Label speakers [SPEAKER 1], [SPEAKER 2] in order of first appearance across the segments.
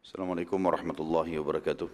[SPEAKER 1] Assalamualaikum warahmatullahi wabarakatuh.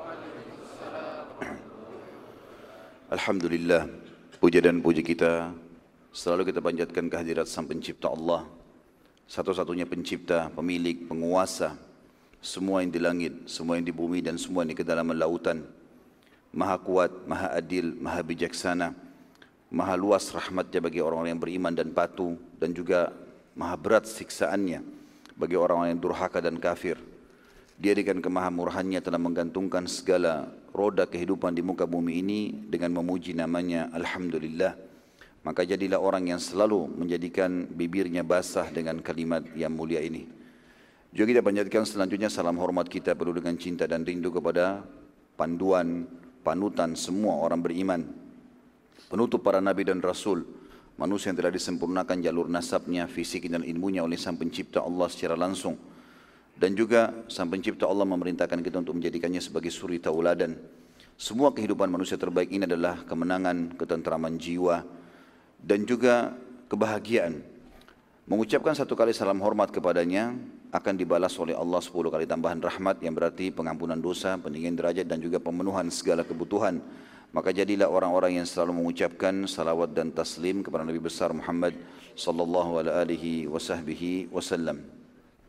[SPEAKER 1] Alhamdulillah, puja dan puji kita selalu kita panjatkan kehadirat Sang Pencipta Allah, satu-satunya pencipta, pemilik, penguasa semua yang di langit, semua yang di bumi dan semua yang di kedalaman lautan. Maha kuat, maha adil, maha bijaksana, maha luas rahmatnya bagi orang-orang yang beriman dan patuh, dan juga maha berat siksaannya bagi orang-orang yang durhaka dan kafir. Dia dengan kemahamurahannya telah menggantungkan segala roda kehidupan di muka bumi ini dengan memuji namanya Alhamdulillah. Maka jadilah orang yang selalu menjadikan bibirnya basah dengan kalimat yang mulia ini. Juga kita panjatkan selanjutnya salam hormat kita penuh dengan cinta dan rindu kepada panduan, panutan semua orang beriman, penutup para nabi dan rasul, manusia yang telah disempurnakan jalur nasabnya, fisik dan ilmunya oleh Sang Pencipta Allah secara langsung. Dan juga Sang Pencipta Allah memerintahkan kita untuk menjadikannya sebagai suri tauladan. Semua kehidupan manusia terbaik ini adalah kemenangan, ketentraman jiwa, dan juga kebahagiaan. Mengucapkan satu kali salam hormat kepadanya akan dibalas oleh Allah 10 kali tambahan rahmat, yang berarti pengampunan dosa, peninggian derajat, dan juga pemenuhan segala kebutuhan. Maka jadilah orang-orang yang selalu mengucapkan salawat dan taslim kepada Nabi besar Muhammad sallallahu alaihi wasallam.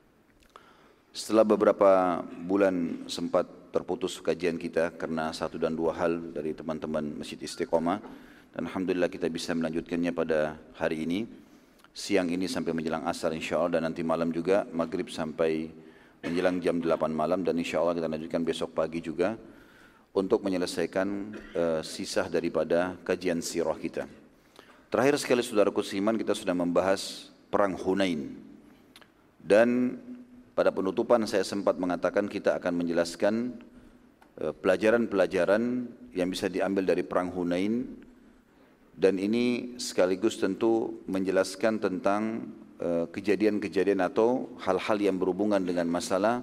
[SPEAKER 1] Setelah beberapa bulan sempat terputus kajian kita karena satu dan dua hal dari teman-teman Masjid Istiqomah, dan Alhamdulillah kita bisa melanjutkannya pada hari ini, siang ini sampai menjelang asar insyaAllah, dan nanti malam juga maghrib sampai menjelang jam 8 malam, dan insyaAllah kita lanjutkan besok pagi juga untuk menyelesaikan sisa daripada kajian sirah kita. Terakhir sekali saudaraku seiman, kita sudah membahas perang Hunain, dan pada penutupan saya sempat mengatakan kita akan menjelaskan pelajaran-pelajaran yang bisa diambil dari perang Hunain, dan ini sekaligus tentu menjelaskan tentang kejadian-kejadian atau hal-hal yang berhubungan dengan masalah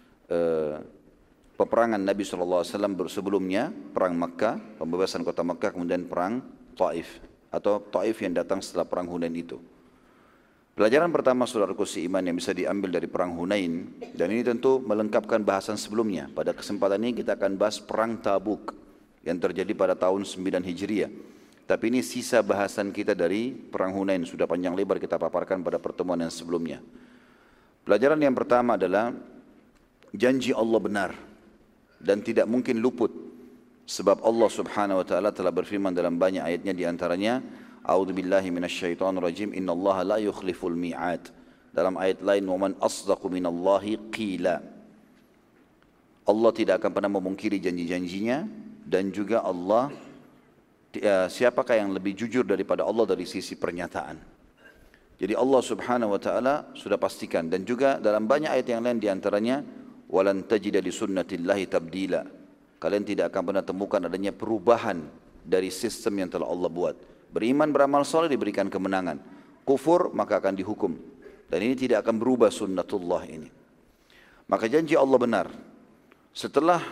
[SPEAKER 1] peperangan Nabi SAW sebelumnya, perang Makkah, pembebasan kota Makkah, kemudian perang Taif atau Taif yang datang setelah perang Hunain itu. Pelajaran pertama saudaraku seiman yang bisa diambil dari perang Hunain, dan ini tentu melengkapkan bahasan sebelumnya. Pada kesempatan ini kita akan bahas perang Tabuk yang terjadi pada tahun 9 Hijriah. Tapi ini sisa bahasan kita dari perang Hunain, sudah panjang lebar kita paparkan pada pertemuan yang sebelumnya. Pelajaran yang pertama adalah janji Allah benar dan tidak mungkin luput, sebab Allah Subhanahu wa taala telah berfirman dalam banyak ayatnya, di antaranya A'udzu billahi minasyaitonir rajim, innallaha la yukhliful mi'ad. Dalam ayat lain, wa man asdaqu minallahi qila. Allah tidak akan pernah memungkiri janji-janjinya, dan juga Allah, siapakah yang lebih jujur daripada Allah dari sisi pernyataan. Jadi Allah Subhanahu wa taala sudah pastikan, dan juga dalam banyak ayat yang lain, di antaranya walan tajida li sunnatillahi tabdila. Kalian tidak akan pernah temukan adanya perubahan dari sistem yang telah Allah buat. Beriman, beramal saleh diberikan kemenangan, kufur maka akan dihukum, dan ini tidak akan berubah sunnatullah ini. Maka janji Allah benar. Setelah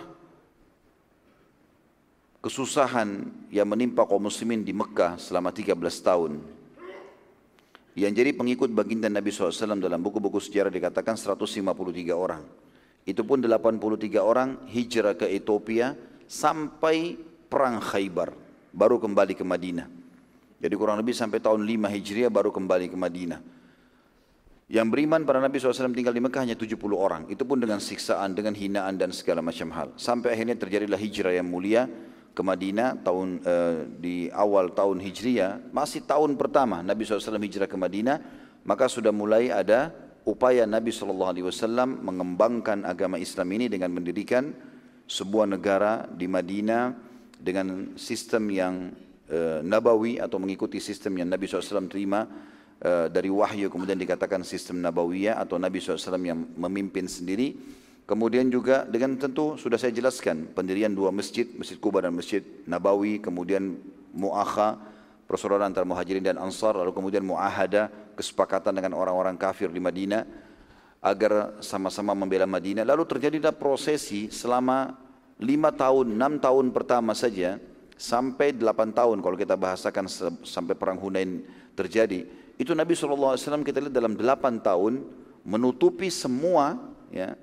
[SPEAKER 1] kesusahan yang menimpa kaum muslimin di Mekah selama 13 tahun, yang jadi pengikut baginda Nabi SAW dalam buku-buku sejarah dikatakan 153 orang. Itu pun 83 orang hijrah ke Ethiopia sampai perang Khaybar, baru kembali ke Madinah. Jadi kurang lebih sampai tahun 5 Hijriah baru kembali ke Madinah. Yang beriman pada Nabi SAW tinggal di Mekah hanya 70 orang. Itu pun dengan siksaan, dengan hinaan dan segala macam hal. Sampai akhirnya terjadilah hijrah yang mulia ke Madinah di awal tahun Hijriah. Masih tahun pertama Nabi SAW hijrah ke Madinah, maka sudah mulai ada upaya Nabi SAW mengembangkan agama Islam ini dengan mendirikan sebuah negara di Madinah dengan sistem yang Nabawi, atau mengikuti sistem yang Nabi SAW terima dari wahyu, kemudian dikatakan sistem Nabawiyah atau Nabi SAW yang memimpin sendiri. Kemudian juga dengan tentu sudah saya jelaskan pendirian dua masjid, Masjid Quba dan Masjid Nabawi, kemudian mu'akha, persaudaraan antara muhajirin dan ansar, lalu kemudian mu'ahada, kesepakatan dengan orang-orang kafir di Madinah agar sama-sama membela Madinah. Lalu terjadilah prosesi selama 5 tahun, 6 tahun pertama saja, sampai 8 tahun kalau kita bahasakan sampai perang Hunain terjadi. Itu Nabi SAW kita lihat dalam 8 tahun menutupi semua ya,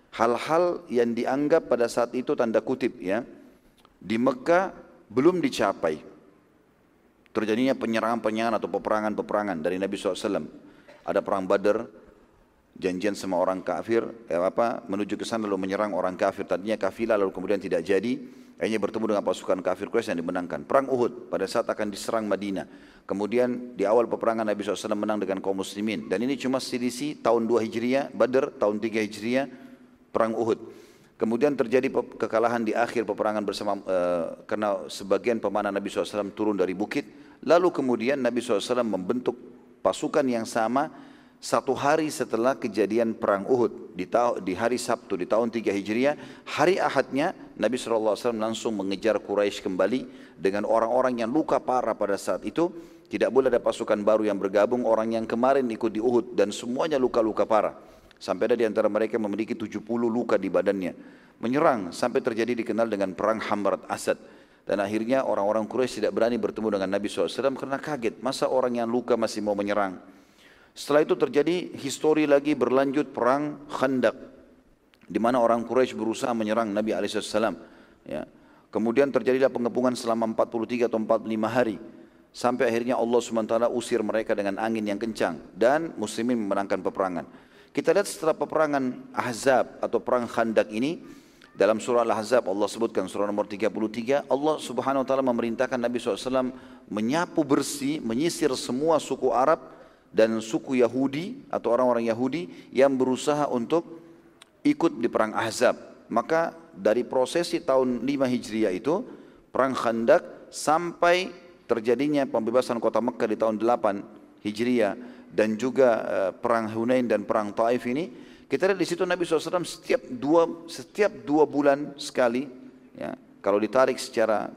[SPEAKER 1] hal-hal yang dianggap pada saat itu tanda kutip ya, di Mekah belum dicapai. Terjadinya penyerangan-penyerangan atau peperangan-peperangan dari Nabi SAW. Ada perang Badar, janjian sama orang kafir, menuju ke sana lalu menyerang orang kafir. Tadinya kafilah lalu kemudian tidak jadi. Akhirnya bertemu dengan pasukan kafir Quraisy yang dimenangkan. Perang Uhud pada saat akan diserang Madinah. Kemudian di awal peperangan Nabi SAW menang dengan kaum muslimin. Dan ini cuma selisih tahun 2 Hijriah, Badar tahun 3 Hijriah, perang Uhud. Kemudian terjadi kekalahan di akhir peperangan bersama karena sebagian pemanah Nabi SAW turun dari bukit. Lalu kemudian Nabi SAW membentuk pasukan yang sama 1 hari setelah kejadian perang Uhud di hari Sabtu di tahun 3 Hijriah, hari Ahadnya Nabi SAW langsung mengejar Quraisy kembali dengan orang-orang yang luka parah pada saat itu. Tidak boleh ada pasukan baru yang bergabung, orang yang kemarin ikut di Uhud dan semuanya luka-luka parah. Sampai ada di antara mereka memiliki 70 luka di badannya. Menyerang sampai terjadi dikenal dengan perang Hamrat Asad. Dan akhirnya orang-orang Quraisy tidak berani bertemu dengan Nabi SAW karena kaget. Masa orang yang luka masih mau menyerang? Setelah itu terjadi histori lagi berlanjut perang Khandaq, di mana orang Quraisy berusaha menyerang Nabi SAW. Ya. Kemudian terjadilah pengepungan selama 43 atau 45 hari. Sampai akhirnya Allah SWT usir mereka dengan angin yang kencang. Dan muslimin memenangkan peperangan. Kita lihat setelah peperangan Ahzab atau perang Khandaq ini, dalam surah Al-Ahzab Allah sebutkan surah nomor 33, Allah Subhanahu wa taala memerintahkan Nabi SAW menyapu bersih, menyisir semua suku Arab dan suku Yahudi atau orang-orang Yahudi yang berusaha untuk ikut di perang Ahzab. Maka dari prosesi tahun 5 Hijriah itu, perang Khandaq sampai terjadinya pembebasan kota Mekah di tahun 8 Hijriah dan juga perang Hunain dan perang Taif ini, kita lihat di situ Nabi SAW setiap dua bulan sekali, ya, kalau ditarik secara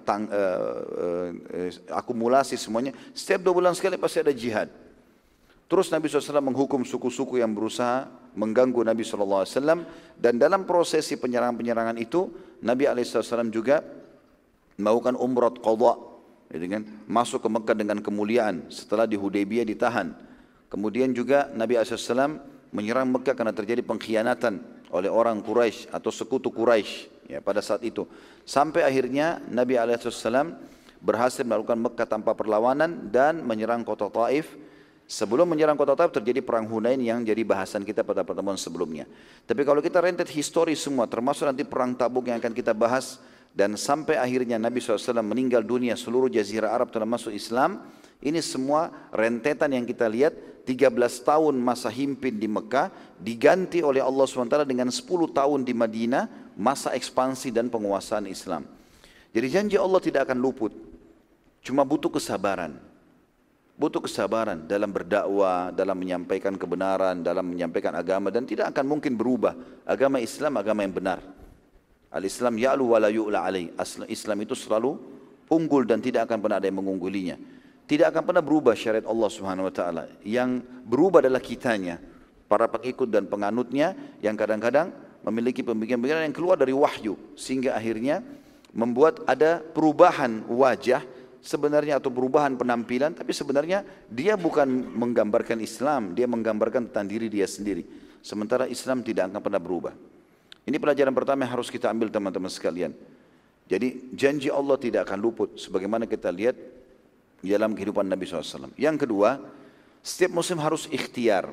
[SPEAKER 1] akumulasi semuanya, setiap 2 bulan sekali pasti ada jihad. Terus Nabi SAW menghukum suku-suku yang berusaha mengganggu Nabi SAW, dan dalam prosesi penyerangan-penyerangan itu Nabi SAW juga melakukan umrah qadha, gitu kan? Masuk ke Mekah dengan kemuliaan setelah di Hudaybiyah ditahan. Kemudian juga Nabi SAW menyerang Mekah karena terjadi pengkhianatan oleh orang Quraisy atau sekutu Quraisy ya, pada saat itu. Sampai akhirnya Nabi SAW berhasil melakukan Mekah tanpa perlawanan dan menyerang kota Taif. Sebelum menyerang kota Taif terjadi perang Hunain yang jadi bahasan kita pada pertemuan sebelumnya. Tapi kalau kita rentet histori semua, termasuk nanti perang Tabuk yang akan kita bahas, dan sampai akhirnya Nabi SAW meninggal dunia, seluruh jazirah Arab termasuk Islam, ini semua rentetan yang kita lihat. 13 tahun masa himpin di Mekah diganti oleh Allah SWT dengan 10 tahun di Madinah, masa ekspansi dan penguasaan Islam. Jadi janji Allah tidak akan luput, cuma butuh kesabaran. Butuh kesabaran dalam berdakwah, dalam menyampaikan kebenaran, dalam menyampaikan agama, dan tidak akan mungkin berubah. Agama Islam agama yang benar. Al-Islam ya'lu wa la yu'la alaih. Islam itu selalu unggul dan tidak akan pernah ada yang mengunggulinya. Tidak akan pernah berubah syariat Allah Subhanahu wa taala. Yang berubah adalah kitanya, para pengikut dan penganutnya yang kadang-kadang memiliki pemikiran-pemikiran yang keluar dari wahyu sehingga akhirnya membuat ada perubahan wajah sebenarnya atau perubahan penampilan, tapi sebenarnya dia bukan menggambarkan Islam, dia menggambarkan tentang diri dia sendiri. Sementara Islam tidak akan pernah berubah. Ini pelajaran pertama yang harus kita ambil teman-teman sekalian. Jadi janji Allah tidak akan luput sebagaimana kita lihat dalam kehidupan Nabi SAW. Yang kedua, setiap muslim harus ikhtiar.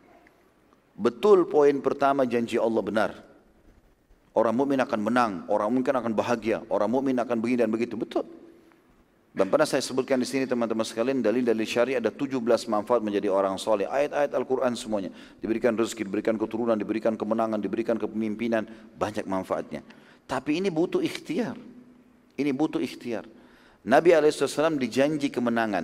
[SPEAKER 1] Betul poin pertama, janji Allah benar. Orang mukmin akan menang, orang mukmin akan bahagia, orang mukmin akan begini dan begitu. Betul. Dan pernah saya sebutkan di sini teman-teman sekalian, dalil-dalil syariah ada 17 manfaat menjadi orang soleh. Ayat-ayat Al-Quran semuanya. Diberikan rezeki, diberikan keturunan, diberikan kemenangan, diberikan kepemimpinan. Banyak manfaatnya. Tapi ini butuh ikhtiar. Ini butuh ikhtiar. Nabi SAW dijanji kemenangan.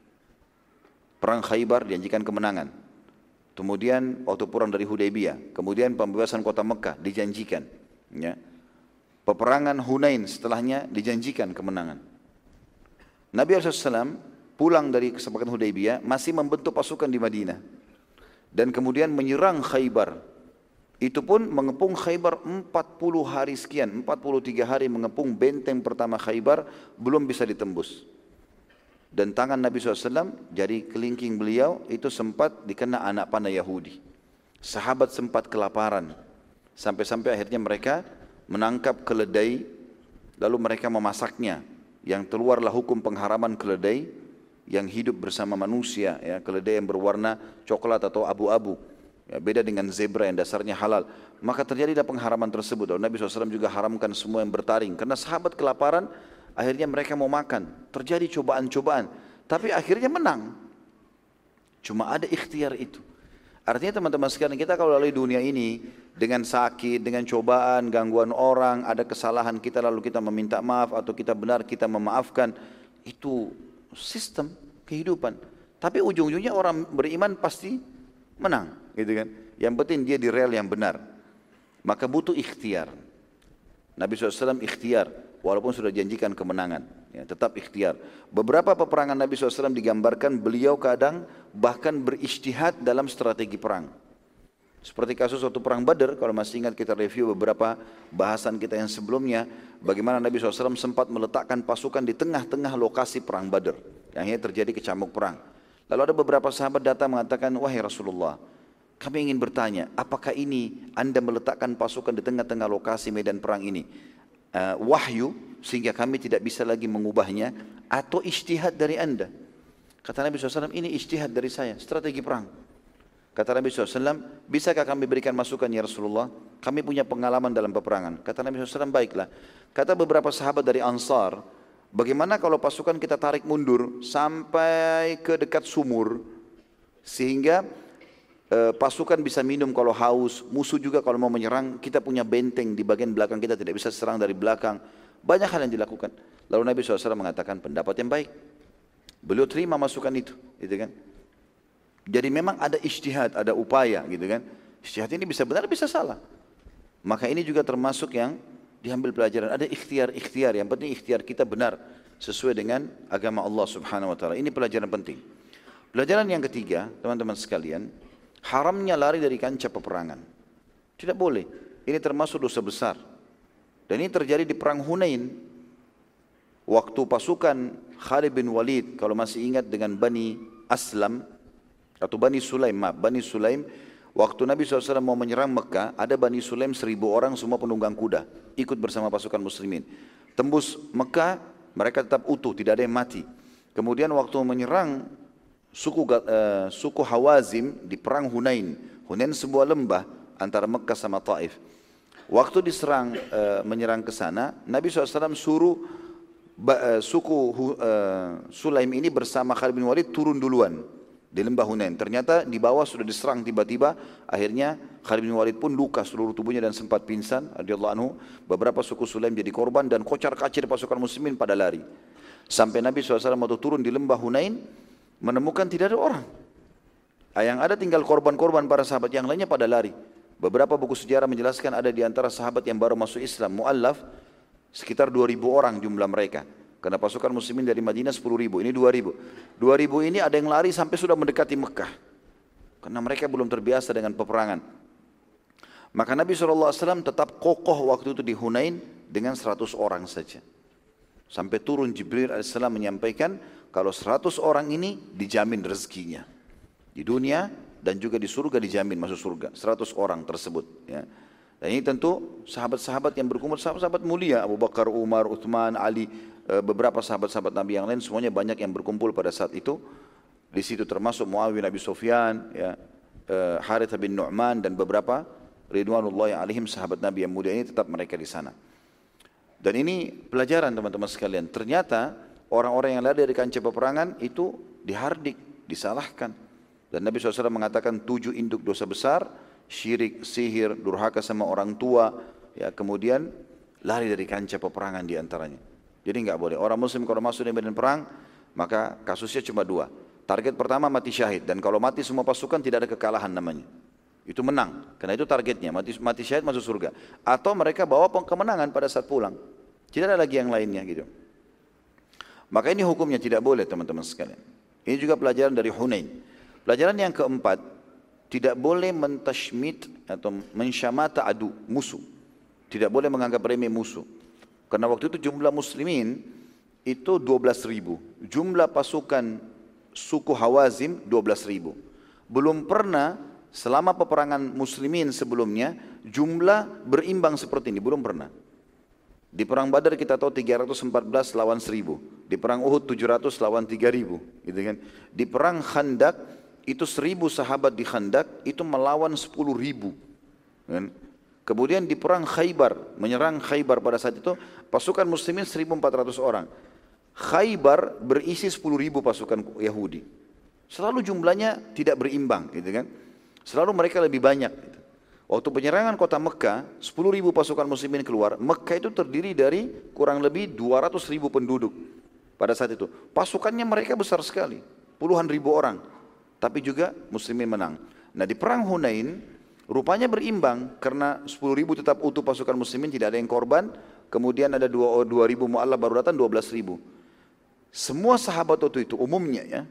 [SPEAKER 1] Perang Khaybar dijanjikan kemenangan. Kemudian waktu perang dari Hudaybiyah. Kemudian pembebasan kota Mekah dijanjikan. Ya. Peperangan Hunain setelahnya dijanjikan kemenangan. Nabi SAW pulang dari kesepakatan Hudaybiyah masih membentuk pasukan di Madinah. Dan kemudian menyerang Khaybar. Itu pun mengepung Khaybar 40 hari sekian, 43 hari mengepung benteng pertama Khaybar, belum bisa ditembus. Dan tangan Nabi SAW, jari kelingking beliau itu sempat dikena anak panah Yahudi. Sahabat sempat kelaparan, Sampai-sampai akhirnya mereka menangkap keledai, lalu mereka memasaknya. Yang keluarlah hukum pengharaman keledai yang hidup bersama manusia, ya, keledai yang berwarna coklat atau abu-abu. Ya, beda dengan zebra yang dasarnya halal. Maka terjadilah pengharaman tersebut. Dan Nabi SAW juga haramkan semua yang bertaring. Karena sahabat kelaparan, akhirnya mereka mau makan. Terjadi cobaan-cobaan. Tapi akhirnya menang. Cuma ada ikhtiar itu. Artinya teman-teman sekalian, kita kalau lalui dunia ini dengan sakit, dengan cobaan, gangguan orang, ada kesalahan kita lalu kita meminta maaf atau kita benar kita memaafkan. Itu sistem kehidupan. Tapi ujung-ujungnya orang beriman pasti menang, gitu kan? Yang penting dia di rel yang benar. Maka butuh ikhtiar. Nabi SAW ikhtiar, walaupun sudah janjikan kemenangan, ya, tetap ikhtiar. Beberapa peperangan Nabi SAW digambarkan beliau kadang bahkan berijtihad dalam strategi perang. Seperti kasus waktu perang Badar, kalau masih ingat kita review beberapa bahasan kita yang sebelumnya, bagaimana Nabi SAW sempat meletakkan pasukan di tengah-tengah lokasi perang Badar, yang akhirnya terjadi kecamuk perang. Lalu ada beberapa sahabat datang mengatakan, wahai Rasulullah, kami ingin bertanya, apakah ini Anda meletakkan pasukan di tengah-tengah lokasi medan perang ini wahyu sehingga kami tidak bisa lagi mengubahnya, atau ijtihad dari Anda? Kata Nabi SAW, ini ijtihad dari saya, strategi perang. Kata Nabi SAW, bisakah kami berikan masukan ya Rasulullah? Kami punya pengalaman dalam peperangan. Kata Nabi SAW, baiklah. Kata beberapa sahabat dari Ansar, bagaimana kalau pasukan kita tarik mundur sampai ke dekat sumur, sehingga pasukan bisa minum kalau haus, musuh juga kalau mau menyerang, kita punya benteng di bagian belakang kita, tidak bisa serang dari belakang. Banyak hal yang dilakukan. Lalu Nabi SAW mengatakan pendapat yang baik. Beliau terima masukan itu, gitu kan? Jadi memang ada ijtihad, ada upaya, gitu kan? Ijtihad ini bisa benar, bisa salah. Maka ini juga termasuk yang diambil pelajaran. Ada ikhtiar, yang penting ikhtiar kita benar sesuai dengan agama Allah Subhanahu wa taala. Ini pelajaran penting. Pelajaran yang ketiga, teman-teman sekalian, haramnya lari dari kancah peperangan. Tidak boleh. Ini termasuk dosa besar. Dan ini terjadi di perang Hunain. Waktu pasukan Khalid bin Walid, kalau masih ingat, dengan Bani Aslam atau Bani Sulaim, waktu Nabi SAW mau menyerang Mekah, ada Bani Sulaim 1000 orang semua penunggang kuda, ikut bersama pasukan muslimin. Tembus Mekah, mereka tetap utuh, tidak ada yang mati. Kemudian waktu menyerang suku Hawazim di perang Hunain. Hunain sebuah lembah antara Mekah sama Taif. Waktu diserang, menyerang ke sana, Nabi SAW suruh suku Sulaim ini bersama Khalid bin Walid turun duluan di lembah Hunain. Ternyata di bawah sudah diserang tiba-tiba, akhirnya Khalid bin Walid pun luka seluruh tubuhnya dan sempat pingsan radhiyallahu anhu. Beberapa suku Sulaim jadi korban dan kocar-kacir pasukan muslimin pada lari. Sampai Nabi SAW waktu turun di lembah Hunain menemukan tidak ada orang. Yang ada tinggal korban-korban para sahabat, yang lainnya pada lari. Beberapa buku sejarah menjelaskan ada di antara sahabat yang baru masuk Islam, mu'allaf, sekitar 2000 orang jumlah mereka. Karena pasukan muslimin dari Madinah 10.000, ini 2000. 2000 ini ada yang lari sampai sudah mendekati Mekah. Karena mereka belum terbiasa dengan peperangan. Maka Nabi SAW tetap kokoh waktu itu di Hunain dengan 100 orang saja. Sampai turun Jibril AS menyampaikan kalau 100 orang ini dijamin rezekinya. Di dunia dan juga di surga dijamin masuk surga. 100 orang tersebut. Ya. Dan ini tentu sahabat-sahabat yang berkumpul, sahabat-sahabat mulia, Abu Bakar, Umar, Uthman, Ali, beberapa sahabat-sahabat Nabi yang lain, semuanya banyak yang berkumpul pada saat itu. Di situ termasuk Muawiyah bin Abi Sufyan, ya, Harith bin Nu'man dan beberapa ridwanullahi alaihim sahabat Nabi yang mulia ini, tetap mereka di sana. Dan ini pelajaran teman-teman sekalian. Ternyata orang-orang yang lari dari kancah peperangan itu dihardik, disalahkan. Dan Nabi SAW mengatakan 7 induk dosa besar, syirik, sihir, durhaka sama orang tua, ya, kemudian lari dari kancah peperangan diantaranya. Jadi enggak boleh. Orang muslim kalau masuk di medan perang, maka kasusnya cuma 2. Target pertama mati syahid, dan kalau mati semua pasukan tidak ada kekalahan namanya. Itu menang, karena itu targetnya, mati syahid masuk surga. Atau mereka bawa kemenangan pada saat pulang. Tidak ada lagi yang lainnya gitu. Maka ini hukumnya tidak boleh teman-teman sekalian. Ini juga pelajaran dari Hunain. Pelajaran yang keempat, tidak boleh mentashmit atau mensyamata adu, musuh. Tidak boleh menganggap remeh musuh. Karena waktu itu jumlah muslimin itu 12.000. Jumlah pasukan suku Hawazim 12.000. Belum pernah selama peperangan muslimin sebelumnya, jumlah berimbang seperti ini, belum pernah. Di perang Badar kita tahu 314 lawan 1000. Di perang Uhud 700 lawan 3000, gitu kan. Di perang Khandak itu 1000 sahabat di Khandak itu melawan 10.000. Kan? Kemudian di perang Khaybar, menyerang Khaybar pada saat itu pasukan muslimin 1.400 orang. Khaybar berisi 10.000 pasukan Yahudi. Selalu jumlahnya tidak berimbang, gitu kan. Selalu mereka lebih banyak. Gitu. Waktu penyerangan kota Mekah, 10.000 pasukan muslimin keluar. Mekah itu terdiri dari kurang lebih 200.000 penduduk pada saat itu. Pasukannya mereka besar sekali, puluhan ribu orang. Tapi juga muslimin menang. Nah di perang Hunain, rupanya berimbang karena 10.000 tetap utuh pasukan muslimin, tidak ada yang korban. Kemudian ada 2.000 mu'allaf baru datang 12.000. Semua sahabat waktu itu umumnya ya,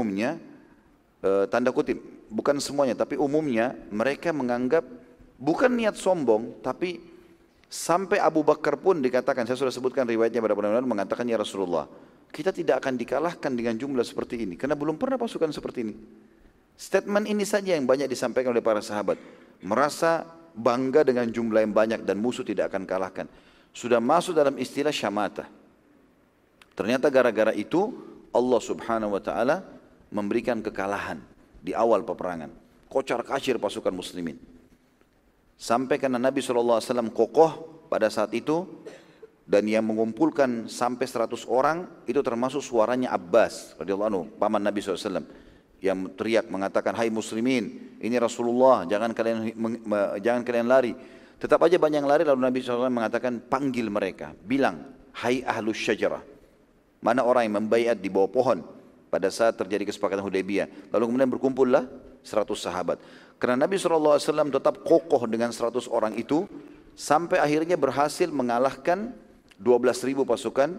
[SPEAKER 1] tanda kutip, bukan semuanya, tapi umumnya mereka menganggap bukan niat sombong, tapi sampai Abu Bakar pun dikatakan, saya sudah sebutkan riwayatnya pada benar-benar mengatakan, ya Rasulullah, kita tidak akan dikalahkan dengan jumlah seperti ini, karena belum pernah pasukan seperti ini. Statement ini saja yang banyak disampaikan oleh para sahabat, merasa bangga dengan jumlah yang banyak dan musuh tidak akan kalahkan. Sudah masuk dalam istilah syamata. Ternyata gara-gara itu Allah subhanahu wa ta'ala memberikan kekalahan di awal peperangan. Kocar-kacir pasukan muslimin. Sampai karena Nabi SAW kokoh pada saat itu, dan yang mengumpulkan sampai 100 orang itu termasuk suaranya Abbas radhiyallahu anhu, paman Nabi SAW, yang teriak mengatakan, hai muslimin, ini Rasulullah, jangan kalian lari. Tetap aja banyak yang lari, lalu Nabi SAW mengatakan, panggil mereka, bilang, hai ahlus syajarah, mana orang yang membaiat di bawah pohon pada saat terjadi kesepakatan Hudaybiyah. Lalu kemudian berkumpullah 100 sahabat. Karena Nabi SAW tetap kokoh dengan 100 orang itu, sampai akhirnya berhasil mengalahkan 12.000 pasukan,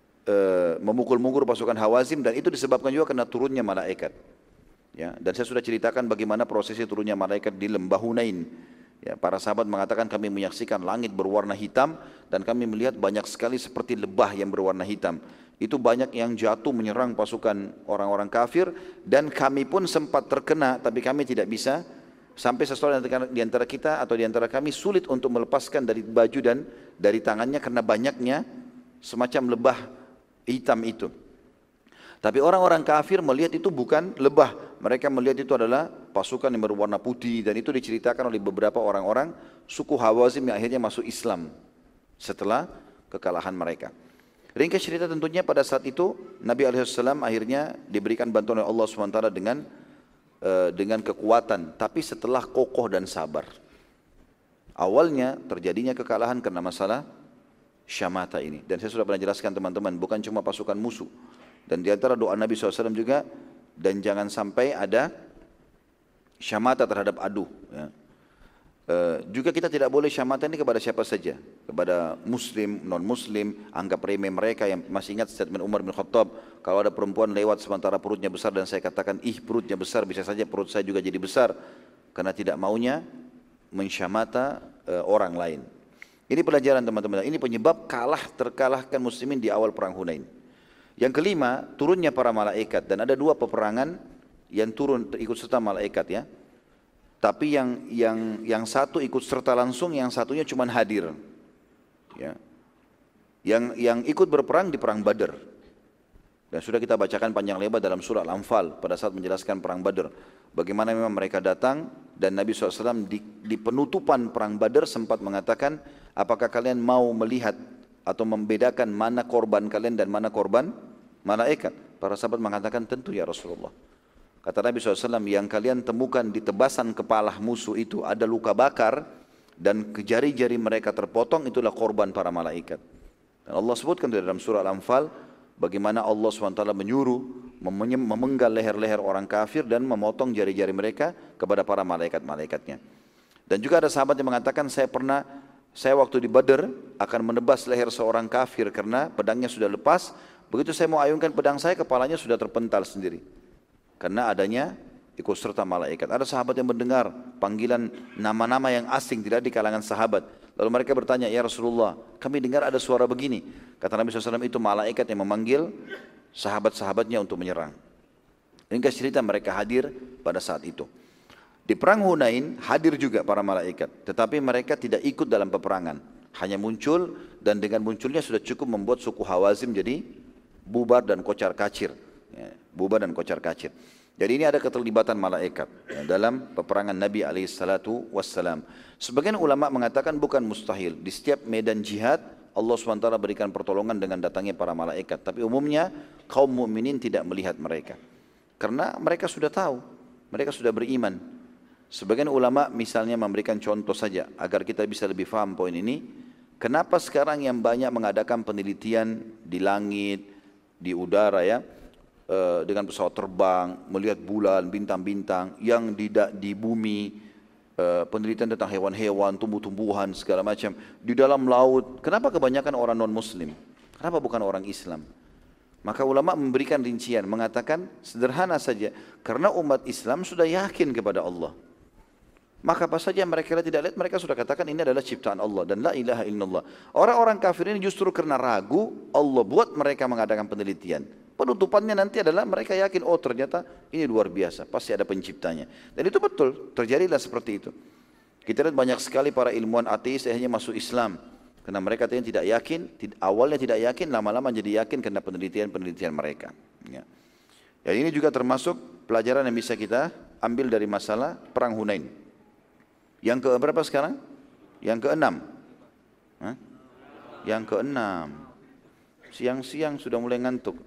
[SPEAKER 1] memukul mundur pasukan Hawazim, dan itu disebabkan juga karena turunnya malaikat. Ya, dan saya sudah ceritakan bagaimana prosesnya turunnya malaikat di lembah Hunain. Ya, para sahabat mengatakan kami menyaksikan langit berwarna hitam, dan kami melihat banyak sekali seperti lebah yang berwarna hitam. Itu banyak yang jatuh menyerang pasukan orang-orang kafir, dan kami pun sempat terkena, tapi kami tidak bisa. Sampai seseorang di antara kita atau di antara kami sulit untuk melepaskan dari baju dan dari tangannya karena banyaknya semacam lebah hitam itu. Tapi orang-orang kafir melihat itu bukan lebah. Mereka melihat itu adalah pasukan yang berwarna putih, dan itu diceritakan oleh beberapa orang-orang suku Hawazim yang akhirnya masuk Islam setelah kekalahan mereka. Ringkas cerita tentunya pada saat itu Nabi SAW akhirnya diberikan bantuan oleh Allah SWT dengan kekuatan, tapi setelah kokoh dan sabar. Awalnya terjadinya kekalahan karena masalah syamata ini, dan saya sudah pernah jelaskan teman-teman, bukan cuma pasukan musuh. Dan di antara doa Nabi SAW juga, dan jangan sampai ada syamata terhadap adu. Ya. Juga kita tidak boleh syamata ini kepada siapa saja, kepada muslim, non-muslim, anggap remeh mereka. Yang masih ingat statement Umar bin Khattab, kalau ada perempuan lewat sementara perutnya besar dan saya katakan, ih perutnya besar, bisa saja perut saya juga jadi besar, karena tidak maunya mensyamata orang lain. Ini pelajaran teman-teman, ini penyebab terkalahkan muslimin di awal perang Hunain. Yang kelima, turunnya para malaikat, dan ada 2 peperangan yang turun ikut serta malaikat ya. Tapi yang satu ikut serta langsung, yang satunya cuma hadir. Ya. Yang ikut berperang di perang Badar. Dan sudah kita bacakan panjang lebar dalam surah Al-Anfal pada saat menjelaskan perang Badar. Bagaimana memang mereka datang, dan Nabi SAW di penutupan perang Badar sempat mengatakan, apakah kalian mau melihat atau membedakan mana korban kalian dan mana korban malaikat? Para sahabat mengatakan, tentu ya Rasulullah. Kata Nabi SAW, yang kalian temukan di tebasan kepala musuh itu ada luka bakar, dan jari-jari mereka terpotong, itulah korban para malaikat. Dan Allah sebutkan dalam surah Al-Anfal, bagaimana Allah SWT menyuruh memenggal leher-leher orang kafir dan memotong jari-jari mereka kepada para malaikat-malaikatnya. Dan juga ada sahabat yang mengatakan, saya waktu di Badar akan menebas leher seorang kafir karena pedangnya sudah lepas. Begitu saya mau ayunkan pedang saya, kepalanya sudah terpental sendiri, karena adanya ikut serta malaikat. Ada sahabat yang mendengar panggilan nama-nama yang asing, tidak di kalangan sahabat. Lalu mereka bertanya, ya Rasulullah, kami dengar ada suara begini. Kata Nabi SAW, itu malaikat yang memanggil sahabat-sahabatnya untuk menyerang. Ringkas cerita, mereka hadir pada saat itu. Di perang Hunain hadir juga para malaikat, tetapi mereka tidak ikut dalam peperangan. Hanya muncul dan dengan munculnya sudah cukup membuat suku Hawazim jadi bubar dan kocar kacir. Ya, bubar dan kocar kacir. Jadi ini ada keterlibatan malaikat ya, dalam peperangan Nabi SAW. Sebagian ulama mengatakan bukan mustahil. Di setiap medan jihad Allah SWT berikan pertolongan dengan datangnya para malaikat. Tapi umumnya kaum mukminin tidak melihat mereka. Karena mereka sudah tahu, mereka sudah beriman. Sebagian ulama misalnya memberikan contoh saja agar kita bisa lebih paham poin ini. Kenapa sekarang yang banyak mengadakan penelitian di langit, di udara ya, dengan pesawat terbang, melihat bulan, bintang-bintang, yang di bumi, penelitian tentang hewan-hewan, tumbuh-tumbuhan, segala macam, di dalam laut. Kenapa kebanyakan orang non-muslim? Kenapa bukan orang Islam? Maka ulama memberikan rincian, mengatakan sederhana saja, karena umat Islam sudah yakin kepada Allah. Maka apa saja mereka tidak lihat, mereka sudah katakan ini adalah ciptaan Allah dan la ilaha illallah. Orang-orang kafir ini justru karena ragu, Allah buat mereka mengadakan penelitian. Penutupannya nanti adalah mereka yakin, oh ternyata ini luar biasa, pasti ada penciptanya. Dan itu betul, terjadilah seperti itu. Kita lihat banyak sekali para ilmuwan ateis akhirnya masuk Islam. Karena mereka tidak yakin, awalnya tidak yakin, lama-lama jadi yakin karena penelitian-penelitian mereka. Ya. Dan ini juga termasuk pelajaran yang bisa kita ambil dari masalah perang Hunain. Yang ke berapa sekarang? Yang ke-6. Hah? Yang ke-6. Siang-siang sudah mulai ngantuk.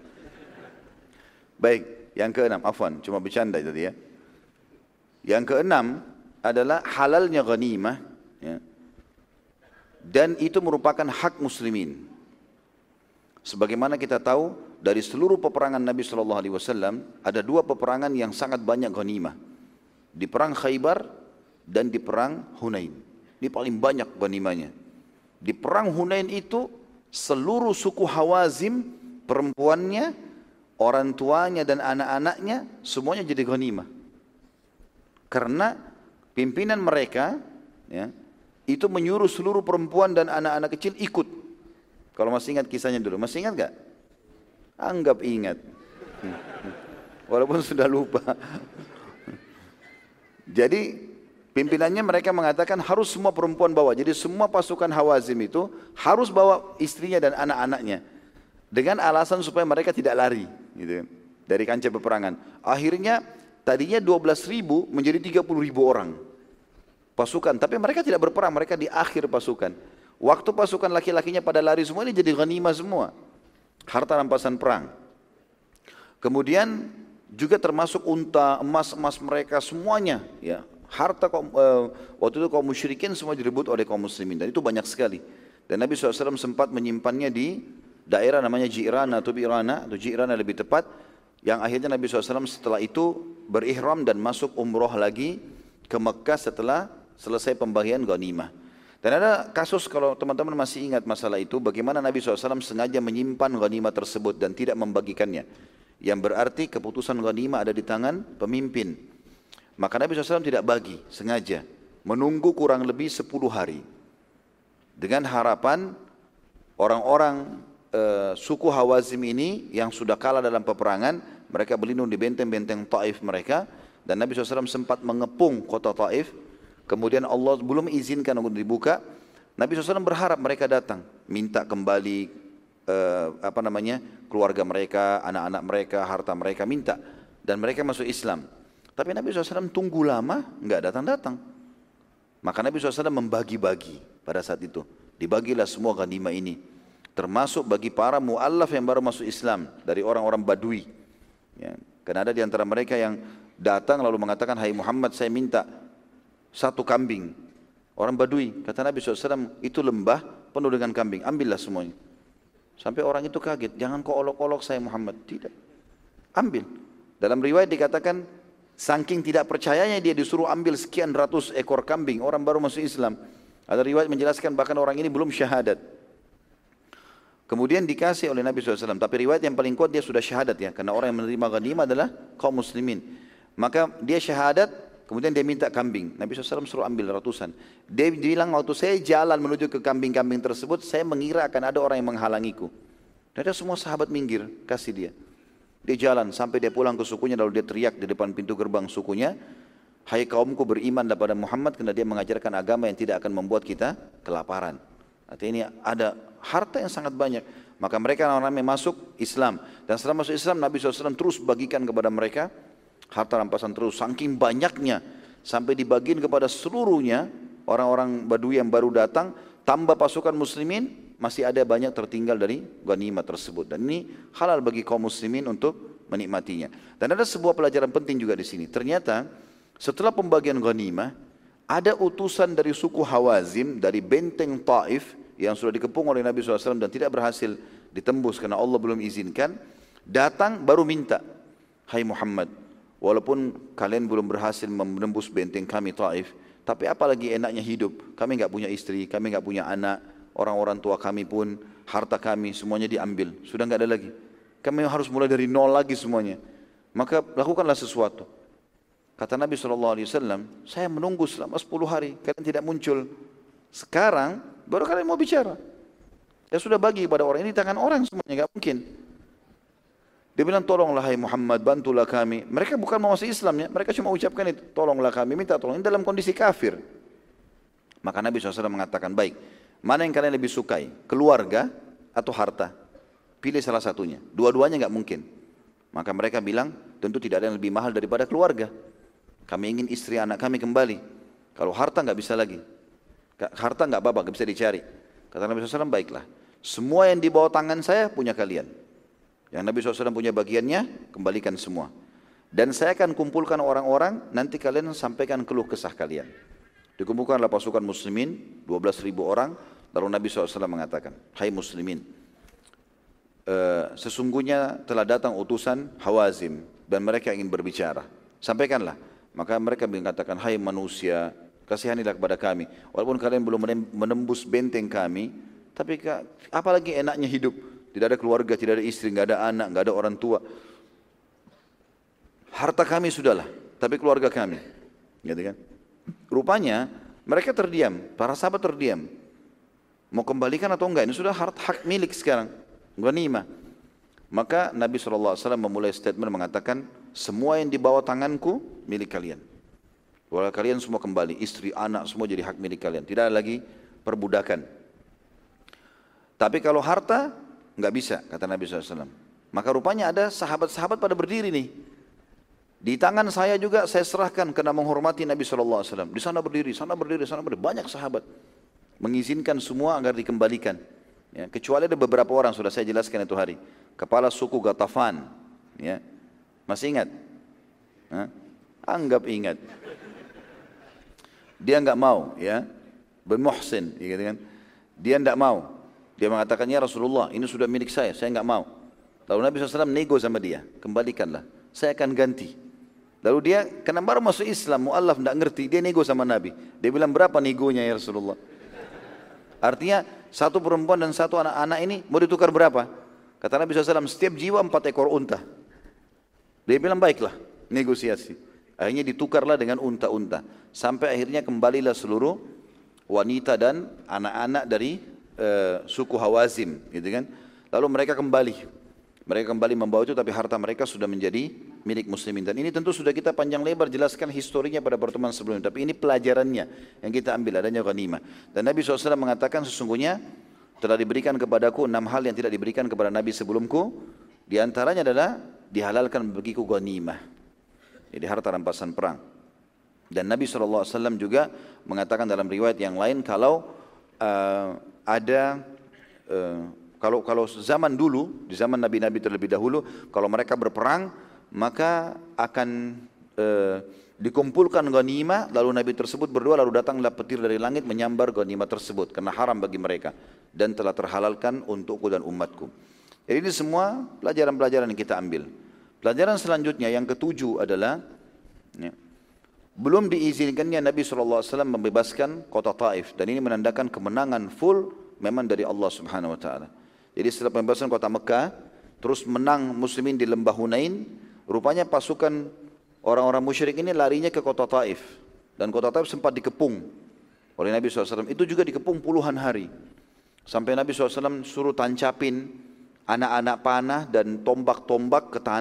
[SPEAKER 1] Baik, yang ke-6, afwan, cuma bercanda tadi ya. Yang ke-6 adalah halalnya ghanimah, ya. Dan itu merupakan hak muslimin. Sebagaimana kita tahu dari seluruh peperangan Nabi SAW ada 2 peperangan yang sangat banyak ghanimah. Di perang Khaybar dan di perang Hunain. Ini paling banyak ghanimahnya. Di perang Hunain itu seluruh suku Hawazim, perempuannya, orang tuanya dan anak-anaknya semuanya jadi ghanimah. Karena pimpinan mereka ya, itu menyuruh seluruh perempuan dan anak-anak kecil ikut. Kalau masih ingat kisahnya dulu, masih ingat gak? Anggap ingat. Walaupun sudah lupa. Jadi pimpinannya mereka mengatakan harus semua perempuan bawa. Jadi semua pasukan Hawazim itu harus bawa istrinya dan anak-anaknya. Dengan alasan supaya mereka tidak lari gitu, dari kancah peperangan. Akhirnya tadinya 12.000 menjadi 30.000 orang pasukan. Tapi mereka tidak berperang, mereka di akhir pasukan. Waktu pasukan laki-lakinya pada lari semua, ini jadi ghanimah semua. Harta rampasan perang. Kemudian juga termasuk unta, emas-emas mereka semuanya ya. Harta waktu itu kaum musyrikin semua direbut oleh kaum muslimin dan itu banyak sekali. Dan Nabi SAW sempat menyimpannya di daerah namanya Ji'rana atau Birana atau Ji'rana lebih tepat, yang akhirnya Nabi SAW setelah itu berihram dan masuk umroh lagi ke Mekah setelah selesai pembagian ghanimah. Dan ada kasus, kalau teman-teman masih ingat masalah itu, bagaimana Nabi SAW sengaja menyimpan ghanimah tersebut dan tidak membagikannya, yang berarti keputusan ghanimah ada di tangan pemimpin. Maka Nabi SAW tidak bagi, sengaja menunggu kurang lebih 10 hari dengan harapan orang-orang suku Hawazim ini yang sudah kalah dalam peperangan, mereka berlindung di benteng-benteng Taif mereka, dan Nabi SAW sempat mengepung kota Taif. Kemudian Allah belum izinkan untuk dibuka. Nabi SAW berharap mereka datang, minta kembali keluarga mereka, anak-anak mereka, harta mereka, minta, dan mereka masuk Islam. Tapi Nabi SAW tunggu lama, enggak datang-datang. Maka Nabi SAW membagi-bagi pada saat itu. Dibagilah semua ghanimah ini. Termasuk bagi para mu'allaf yang baru masuk Islam, dari orang-orang Badui. Ya, karena ada di antara mereka yang datang lalu mengatakan, hai Muhammad, saya minta 1 kambing. Orang Badui, kata Nabi SAW, itu lembah penuh dengan kambing, ambillah semuanya. Sampai orang itu kaget, jangan kau olok-olok saya Muhammad. Tidak, ambil. Dalam riwayat dikatakan, saking tidak percayanya dia disuruh ambil sekian ratus ekor kambing, orang baru masuk Islam. Ada riwayat menjelaskan bahkan orang ini belum syahadat. Kemudian dikasih oleh Nabi SAW. Tapi riwayat yang paling kuat dia sudah syahadat ya. Karena orang yang menerima ghanimah adalah kaum muslimin. Maka dia syahadat, kemudian dia minta kambing. Nabi SAW suruh ambil ratusan. Dia bilang waktu saya jalan menuju ke kambing-kambing tersebut, saya mengira akan ada orang yang menghalangiku. Dan ada semua sahabat minggir, kasih dia. Dia jalan sampai dia pulang ke sukunya, lalu dia teriak di depan pintu gerbang sukunya, hai kaumku berimanlah pada Muhammad karena dia mengajarkan agama yang tidak akan membuat kita kelaparan. Artinya ini ada harta yang sangat banyak. Maka mereka orang-orang yang masuk Islam. Dan setelah masuk Islam, Nabi SAW terus bagikan kepada mereka harta rampasan terus. Saking banyaknya, sampai dibagiin kepada seluruhnya orang-orang Badui yang baru datang, tambah pasukan muslimin, masih ada banyak tertinggal dari ghanimah tersebut. Dan ini halal bagi kaum muslimin untuk menikmatinya. Dan ada sebuah pelajaran penting juga di sini. Ternyata setelah pembagian ghanimah, ada utusan dari suku Hawazim, dari benteng Taif, yang sudah dikepung oleh Nabi SAW dan tidak berhasil ditembus karena Allah belum izinkan, datang baru minta, hai Muhammad, walaupun kalian belum berhasil menembus benteng kami Taif, tapi apalagi enaknya hidup, kami enggak punya istri, kami enggak punya anak, orang-orang tua kami pun, harta kami semuanya diambil, sudah enggak ada lagi, kami harus mulai dari nol lagi semuanya, maka lakukanlah sesuatu. Kata Nabi SAW, saya menunggu selama 10 hari, kalian tidak muncul, sekarang baru kalian mau bicara. Ya sudah bagi pada orang, ini tangan orang semuanya, enggak mungkin. Dia bilang, tolonglah hai Muhammad, bantulah kami. Mereka bukan mau masuk Islam ya, mereka cuma ucapkan itu, tolonglah kami, minta tolong. Ini dalam kondisi kafir. Maka Nabi SAW mengatakan, baik, mana yang kalian lebih sukai, keluarga atau harta? Pilih salah satunya, dua-duanya enggak mungkin. Maka mereka bilang, tentu tidak ada yang lebih mahal daripada keluarga. Kami ingin istri anak kami kembali. Kalau harta enggak bisa lagi. Harta enggak apa-apa, enggak bisa dicari. Kata Nabi SAW, baiklah. Semua yang di bawah tangan saya punya kalian. Yang Nabi SAW punya bagiannya, kembalikan semua. Dan saya akan kumpulkan orang-orang, nanti kalian sampaikan keluh kesah kalian. Dikumpulkanlah pasukan muslimin, 12.000 orang. Lalu Nabi SAW mengatakan, hai muslimin, sesungguhnya telah datang utusan Hawazim dan mereka ingin berbicara. Sampaikanlah. Maka mereka mengatakan, hai manusia, kasihanilah kepada kami. Walaupun kalian belum menembus benteng kami, tapi apalagi enaknya hidup. Tidak ada keluarga, tidak ada istri, tidak ada anak, tidak ada orang tua. Harta kami sudahlah, tapi keluarga kami. Gitu kan? Rupanya mereka terdiam, para sahabat terdiam. Mau kembalikan atau enggak? Ini sudah hak milik sekarang, ghanimah. Maka Nabi SAW memulai statement mengatakan, semua yang di bawah tanganku milik kalian. Walau kalian semua kembali, istri, anak, semua jadi hak milik kalian. Tidak ada lagi perbudakan. Tapi kalau harta, enggak bisa, kata Nabi SAW. Maka rupanya ada sahabat-sahabat pada berdiri nih. Di tangan saya juga saya serahkan karena menghormati Nabi SAW. Di sana berdiri, sana berdiri, sana berdiri. Banyak sahabat mengizinkan semua agar dikembalikan. Ya, kecuali ada beberapa orang, sudah saya jelaskan itu hari. Kepala suku Ghatafan. Ya, masih ingat? Anggap ingat. Dia enggak mau, ya. Bin Muhsin, gitu kan. Dia enggak mau. Dia mengatakan, ya Rasulullah, ini sudah milik saya enggak mau. Lalu Nabi SAW nego sama dia, kembalikanlah, saya akan ganti. Lalu dia, karena baru masuk Islam, mu'allaf enggak ngerti, dia nego sama Nabi. Dia bilang, berapa negonya ya Rasulullah? Artinya, satu perempuan dan satu anak-anak ini mau ditukar berapa? Kata Nabi SAW, setiap jiwa 4 ekor unta. Dia bilang, baiklah, negosiasi. Akhirnya ditukarlah dengan unta-unta. Sampai akhirnya kembalilah seluruh wanita dan anak-anak dari suku Hawazim, gitu kan. Lalu mereka kembali membawa itu, tapi harta mereka sudah menjadi milik muslimin. Dan ini tentu sudah kita panjang lebar jelaskan historinya pada pertemuan sebelumnya. Tapi ini pelajarannya yang kita ambil, adanya ghanimah. Dan Nabi SAW mengatakan, sesungguhnya telah diberikan kepadaku 6 hal yang tidak diberikan kepada Nabi sebelumku. Di antaranya adalah dihalalkan bagiku ghanimah. Jadi harta rampasan perang. Dan Nabi SAW juga mengatakan dalam riwayat yang lain, kalau kalau zaman dulu, di zaman Nabi-Nabi terlebih dahulu, kalau mereka berperang, maka akan dikumpulkan ghanimah, lalu Nabi tersebut berdoa, lalu datanglah petir dari langit menyambar ghanimah tersebut, karena haram bagi mereka, dan telah terhalalkan untukku dan umatku. Jadi ini semua pelajaran-pelajaran yang kita ambil. Pelajaran selanjutnya yang ketujuh adalah, ya, belum diizinkannya Nabi SAW membebaskan kota Taif, dan ini menandakan kemenangan full memang dari Allah Subhanahu Wa Taala. Jadi setelah pembebasan kota Mekah, terus menang muslimin di lembah Hunain, rupanya pasukan orang-orang musyrik ini larinya ke kota Taif, dan kota Taif sempat dikepung oleh Nabi SAW. Itu juga dikepung puluhan hari, sampai Nabi SAW suruh tancapin anak-anak panah dan tombak-tombak ke tanah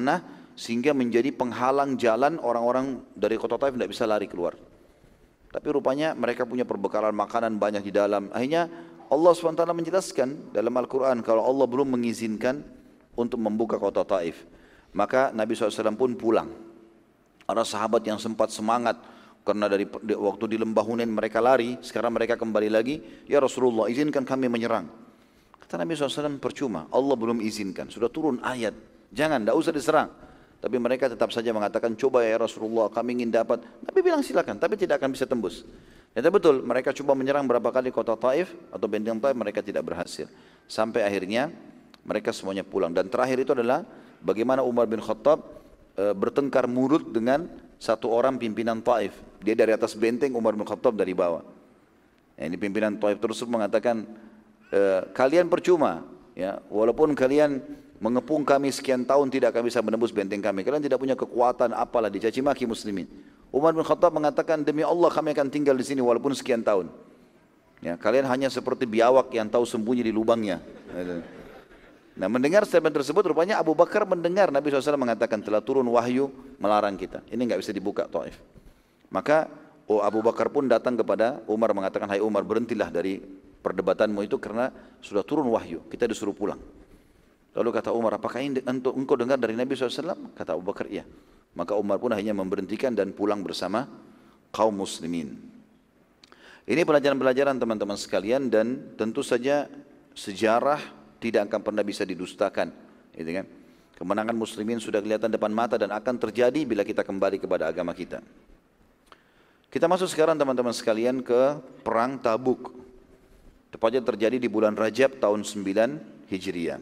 [SPEAKER 1] sehingga menjadi penghalang jalan orang-orang dari kota Taif tidak bisa lari keluar. Tapi rupanya mereka punya perbekalan makanan banyak di dalam. Akhirnya Allah SWT menjelaskan dalam Al-Quran kalau Allah belum mengizinkan untuk membuka kota Taif. Maka Nabi SAW pun pulang. Ada sahabat yang sempat semangat karena waktu di lembah Hunain mereka lari, sekarang mereka kembali lagi. Ya Rasulullah, izinkan kami menyerang. Kata Nabi SAW, percuma, Allah belum izinkan. Sudah turun ayat, jangan, tidak usah diserang. Tapi mereka tetap saja mengatakan, coba ya Rasulullah, kami ingin dapat. Nabi bilang silakan, tapi tidak akan bisa tembus. Dan betul, mereka coba menyerang berapa kali kota Taif atau benteng Taif, mereka tidak berhasil. Sampai akhirnya mereka semuanya pulang. Dan terakhir itu adalah bagaimana Umar bin Khattab bertengkar mulut dengan satu orang pimpinan Taif. Dia dari atas benteng, Umar bin Khattab dari bawah. Ini pimpinan Taif tersebut mengatakan, kalian percuma, ya, walaupun kalian mengepung kami sekian tahun tidak akan bisa menembus benteng kami. Kalian tidak punya kekuatan apalah, dicaci maki muslimin. Umar bin Khattab mengatakan, demi Allah kami akan tinggal di sini walaupun sekian tahun. Ya, kalian hanya seperti biawak yang tahu sembunyi di lubangnya. Nah, mendengar statement tersebut, rupanya Abu Bakar mendengar Nabi SAW mengatakan telah turun wahyu melarang kita. Ini nggak bisa dibuka Taif. Maka Abu Bakar pun datang kepada Umar mengatakan, hai Umar, berhentilah dari perdebatanmu itu karena sudah turun wahyu. Kita disuruh pulang. Lalu kata Umar, apakah ini engkau dengar dari Nabi SAW? Kata Abu Bakar, iya. Maka Umar pun akhirnya memberhentikan dan pulang bersama kaum muslimin. Ini pelajaran-pelajaran teman-teman sekalian, dan tentu saja sejarah tidak akan pernah bisa didustakan. Gitu kan? Kemenangan muslimin sudah kelihatan depan mata dan akan terjadi bila kita kembali kepada agama kita. Kita masuk sekarang teman-teman sekalian ke perang Tabuk. Tepatnya terjadi di bulan Rajab tahun 9 Hijriah.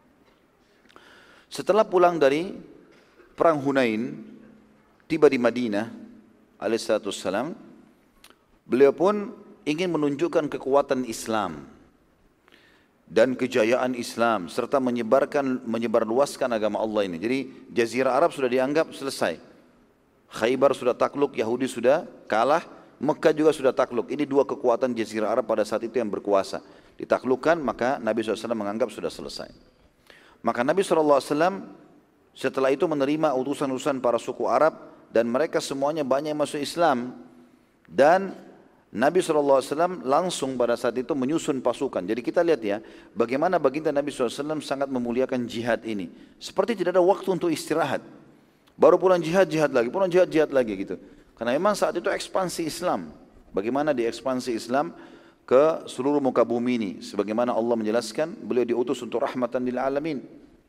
[SPEAKER 1] Setelah pulang dari perang Hunain, tiba di Madinah alaihissalam, beliau pun ingin menunjukkan kekuatan Islam dan kejayaan Islam serta menyebarluaskan agama Allah ini. Jadi Jazirah Arab sudah dianggap selesai. Khaybar sudah takluk, Yahudi sudah kalah, Mekah juga sudah takluk. Ini dua kekuatan Jazirah Arab pada saat itu yang berkuasa. Ditaklukkan, maka Nabi SAW menganggap sudah selesai. Maka Nabi SAW setelah itu menerima utusan-utusan para suku Arab, dan mereka semuanya banyak yang masuk Islam. Dan Nabi SAW langsung pada saat itu menyusun pasukan. Jadi kita lihat ya, bagaimana baginda Nabi SAW sangat memuliakan jihad ini. Seperti tidak ada waktu untuk istirahat. Baru pulang jihad, jihad lagi, pulang jihad, jihad lagi gitu. Karena memang saat itu ekspansi Islam. Bagaimana diekspansi Islam ke seluruh muka bumi ini. Sebagaimana Allah menjelaskan, beliau diutus untuk rahmatan lil alamin.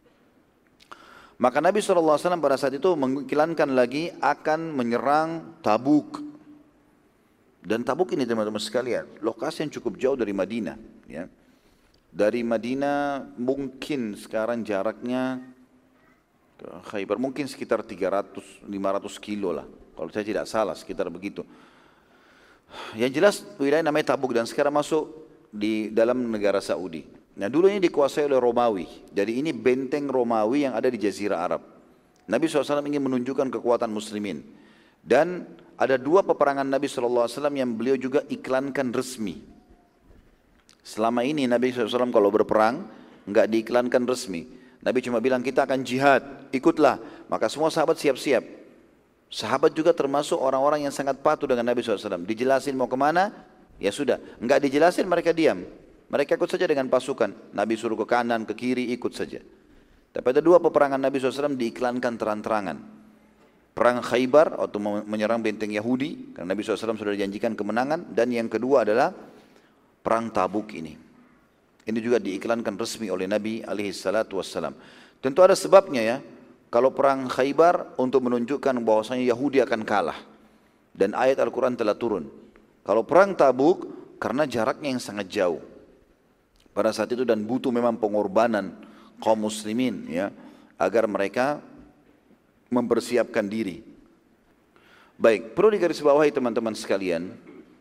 [SPEAKER 1] Maka Nabi SAW pada saat itu mengiklankan lagi akan menyerang Tabuk. Dan Tabuk ini teman-teman sekalian, lokasi yang cukup jauh dari Madinah. Ya. Dari Madinah mungkin sekarang jaraknya ke Khaybar mungkin sekitar 300-500 kilo lah. Kalau saya tidak salah, sekitar begitu. Yang jelas wilayah namanya Tabuk dan sekarang masuk di dalam negara Saudi. Nah dulu ini dikuasai oleh Romawi. Jadi ini benteng Romawi yang ada di Jazirah Arab. Nabi SAW ingin menunjukkan kekuatan muslimin. Dan ada dua peperangan Nabi SAW yang beliau juga iklankan resmi. Selama ini Nabi SAW kalau berperang enggak diiklankan resmi. Nabi cuma bilang kita akan jihad, ikutlah. Maka semua sahabat siap-siap. Sahabat juga termasuk orang-orang yang sangat patuh dengan Nabi SAW. Dijelasin mau kemana, ya sudah. Enggak dijelasin mereka diam. Mereka ikut saja dengan pasukan. Nabi suruh ke kanan, ke kiri, ikut saja. Tapi ada dua peperangan Nabi SAW diiklankan terang-terangan. Perang Khaybar atau menyerang benteng Yahudi, karena Nabi SAW sudah dijanjikan kemenangan. Dan yang kedua adalah perang Tabuk ini. Ini juga diiklankan resmi oleh Nabi SAW. Tentu ada sebabnya ya. Kalau perang Khaybar untuk menunjukkan bahwasanya Yahudi akan kalah. Dan ayat Al-Quran telah turun. Kalau perang Tabuk karena jaraknya yang sangat jauh. Pada saat itu dan butuh memang pengorbanan kaum muslimin ya, agar mereka mempersiapkan diri. Baik, perlu digarisbawahi teman-teman sekalian.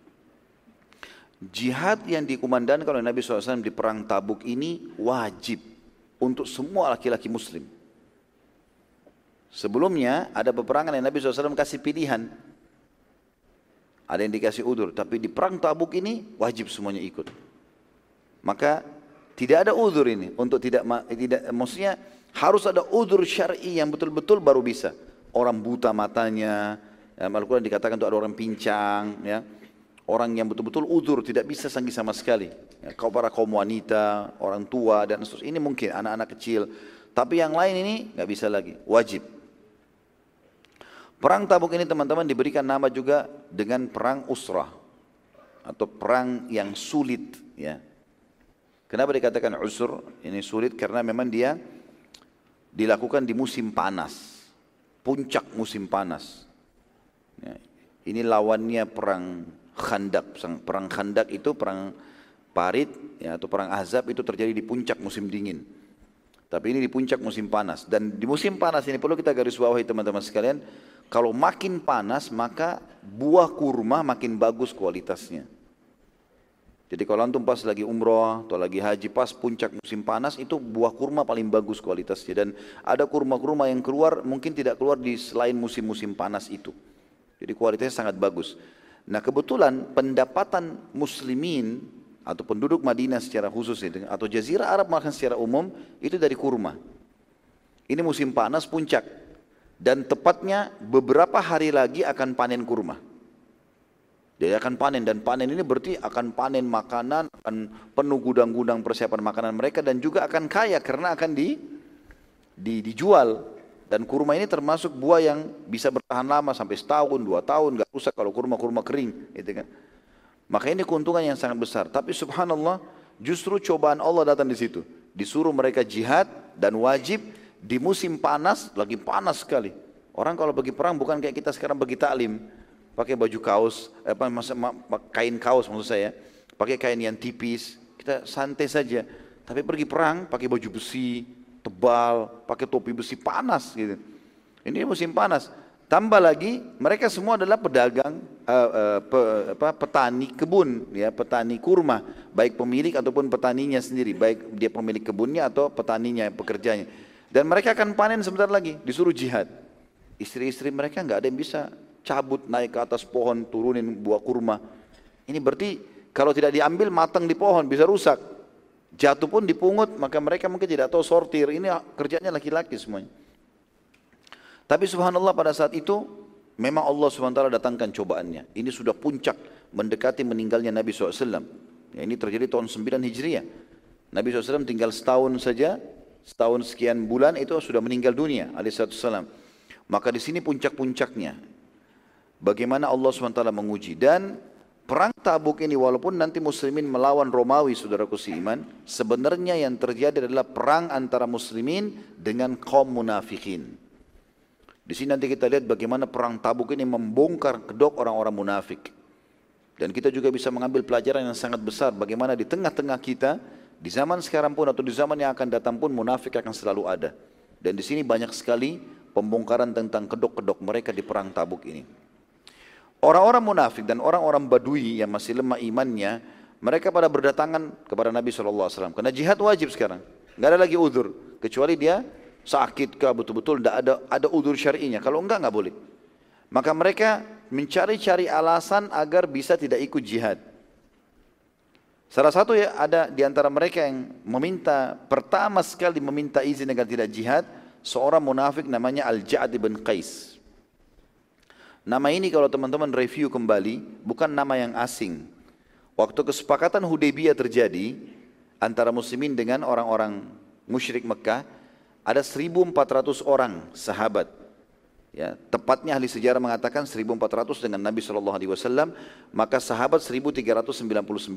[SPEAKER 1] Jihad yang dikumandangkan oleh Nabi SAW di perang Tabuk ini wajib untuk semua laki-laki muslim. Sebelumnya ada peperangan yang Nabi SAW kasih pilihan. Ada yang dikasih udur. Tapi di perang Tabuk ini wajib semuanya ikut. Maka tidak ada udur ini. Untuk maksudnya Harus ada udzur syar'i yang betul-betul baru bisa. Orang buta matanya, Al-Quran dikatakan itu ada orang pincang, ya. Orang yang betul-betul udzur, tidak bisa sama sekali. Ya, para kaum wanita, orang tua, dan seterusnya. Ini mungkin anak-anak kecil. Tapi yang lain ini nggak bisa lagi, wajib. Perang Tabuk ini teman-teman diberikan nama juga dengan perang usrah. Atau perang yang sulit. Ya. Kenapa dikatakan usr? Ini sulit karena memang dia dilakukan di musim panas. Puncak musim panas. Ya, ini lawannya perang Khandak. Perang Khandak itu perang Parit ya, atau perang Ahzab itu terjadi di puncak musim dingin. Tapi ini di puncak musim panas. Dan di musim panas ini perlu kita garis bawahi teman-teman sekalian. Kalau makin panas maka buah kurma makin bagus kualitasnya. Jadi kalau antum pas lagi umroh atau lagi haji pas puncak musim panas itu buah kurma paling bagus kualitasnya. Dan ada kurma-kurma yang keluar mungkin tidak keluar di selain musim-musim panas itu. Jadi kualitasnya sangat bagus. Nah kebetulan pendapatan muslimin atau penduduk Madinah secara khusus atau Jazirah Arab bahkan secara umum itu dari kurma. Ini musim panas puncak dan tepatnya beberapa hari lagi akan panen kurma. Dia akan panen dan panen ini berarti akan panen makanan, akan penuh gudang-gudang persiapan makanan mereka dan juga akan kaya karena akan dijual. Dan kurma ini termasuk buah yang bisa bertahan lama sampai setahun, 2 tahun, gak rusak kalau kurma-kurma kering. Gitu kan. Maka ini keuntungan yang sangat besar. Tapi subhanallah justru cobaan Allah datang di situ. Disuruh mereka jihad dan wajib di musim panas, lagi panas sekali. Orang kalau pergi perang bukan kayak kita sekarang pergi taklim. Pakai baju kaos, kain kaos maksud saya. Pakai kain yang tipis, kita santai saja. Tapi pergi perang pakai baju besi, tebal, pakai topi besi panas gitu. Ini musim panas. Tambah lagi mereka semua adalah pedagang, petani kebun, ya petani kurma, baik pemilik ataupun petaninya sendiri, baik dia pemilik kebunnya atau petaninya, pekerjanya. Dan mereka akan panen sebentar lagi, disuruh jihad. Istri-istri mereka nggak ada yang bisa cabut naik ke atas pohon turunin buah kurma. Ini berarti kalau tidak diambil matang di pohon bisa rusak. Jatuh pun dipungut, maka mereka mungkin tidak tahu sortir. Ini kerjanya laki-laki semuanya. Tapi subhanallah pada saat itu, memang Allah SWT datangkan cobaannya. Ini sudah puncak mendekati meninggalnya Nabi SAW. Ya, ini terjadi tahun 9 Hijriah. Nabi SAW tinggal setahun saja, setahun sekian bulan itu sudah meninggal dunia alaihissalam. Maka di sini puncak-puncaknya. Bagaimana Allah SWT menguji. Dan perang Tabuk ini walaupun nanti muslimin melawan Romawi saudaraku seiman, sebenarnya yang terjadi adalah perang antara muslimin dengan kaum munafikin. Di sini nanti kita lihat bagaimana perang Tabuk ini membongkar kedok orang-orang munafik. Dan kita juga bisa mengambil pelajaran yang sangat besar bagaimana di tengah-tengah kita, di zaman sekarang pun atau di zaman yang akan datang pun munafik akan selalu ada. Dan di sini banyak sekali pembongkaran tentang kedok-kedok mereka di perang Tabuk ini. Orang-orang munafik dan orang-orang badui yang masih lemah imannya, mereka pada berdatangan kepada Nabi SAW. Karena jihad wajib sekarang, nggak ada lagi udzur. Kecuali dia sakit kah betul-betul, tidak ada udzur syar'inya. Kalau enggak boleh. Maka mereka mencari-cari alasan agar bisa tidak ikut jihad. Salah satu ya ada di antara mereka yang pertama sekali meminta izin agar tidak jihad, seorang munafik namanya Al-Ja'd bin Qais. Nama ini kalau teman-teman review kembali, bukan nama yang asing. Waktu kesepakatan Hudaybiyah terjadi antara muslimin dengan orang-orang musyrik Mekah, ada 1.400 orang sahabat. Ya, tepatnya ahli sejarah mengatakan 1.400 dengan Nabi SAW, maka sahabat 1.399.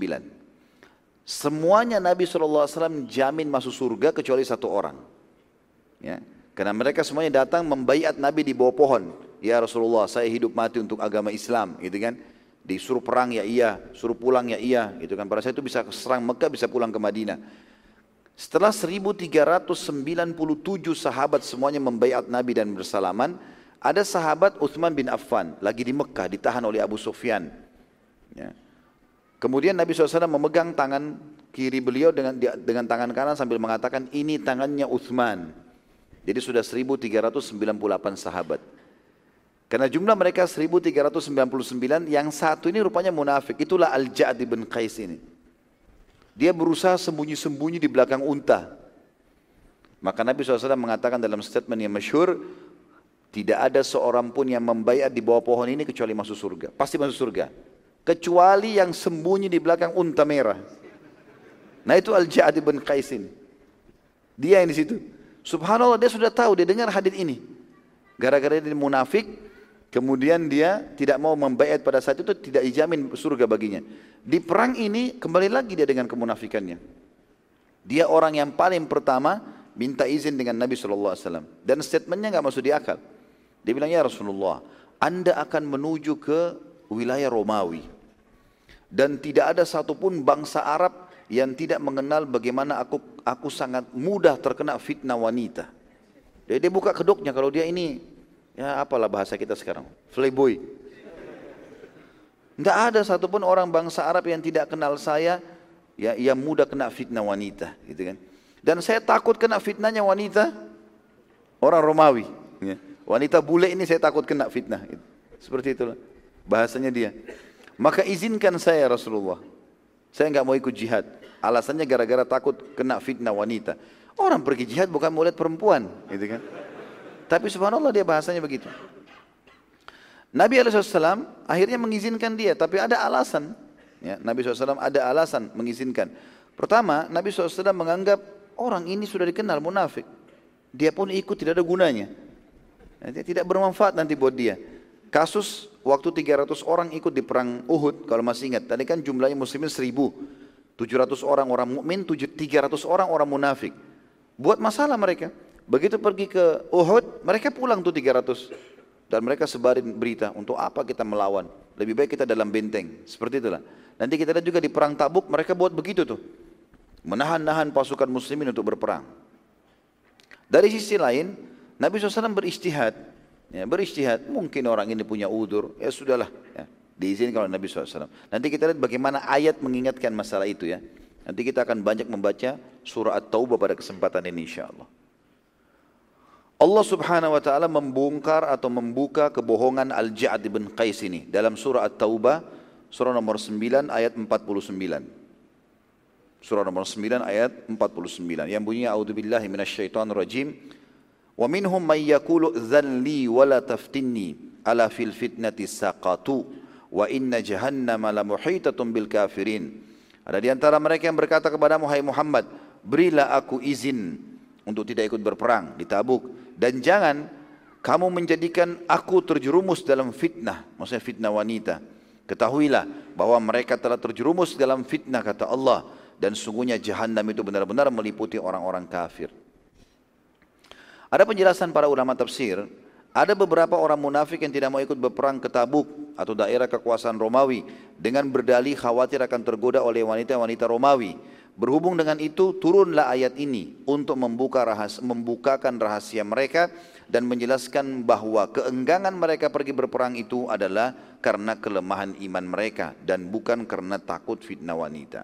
[SPEAKER 1] Semuanya Nabi SAW jamin masuk surga kecuali satu orang. Ya, karena mereka semuanya datang membaiat Nabi di bawah pohon. Ya Rasulullah, saya hidup mati untuk agama Islam, gitu kan? Disuruh perang ya iya, suruh pulang ya iya, gitu kan? Pada saat itu bisa serang Mekah, bisa pulang ke Madinah. Setelah 1.397 sahabat semuanya membaiat Nabi dan bersalaman, ada sahabat Uthman bin Affan lagi di Mekah ditahan oleh Abu Sufyan. Ya. Kemudian Nabi SAW memegang tangan kiri beliau dengan tangan kanan sambil mengatakan ini tangannya Uthman. Jadi sudah 1.398 sahabat. Karena jumlah mereka 1.399, yang satu ini rupanya munafik. Itulah Al-Ja'd bin Qais ini. Dia berusaha sembunyi-sembunyi di belakang unta. Maka Nabi SAW mengatakan dalam statement yang masyhur, tidak ada seorang pun yang membaiat di bawah pohon ini kecuali masuk surga. Pasti masuk surga. Kecuali yang sembunyi di belakang unta merah. Nah itu Al-Ja'ad bin Qais ini. Dia yang di situ. Subhanallah, dia sudah tahu, dia dengar hadis ini. Gara-gara dia munafik, kemudian dia tidak mau membaiat pada saat itu, tidak dijamin surga baginya. Di perang ini kembali lagi dia dengan kemunafikannya. Dia orang yang paling pertama minta izin dengan Nabi SAW. Dan statementnya nggak masuk di akal. Dia bilang, ya Rasulullah, Anda akan menuju ke wilayah Romawi. Dan tidak ada satupun bangsa Arab yang tidak mengenal bagaimana aku sangat mudah terkena fitnah wanita. Jadi dia buka kedoknya kalau dia ini, ya apalah bahasa kita sekarang, playboy. Tidak ada satupun orang bangsa Arab yang tidak kenal saya, ya, yang mudah kena fitnah wanita, gitu kan. Dan saya takut kena fitnahnya wanita orang Romawi. Ya. Wanita bule ini saya takut kena fitnah. Gitu. Seperti itulah bahasanya dia. Maka izinkan saya Rasulullah. Saya nggak mau ikut jihad. Alasannya gara-gara takut kena fitnah wanita. Orang pergi jihad bukan mau lihat perempuan, gitu kan. Tapi subhanallah dia bahasanya begitu. Nabi SAW akhirnya mengizinkan dia, tapi ada alasan. Ya, Nabi SAW ada alasan mengizinkan. Pertama, Nabi SAW menganggap orang ini sudah dikenal munafik. Dia pun ikut tidak ada gunanya. Tidak bermanfaat nanti buat dia. Kasus waktu 300 orang ikut di perang Uhud, kalau masih ingat. Tadi kan jumlahnya muslimin 1.000. 700 orang mukmin, 300 orang munafik. Buat masalah mereka. Begitu pergi ke Uhud, mereka pulang tuh 300. Dan mereka sebarin berita, untuk apa kita melawan? Lebih baik kita dalam benteng. Seperti itulah. Nanti kita lihat juga di perang Tabuk, mereka buat begitu tuh. Menahan-nahan pasukan muslimin untuk berperang. Dari sisi lain, Nabi SAW beristihad. Ya, beristihad, mungkin orang ini punya udzur, ya sudahlah. Ya, diizinkan oleh Nabi SAW. Nanti kita lihat bagaimana ayat mengingatkan masalah itu ya. Nanti kita akan banyak membaca surah At-Taubah pada kesempatan ini insyaAllah. Allah Subhanahu wa taala membongkar atau membuka kebohongan Al-Ja'ad bin Qais ini dalam surah At-Taubah surah nomor 9 ayat 49. Surah nomor 9 ayat 49 yang bunyinya a'udzubillahi minasyaitonirrajim. Wa minhum may yaqulu dzalli wa la taftinni ala fil fitnati saqatu wa inna jahannama la muhitatun bil kafirin. Ada di antara mereka yang berkata kepada Muhammad, Muhammad, berilah aku izin untuk tidak ikut berperang di Tabuk, dan jangan kamu menjadikan aku terjerumus dalam fitnah, maksudnya fitnah wanita. Ketahuilah bahwa mereka telah terjerumus dalam fitnah, kata Allah, dan sungguhnya jahannam itu benar-benar meliputi orang-orang kafir. Ada penjelasan para ulama tafsir, ada beberapa orang munafik yang tidak mau ikut berperang ke Tabuk atau daerah kekuasaan Romawi dengan berdalih khawatir akan tergoda oleh wanita-wanita Romawi. Berhubung dengan itu turunlah ayat ini untuk membukakan rahasia mereka dan menjelaskan bahwa keenggangan mereka pergi berperang itu adalah karena kelemahan iman mereka dan bukan karena takut fitnah wanita.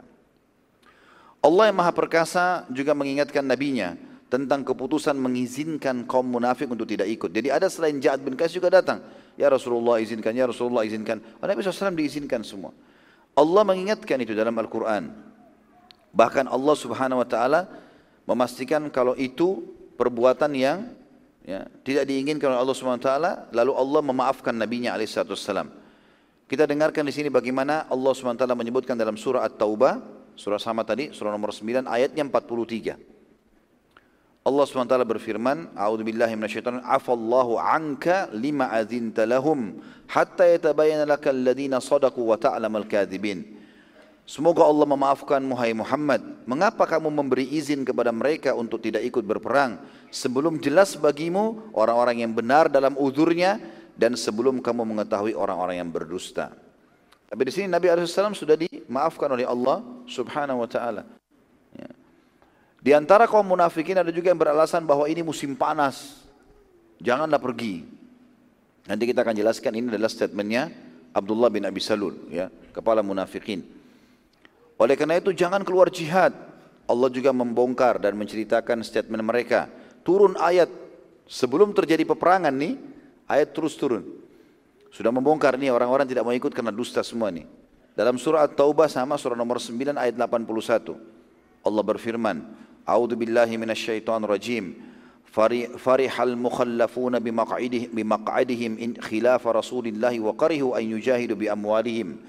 [SPEAKER 1] Allah yang Maha Perkasa juga mengingatkan nabinya tentang keputusan mengizinkan kaum munafik untuk tidak ikut. Jadi ada selain Ja'ad bin Qais juga datang. Ya Rasulullah izinkan, ya Rasulullah izinkan. Nabi SAW diizinkan semua. Allah mengingatkan itu dalam Al-Quran. Bahkan Allah Subhanahu Wa Taala memastikan kalau itu perbuatan yang tidak diinginkan oleh Allah Subhanahu Wa Taala, lalu Allah memaafkan Nabi-Nya alaihissalam. Kita dengarkan di sini bagaimana Allah Subhanahu Wa Taala menyebutkan dalam surah At-Taubah, surah sama tadi, surah nomor 9 ayatnya 43. Allah SWT berfirman, A'udzubillahi minasyaitonir rajim, afallahu anka lima azinta lahum hatta yatabayyana lakal ladzina shadaqu wa ta'lamal kadzibin. Semoga Allah memaafkan hai Muhammad. Mengapa kamu memberi izin kepada mereka untuk tidak ikut berperang sebelum jelas bagimu orang-orang yang benar dalam uzurnya dan sebelum kamu mengetahui orang-orang yang berdusta. Tapi di sini Nabi SAW sudah dimaafkan oleh Allah Subhanahu wa taala. Ya. Di antara kaum munafikin ada juga yang beralasan bahwa ini musim panas, janganlah pergi. Nanti kita akan jelaskan, ini adalah statementnya Abdullah bin Abi Salul, ya, kepala munafikin. Oleh karena itu jangan keluar jihad. Allah juga membongkar dan menceritakan statement mereka. Turun ayat sebelum terjadi peperangan nih, ayat terus turun. Sudah membongkar nih orang-orang tidak mau ikut karena dusta semua nih. Dalam surah At-Taubah sama surah nomor 9 ayat 81. Allah berfirman, A'udzu billahi minasyaitonir rajim. Farihal mukhallafuna bimaq'adihim in khilafa Rasulillah wa karihu an yujahidu bi amwalihim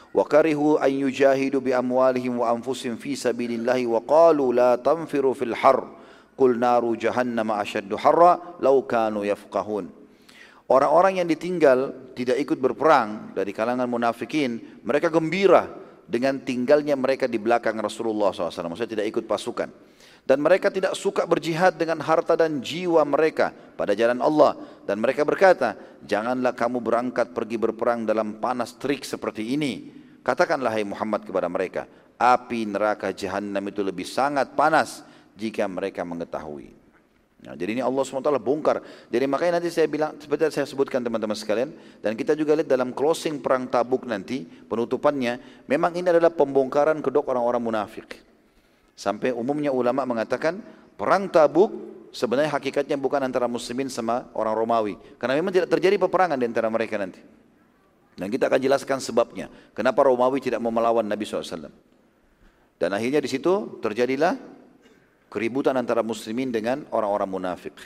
[SPEAKER 1] wa anfusihim fi sabilillah wa qalu la tanfiru fil har qul naru jahannam ashaddu harra law kanu yafqahun. Orang-orang yang ditinggal tidak ikut berperang dari kalangan munafikin, mereka gembira dengan tinggalnya mereka di belakang Rasulullah SAW, maksudnya tidak ikut pasukan. Dan mereka tidak suka berjihad dengan harta dan jiwa mereka pada jalan Allah. Dan mereka berkata, janganlah kamu berangkat pergi berperang dalam panas terik seperti ini. Katakanlah hai Muhammad kepada mereka, api neraka Jahannam itu lebih sangat panas jika mereka mengetahui. Nah, jadi ini Allah SWT bongkar. Jadi makanya nanti saya bilang, seperti saya sebutkan teman-teman sekalian, dan kita juga lihat dalam closing perang Tabuk nanti, penutupannya, memang ini adalah pembongkaran kedok orang-orang munafik. Sampai umumnya ulama mengatakan perang Tabuk sebenarnya hakikatnya bukan antara muslimin sama orang Romawi. Karena memang tidak terjadi peperangan di antara mereka nanti. Dan kita akan jelaskan sebabnya. Kenapa Romawi tidak mau melawan Nabi SAW. Dan akhirnya di situ terjadilah keributan antara muslimin dengan orang-orang munafik.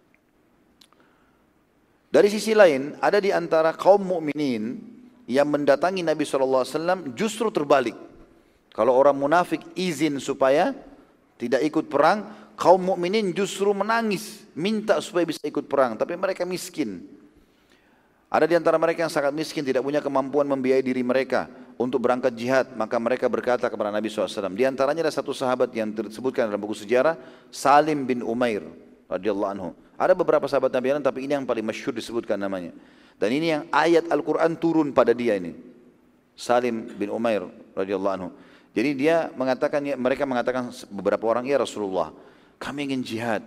[SPEAKER 1] Dari sisi lain, ada di antara kaum mukminin yang mendatangi Nabi SAW justru terbalik. Kalau orang munafik izin supaya tidak ikut perang, kaum mukminin justru menangis, minta supaya bisa ikut perang, tapi mereka miskin. Ada di antara mereka yang sangat miskin, tidak punya kemampuan membiayai diri mereka untuk berangkat jihad, maka mereka berkata kepada Nabi SAW. Di antaranya ada satu sahabat yang disebutkan dalam buku sejarah, Salim bin Umair radhiyallahu anhu. Ada beberapa sahabat Nabi lain, tapi ini yang paling masyhur disebutkan namanya. Dan ini yang ayat Al-Quran turun pada dia ini, Salim bin Umair radhiyallahu anhu. Jadi dia mengatakan, mereka mengatakan beberapa orang, ya Rasulullah, kami ingin jihad.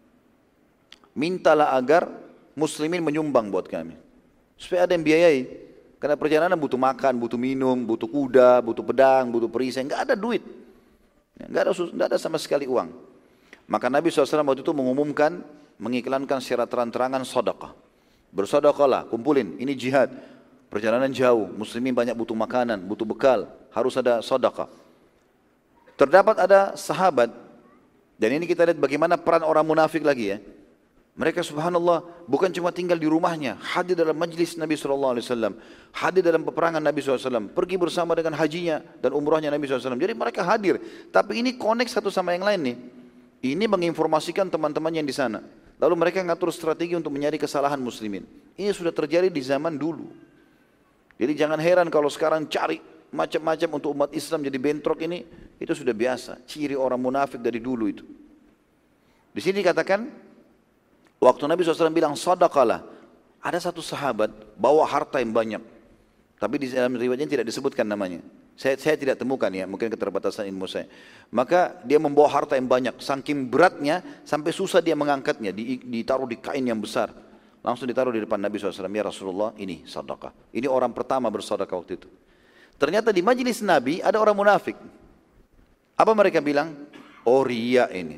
[SPEAKER 1] Mintalah agar muslimin menyumbang buat kami. Supaya ada yang biayai. Karena perjalanan butuh makan, butuh minum, butuh kuda, butuh pedang, butuh perisai. Enggak ada duit. Enggak ada sama sekali uang. Maka Nabi SAW waktu itu mengumumkan, mengiklankan secara terang-terangan sedekah. Bersedekahlah, kumpulin, ini jihad. Perjalanan jauh, muslimin banyak butuh makanan, butuh bekal, harus ada sedekah. Terdapat ada sahabat, dan ini kita lihat bagaimana peran orang munafik lagi ya. Mereka subhanallah bukan cuma tinggal di rumahnya, hadir dalam majlis Nabi SAW, hadir dalam peperangan Nabi SAW, pergi bersama dengan hajinya dan umrahnya Nabi SAW. Jadi mereka hadir, tapi ini connect satu sama yang lain nih. Ini menginformasikan teman-teman yang di sana. Lalu mereka ngatur strategi untuk mencari kesalahan muslimin. Ini sudah terjadi di zaman dulu. Jadi jangan heran kalau sekarang cari macam-macam untuk umat Islam jadi bentrok ini, itu sudah biasa. Ciri orang munafik dari dulu itu. Di sini dikatakan, waktu Nabi SAW bilang sadaqalah, ada satu sahabat bawa harta yang banyak. Tapi di dalam riwayatnya tidak disebutkan namanya. Saya tidak temukan ya, mungkin keterbatasan ilmu saya. Maka dia membawa harta yang banyak, saking beratnya sampai susah dia mengangkatnya, ditaruh di kain yang besar. Langsung ditaruh di depan Nabi SAW, ya Rasulullah ini sedekah. Ini orang pertama bersedekah waktu itu. Ternyata di majelis Nabi ada orang munafik. Apa mereka bilang? Oh riya ini.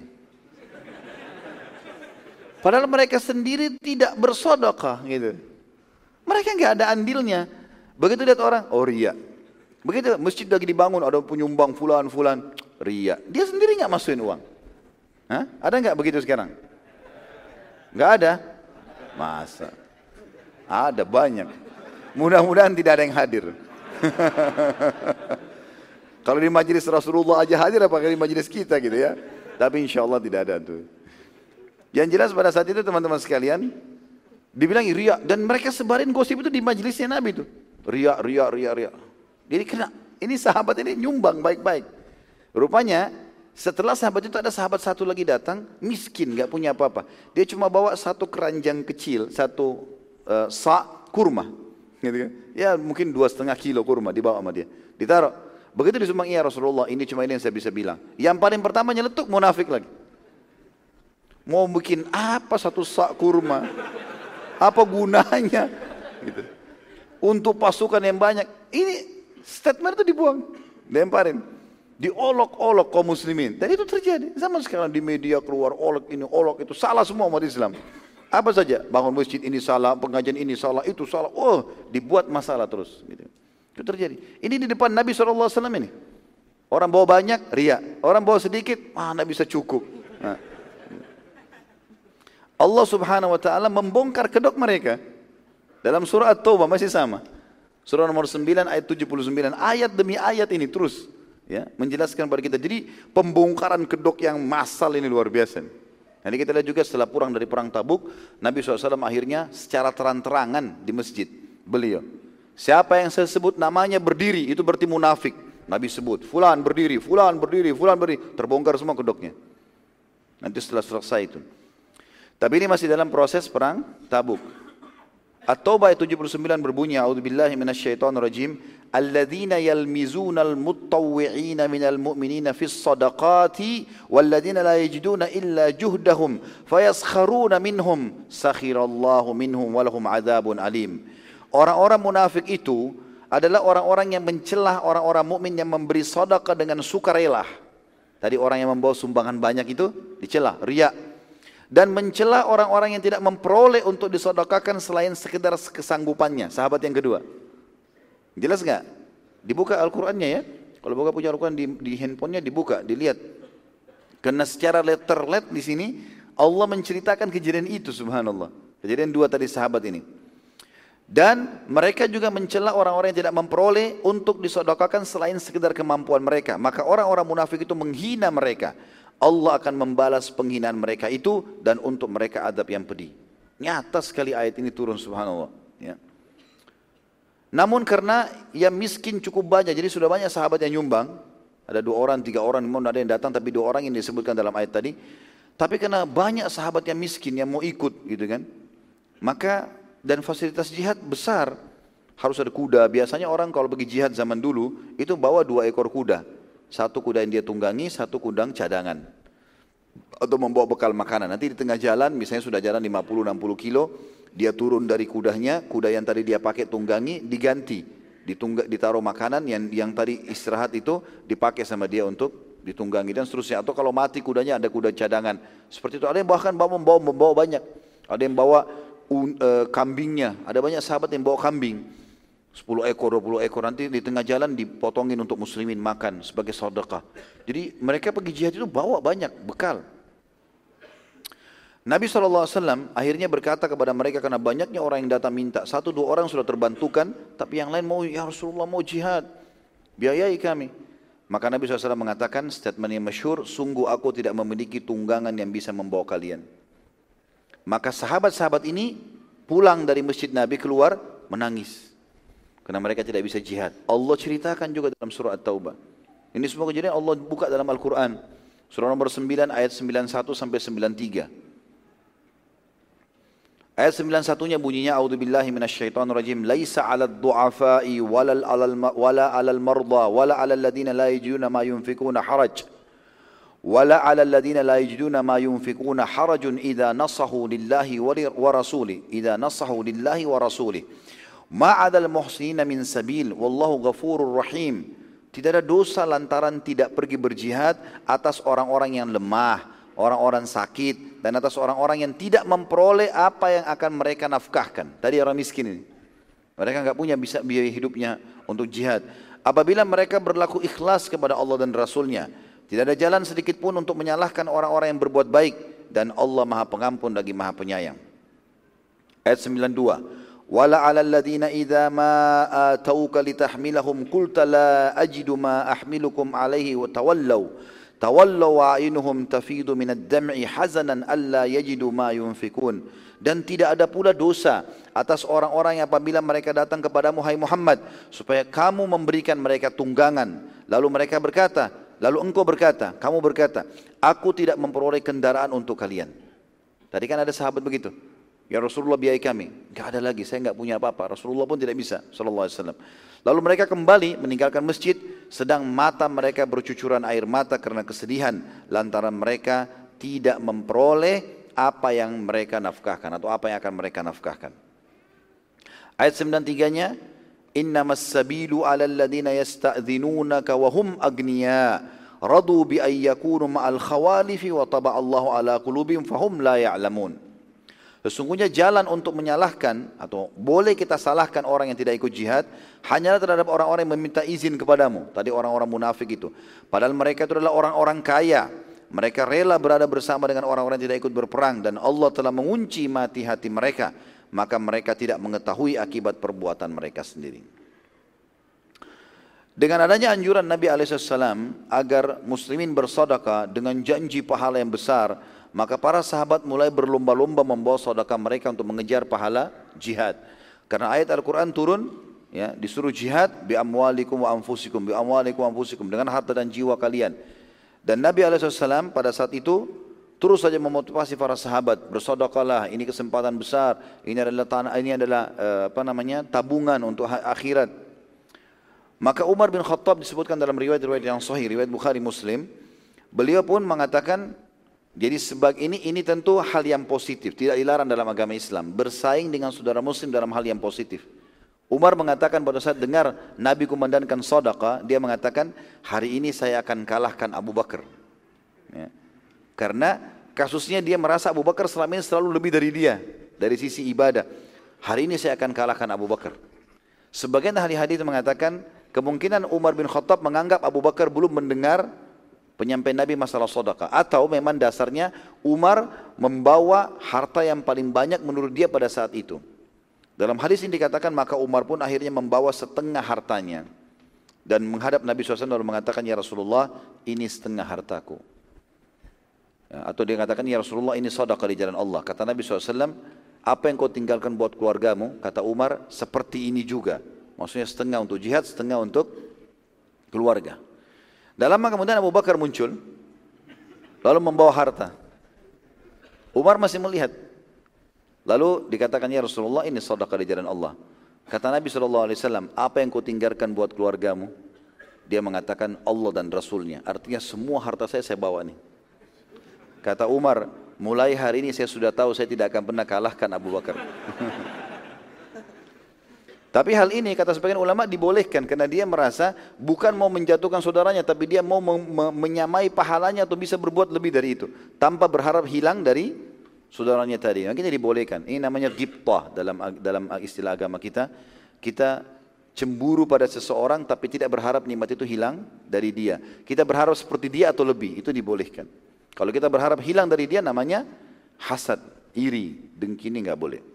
[SPEAKER 1] Padahal mereka sendiri tidak bersedekah gitu. Mereka nggak ada andilnya. Begitu lihat orang, oh riya. Begitu masjid lagi dibangun, ada penyumbang fulan, riya. Dia sendiri nggak masukin uang. Hah? Ada nggak begitu sekarang? Nggak ada. Masa? Ada banyak. Mudah-mudahan tidak ada yang hadir. Kalau di majelis Rasulullah aja hadir, apakah di majelis kita gitu ya? Tapi insya Allah tidak ada tuh. Yang jelas pada saat itu teman-teman sekalian, dibilang riya, dan mereka sebarin gosip itu di majelisnya Nabi itu. Riya. Jadi kena, ini sahabat ini nyumbang baik-baik. Rupanya setelah sahabat itu ada sahabat satu lagi datang, miskin, nggak punya apa-apa. Dia cuma bawa satu keranjang kecil, satu sak kurma, gitu kan? Ya mungkin 2,5 kilo kurma dibawa sama dia. Ditaruh. Begitu disumbang, iya Rasulullah, ini cuma ini yang saya bisa bilang. Yang paling pertama nyeletuk munafik lagi. Mau bikin apa satu sak kurma? Apa gunanya? Gitu. Untuk pasukan yang banyak. Ini statement itu dibuang, dilemparin. Diolok-olok kaum muslimin. Dan itu terjadi. Zaman sekarang di media keluar olok ini, olok itu. Salah semua umat Islam. Apa saja, bangun masjid ini salah, pengajian ini salah, itu salah. Oh, dibuat masalah terus. Gitu. Itu terjadi. Ini di depan Nabi SAW ini. Orang bawa banyak, riya. Orang bawa sedikit, mana bisa cukup. Allah subhanahu wa ta'ala membongkar kedok mereka. Dalam surah At-Taubah masih sama. Surah nomor 9 ayat 79. Ayat demi ayat ini terus. Ya, menjelaskan kepada kita. Jadi pembongkaran kedok yang massal ini luar biasa. Nanti kita lihat juga setelah pulang dari perang Tabuk, Nabi SAW akhirnya secara terang-terangan di masjid beliau. Siapa yang saya sebut namanya berdiri, itu berarti munafik. Nabi sebut, fulan berdiri, fulan berdiri, fulan berdiri. Terbongkar semua kedoknya. Nanti setelah selesai itu. Tapi ini masih dalam proses perang Tabuk. At-Taubah ayat 79 berbunyi, A'udzubillahi minasyaitonirrajim, alladzina yalmizunal muttawwi'ina minal mu'minina fis sadaqati walladzina la yajiduna illa juhdahum fayaskharuna minhum sakhirallahu minhum walahum adzabun alim. Orang-orang munafik itu adalah orang-orang yang mencelah orang-orang mukmin yang memberi sedekah dengan sukarela. Tadi orang yang membawa sumbangan banyak itu dicela, riya. Dan mencela orang-orang yang tidak memperoleh untuk disedekahkan selain sekedar kesanggupannya. Sahabat yang kedua. Jelas nggak? Dibuka Al-Qur'annya ya. Kalau buka punya Al-Quran di handphonenya dibuka, dilihat. Karena secara letterlet di sini Allah menceritakan kejadian itu, subhanallah. Kejadian dua tadi sahabat ini. Dan mereka juga mencela orang-orang yang tidak memperoleh untuk disedekahkan selain sekedar kemampuan mereka. Maka orang-orang munafik itu menghina mereka. Allah akan membalas penghinaan mereka itu dan untuk mereka adab yang pedih. Nyata sekali ayat ini turun, subhanallah. Ya. Namun karena yang miskin cukup banyak, jadi sudah banyak sahabat yang nyumbang. Ada 2 orang, 3 orang, mohon ada yang datang, tapi 2 orang yang disebutkan dalam ayat tadi. Tapi karena banyak sahabat yang miskin yang mau ikut, gitu kan. Maka dan fasilitas jihad besar, harus ada kuda. Biasanya orang kalau pergi jihad zaman dulu itu bawa 2 ekor kuda. 1 kuda yang dia tunggangi, 1 kuda cadangan. Atau membawa bekal makanan. Nanti di tengah jalan, misalnya sudah jalan 50-60 kilo, dia turun dari kudanya, kuda yang tadi dia pakai tunggangi, diganti. Ditaruh makanan yang tadi istirahat itu dipakai sama dia untuk ditunggangi dan seterusnya. Atau kalau mati kudanya ada kuda cadangan. Seperti itu. Ada yang bahkan membawa banyak. Ada yang bawa kambingnya. Ada banyak sahabat yang bawa kambing. 10 ekor, 20 ekor, nanti di tengah jalan dipotongin untuk muslimin makan sebagai sedekah. Jadi mereka pergi jihad itu bawa banyak bekal. Nabi SAW akhirnya berkata kepada mereka karena banyaknya orang yang datang minta. 1-2 orang sudah terbantukan, tapi yang lain mau, ya Rasulullah mau jihad, biayai kami. Maka Nabi SAW mengatakan statement yang masyhur, sungguh aku tidak memiliki tunggangan yang bisa membawa kalian. Maka sahabat-sahabat ini pulang dari masjid Nabi keluar menangis. Karena mereka tidak bisa jihad. Allah ceritakan juga dalam surah At-Taubah. Ini semua kejadian Allah buka dalam Al-Quran. Surah nomor 9 ayat 91 sampai 93. Ayat 91-nya bunyinya, A'udzubillahi minasyaitonirrajim. Laisa 'alad du'afa'i wala 'alal marda wala 'alal ladina la yajiduna ma yunfikuna haraj. Wala 'alal ladina la yajiduna ma yunfikuna harajun idza nasahu lillahi wa rasulih. Idza nasahu lillahi wa rasulih. Ma'adal muhsinina min sabil wallahu ghafurur rahim. Tidak ada dosa lantaran tidak pergi berjihad atas orang-orang yang lemah, orang-orang sakit, dan atas orang-orang yang tidak memperoleh apa yang akan mereka nafkahkan. Tadi orang miskin ini, mereka enggak punya bisa biaya hidupnya untuk jihad. Apabila mereka berlaku ikhlas kepada Allah dan Rasulnya, tidak ada jalan sedikit pun untuk menyalahkan orang-orang yang berbuat baik, dan Allah Maha Pengampun lagi Maha Penyayang. Ayat 92. Wala 'alal ladzina idza ma atauka litahmilahum qulta la ajidu ma ahmilukum alaihi wa tawallaw wa a'yunuhum tafidu minad dam'i hazanan alla yajidu ma yunfikun. Dan tidak ada pula dosa atas orang-orang yang apabila mereka datang kepadamu hai Muhammad supaya kamu memberikan mereka tunggangan, lalu mereka berkata, lalu engkau berkata, kamu berkata, aku tidak memperoleh kendaraan untuk kalian. Tadi kan ada sahabat begitu. Ya Rasulullah biayai kami. Enggak ada lagi, saya enggak punya apa-apa. Rasulullah pun tidak bisa, sallallahu alaihi wasallam. Lalu mereka kembali meninggalkan masjid, sedang mata mereka bercucuran air mata karena kesedihan lantaran mereka tidak memperoleh apa yang mereka nafkahkan atau apa yang akan mereka nafkahkan. Ayat 93-nya, innamas sabilu 'alal ladzina yasta'dzinunaka wa hum agniya radu bi ay yakunu ma'al khawalifi wa taba'allahu ala qulubihim fahum la ya'lamun. Sesungguhnya jalan untuk menyalahkan atau boleh kita salahkan orang yang tidak ikut jihad hanyalah terhadap orang-orang yang meminta izin kepadamu. Tadi orang-orang munafik itu. Padahal mereka itu adalah orang-orang kaya. Mereka rela berada bersama dengan orang-orang yang tidak ikut berperang dan Allah telah mengunci mati hati mereka, maka mereka tidak mengetahui akibat perbuatan mereka sendiri. Dengan adanya anjuran Nabi SAW agar muslimin bersedekah dengan janji pahala yang besar, maka para sahabat mulai berlomba-lomba membawa sedekah mereka untuk mengejar pahala jihad. Karena ayat Al-Quran turun, ya, disuruh jihad bi amwalikum wa anfusikum, dengan harta dan jiwa kalian. Dan Nabi SAW pada saat itu terus saja memotivasi para sahabat, bersedekahlah, ini kesempatan besar, ini adalah tabungan untuk akhirat. Maka Umar bin Khattab disebutkan dalam riwayat-riwayat yang sahih, riwayat Bukhari Muslim, beliau pun mengatakan, jadi ini tentu hal yang positif, tidak dilarang dalam agama Islam, bersaing dengan saudara muslim dalam hal yang positif. Umar mengatakan pada saat dengar Nabi kumandangkan sedekah, dia mengatakan, hari ini saya akan kalahkan Abu Bakar. Ya. Karena kasusnya dia merasa Abu Bakar selama ini selalu lebih dari dia, dari sisi ibadah. Hari ini saya akan kalahkan Abu Bakar. Sebagian ahli hadis mengatakan, kemungkinan Umar bin Khattab menganggap Abu Bakar belum mendengar penyampaian Nabi masalah sedekah, atau memang dasarnya Umar membawa harta yang paling banyak menurut dia pada saat itu. Dalam hadis ini dikatakan maka Umar pun akhirnya membawa setengah hartanya dan menghadap Nabi SAW lalu mengatakan, ya Rasulullah, ini setengah hartaku. Ya, atau dia katakan, ya Rasulullah, ini sedekah di jalan Allah. Kata Nabi SAW, apa yang kau tinggalkan buat keluargamu? Kata Umar, seperti ini juga. Maksudnya setengah untuk jihad, setengah untuk keluarga. Dalam kemudian Abu Bakar muncul, lalu membawa harta. Umar masih melihat. Lalu dikatakan, ya Rasulullah, ini sedekah di jalan Allah. Kata Nabi SAW, apa yang kau tinggalkan buat keluargamu? Dia mengatakan, Allah dan Rasulnya. Artinya semua harta saya bawa nih. Kata Umar, mulai hari ini saya sudah tahu saya tidak akan pernah kalahkan Abu Bakar. Tapi hal ini kata sebagian ulama dibolehkan karena dia merasa bukan mau menjatuhkan saudaranya, tapi dia mau menyamai pahalanya atau bisa berbuat lebih dari itu tanpa berharap hilang dari saudaranya tadi. Makanya dibolehkan. Ini namanya ghibtah dalam istilah agama kita. Kita cemburu pada seseorang tapi tidak berharap nikmat itu hilang dari dia. Kita berharap seperti dia atau lebih, itu dibolehkan. Kalau kita berharap hilang dari dia namanya hasad, iri, dengki, ini nggak boleh.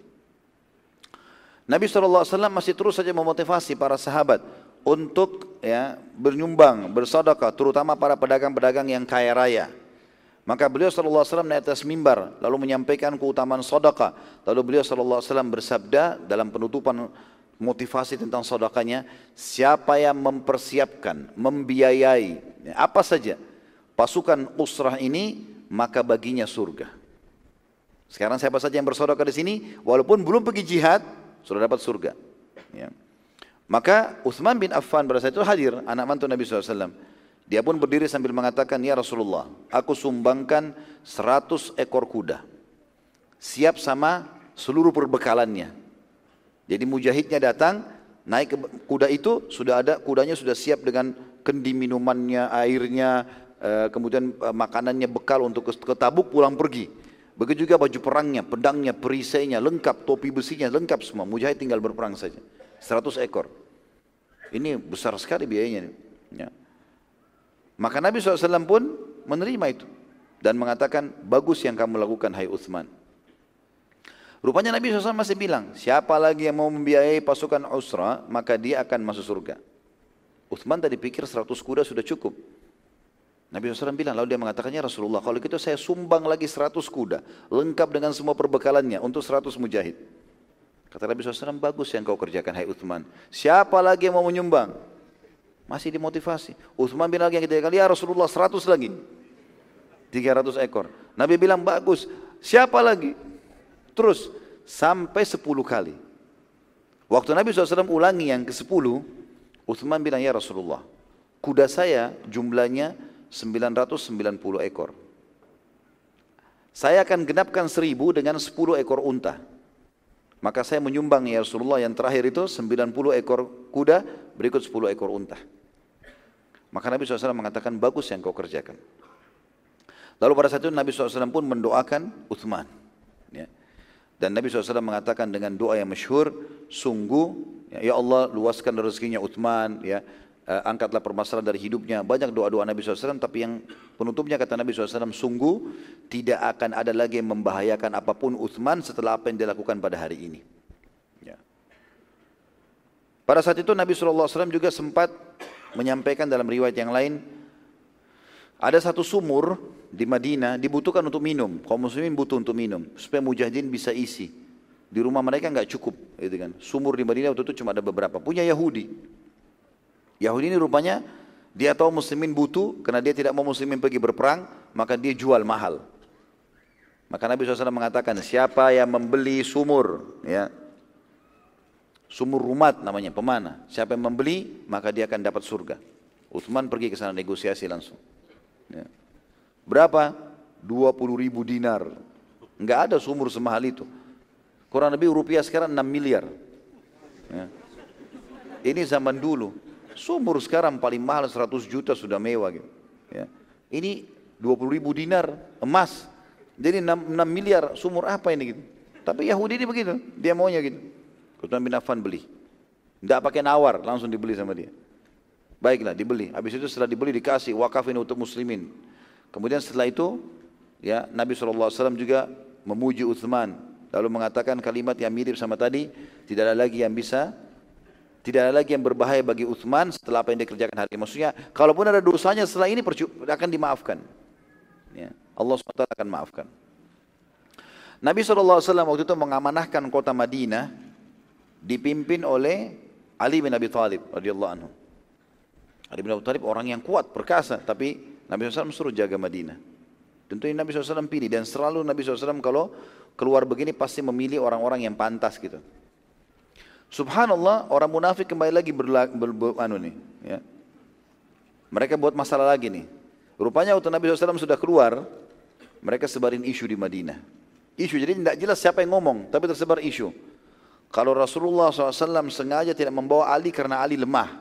[SPEAKER 1] Nabi SAW masih terus saja memotivasi para sahabat untuk bernyumbang, bersedekah, terutama para pedagang-pedagang yang kaya raya. Maka beliau SAW naik atas mimbar lalu menyampaikan keutamaan sedekah. Lalu beliau SAW bersabda dalam penutupan motivasi tentang sedekahnya, siapa yang mempersiapkan, membiayai apa saja pasukan usrah ini, maka baginya surga. Sekarang siapa saja yang bersedekah di sini, walaupun belum pergi jihad, sudah dapat surga. Ya. Maka Utsman bin Affan pada saat itu hadir, anak mantu Nabi SAW. Dia pun berdiri sambil mengatakan, ya Rasulullah, aku sumbangkan 100 ekor kuda. Siap sama seluruh perbekalannya. Jadi mujahidnya datang, naik ke kuda itu, sudah ada, kudanya sudah siap dengan kendi minumannya, airnya, kemudian makanannya, bekal untuk ke Tabuk pulang pergi. Begitu juga baju perangnya, pedangnya, perisainya, lengkap, topi besinya, lengkap semua. Mujahid tinggal berperang saja. 100 ekor. Ini besar sekali biayanya. Ya. Maka Nabi SAW pun menerima itu. Dan mengatakan, bagus yang kamu lakukan, hai Utsman. Rupanya Nabi SAW masih bilang, siapa lagi yang mau membiayai pasukan usra, maka dia akan masuk surga. Utsman tadi pikir 100 kuda sudah cukup. Nabi SAW bilang, lalu dia mengatakannya, Rasulullah, kalau gitu saya sumbang lagi 100 kuda, lengkap dengan semua perbekalannya untuk 100 mujahid. Kata Nabi SAW, bagus yang kau kerjakan, hai Utsman. Siapa lagi yang mau menyumbang? Masih dimotivasi. Utsman bilang lagi yang ketiga kali, ya Rasulullah, 100 lagi. 300 ekor. Nabi bilang, bagus. Siapa lagi? Terus, sampai 10 kali. Waktu Nabi SAW ulangi yang ke-10, Utsman bilang, ya Rasulullah, kuda saya jumlahnya 990 ekor. Saya akan genapkan 1000 dengan 10 ekor unta. Maka saya menyumbang ya Rasulullah yang terakhir itu 90 ekor kuda berikut 10 ekor unta. Maka Nabi SAW mengatakan bagus yang kau kerjakan. Lalu pada saat itu Nabi SAW pun mendoakan Utsman. Ya. Dan Nabi SAW mengatakan dengan doa yang masyhur, sungguh ya Allah luaskan rezekinya Utsman, ya. angkatlah permasalahan dari hidupnya. Banyak doa-doa Nabi SAW, tapi yang penutupnya kata Nabi SAW, sungguh tidak akan ada lagi yang membahayakan apapun Uthman setelah apa yang dilakukan pada hari ini. Ya. Pada saat itu Nabi SAW juga sempat menyampaikan dalam riwayat yang lain, ada satu sumur di Madinah dibutuhkan untuk minum. Kaum muslimin butuh untuk minum supaya mujahidin bisa isi. Di rumah mereka nggak cukup, gitu kan. Sumur di Madinah waktu itu cuma ada beberapa. Punya Yahudi. Yahudi ini rupanya dia tahu muslimin butuh, karena dia tidak mau muslimin pergi berperang, maka dia jual mahal. Maka Nabi SAW mengatakan, siapa yang membeli sumur, ya, sumur rumat namanya, pemana. Siapa yang membeli, maka dia akan dapat surga. Utsman pergi ke sana negosiasi langsung. Ya. Berapa? 20.000 dinar. Enggak ada sumur semahal itu. Kurang lebih rupiah sekarang 6 miliar. Ya. Ini zaman dulu. Sumur sekarang paling mahal 100 juta sudah mewah gitu. Ya. Ini 20.000 dinar emas. Jadi 6 miliar sumur apa ini gitu. Tapi Yahudi ini begitu, dia maunya gitu. Utsman bin Affan beli. Tidak pakai nawar, langsung dibeli sama dia. Baiklah, dibeli. Habis itu setelah dibeli dikasih wakaf ini untuk muslimin. Kemudian setelah itu, ya Nabi SAW juga memuji Utsman. Lalu mengatakan kalimat yang mirip sama tadi, tidak ada lagi yang berbahaya bagi Utsman setelah apa yang dikerjakan hari ini. Maksudnya, kalaupun ada dosanya setelah ini akan dimaafkan. Ya, Allah SWT akan maafkan. Nabi SAW waktu itu mengamanahkan kota Madinah, dipimpin oleh Ali bin Abi Thalib radhiyallahu anhu. Ali bin Abi Thalib orang yang kuat, perkasa, tapi Nabi SAW suruh jaga Madinah. Tentu ini Nabi SAW pilih, dan selalu Nabi SAW kalau keluar begini pasti memilih orang-orang yang pantas gitu. Subhanallah, orang munafik kembali lagi ya. Mereka buat masalah lagi nih. Rupanya waktu Nabi SAW sudah keluar, mereka sebarin isu di Madinah. Isu, jadi tidak jelas siapa yang ngomong, tapi tersebar isu. Kalau Rasulullah SAW sengaja tidak membawa Ali karena Ali lemah.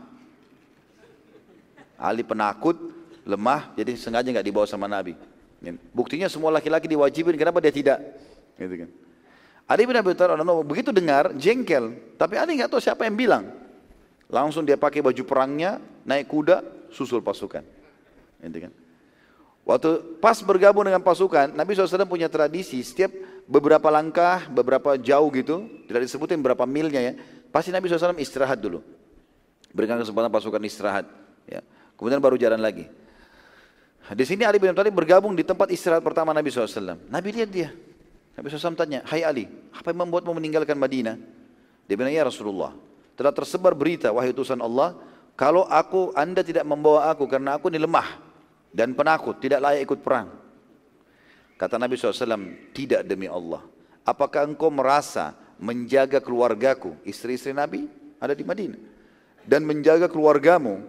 [SPEAKER 1] Ali penakut, lemah, jadi sengaja nggak dibawa sama Nabi. Buktinya semua laki-laki diwajibin, kenapa dia tidak? Gitu kan. Ali bin Abi Thalib begitu dengar, jengkel. Tapi Ali nggak tahu siapa yang bilang. Langsung dia pakai baju perangnya, naik kuda, susul pasukan. Gitu kan. Waktu pas bergabung dengan pasukan, Nabi SAW punya tradisi, setiap beberapa langkah, beberapa jauh gitu, tidak disebutin berapa milnya ya, pasti Nabi SAW istirahat dulu. Berikan kesempatan pasukan istirahat. Ya. Kemudian baru jalan lagi. Di sini Ali bin Abi Thalib bergabung di tempat istirahat pertama Nabi SAW. Nabi lihat dia. Nabi SAW tanya, hai Ali, apa yang membuatmu meninggalkan Madinah? Dia bilang, ya Rasulullah, telah tersebar berita, wahai utusan Allah, kalau anda tidak membawa aku karena aku ini lemah dan penakut, tidak layak ikut perang. Kata Nabi SAW, tidak demi Allah. Apakah engkau merasa menjaga keluargaku, istri-istri Nabi ada di Madinah, dan menjaga keluargamu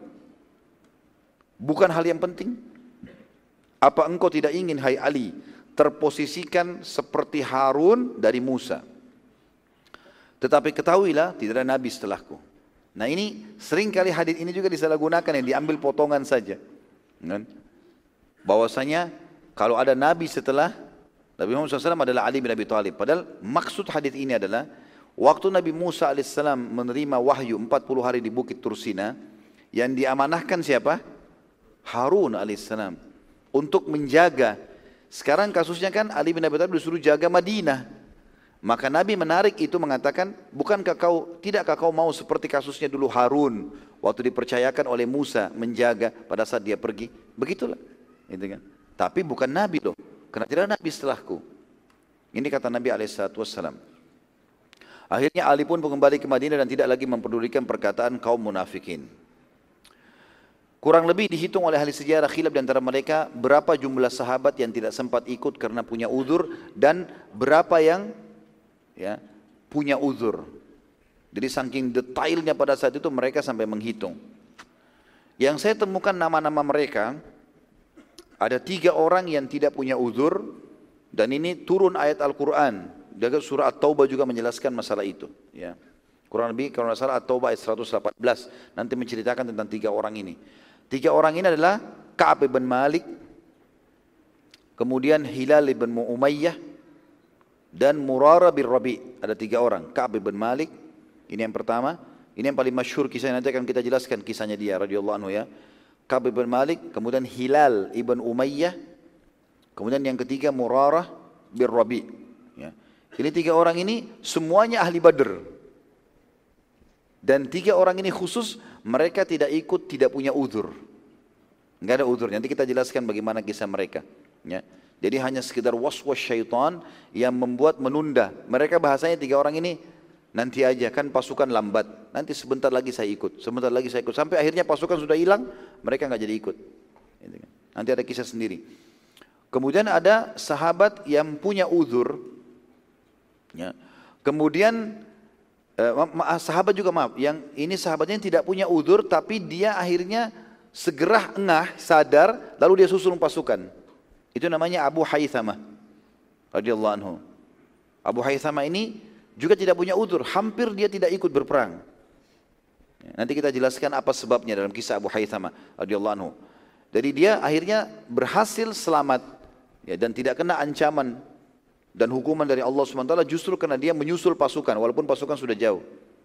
[SPEAKER 1] bukan hal yang penting? Apa engkau tidak ingin, hai Ali, terposisikan seperti Harun dari Musa? Tetapi ketahuilah, tidak ada Nabi setelahku. Nah ini seringkali hadis ini juga disalahgunakan, yang diambil potongan saja. Bahwasanya kalau ada Nabi setelah Nabi Muhammad SAW adalah Ali bin Abi Thalib. Padahal maksud hadis ini adalah waktu Nabi Musa AS menerima wahyu 40 hari di Bukit Tursina, yang diamanahkan siapa? Harun AS untuk menjaga. Sekarang kasusnya kan Ali bin Abi Thalib disuruh jaga Madinah. Maka Nabi menarik itu mengatakan, tidakkah kau mau seperti kasusnya dulu Harun waktu dipercayakan oleh Musa menjaga pada saat dia pergi? Begitulah. Gitu kan. Tapi bukan Nabi loh, karena tidak ada Nabi setelahku. Ini kata Nabi SAW. Akhirnya Ali pun kembali ke Madinah dan tidak lagi mempedulikan perkataan kaum munafikin. Kurang lebih dihitung oleh ahli sejarah khilaf di antara mereka berapa jumlah sahabat yang tidak sempat ikut karena punya uzur, dan berapa yang ya punya uzur. Jadi saking detailnya pada saat itu mereka sampai menghitung. Yang saya temukan nama-nama mereka, ada 3 orang yang tidak punya uzur, dan ini turun ayat Al-Quran. Surah At-Taubah juga menjelaskan masalah itu. Ya. Kurang lebih kalau tidak salah At-Taubah ayat 118 nanti menceritakan tentang 3 orang ini. 3 orang ini adalah Ka'ab bin Malik, kemudian Hilal bin Umayyah, dan Murarah bin Rabi'. Ada 3 orang. Ka'ab bin Malik, ini yang pertama. Ini yang paling masyhur kisahnya, nanti akan kita jelaskan kisahnya dia radhiyallahu anhu ya. Ka'b bin Malik, kemudian Hilal ibn Umayyah, kemudian yang ketiga Murarah bin Rabi. Ya. Ini 3 orang ini semuanya ahli Badr. Dan 3 orang ini khusus mereka tidak ikut, tidak punya uzur. Enggak ada uzur. Nanti kita jelaskan bagaimana kisah mereka. Ya. Jadi hanya sekedar waswas syaitan yang membuat menunda. Mereka bahasanya 3 orang ini nanti aja, kan pasukan lambat. Nanti sebentar lagi saya ikut, sebentar lagi saya ikut. Sampai akhirnya pasukan sudah hilang, mereka nggak jadi ikut. Nanti ada kisah sendiri. Kemudian ada sahabat yang punya uzur. Ya. Kemudian sahabat juga yang ini sahabatnya tidak punya uzur, tapi dia akhirnya segera sadar, lalu dia susun pasukan. Itu namanya Abu Haythamah radhiyallahu anhu. Abu Haythamah ini juga tidak punya uzur, hampir dia tidak ikut berperang. Nanti kita jelaskan apa sebabnya dalam kisah Abu Haythamah radhiyallahu anhu. Jadi dia akhirnya berhasil selamat ya, dan tidak kena ancaman dan hukuman dari Allah SWT justru karena dia menyusul pasukan walaupun pasukan sudah jauh.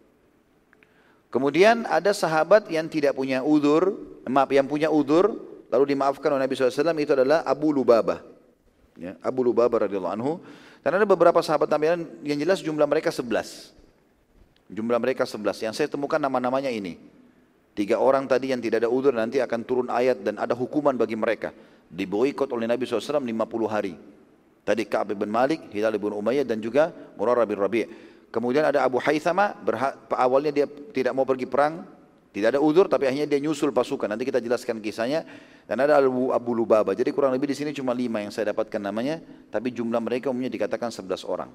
[SPEAKER 1] Kemudian ada sahabat yang tidak punya uzur, yang punya uzur lalu dimaafkan oleh Nabi SAW, itu adalah Abu Lubabah. Ya, Abu Lubabah radhiyallahu anhu. Dan ada beberapa sahabat Nabi yang jelas jumlah mereka 11. Jumlah mereka 11. Yang saya temukan nama-namanya ini. 3 orang tadi yang tidak ada uzur, nanti akan turun ayat dan ada hukuman bagi mereka. Diboikot oleh Nabi SAW 50 hari. Tadi Ka'b bin Malik, Hilal bin Umayyah dan juga Murarah bin Rabi'. Kemudian ada Abu Haythamah, awalnya dia tidak mau pergi perang, tidak ada uzur, tapi akhirnya dia nyusul pasukan. Nanti kita jelaskan kisahnya. Dan ada Abu Lubabah. Jadi kurang lebih di sini cuma 5 yang saya dapatkan namanya, tapi jumlah mereka umumnya dikatakan 11 orang.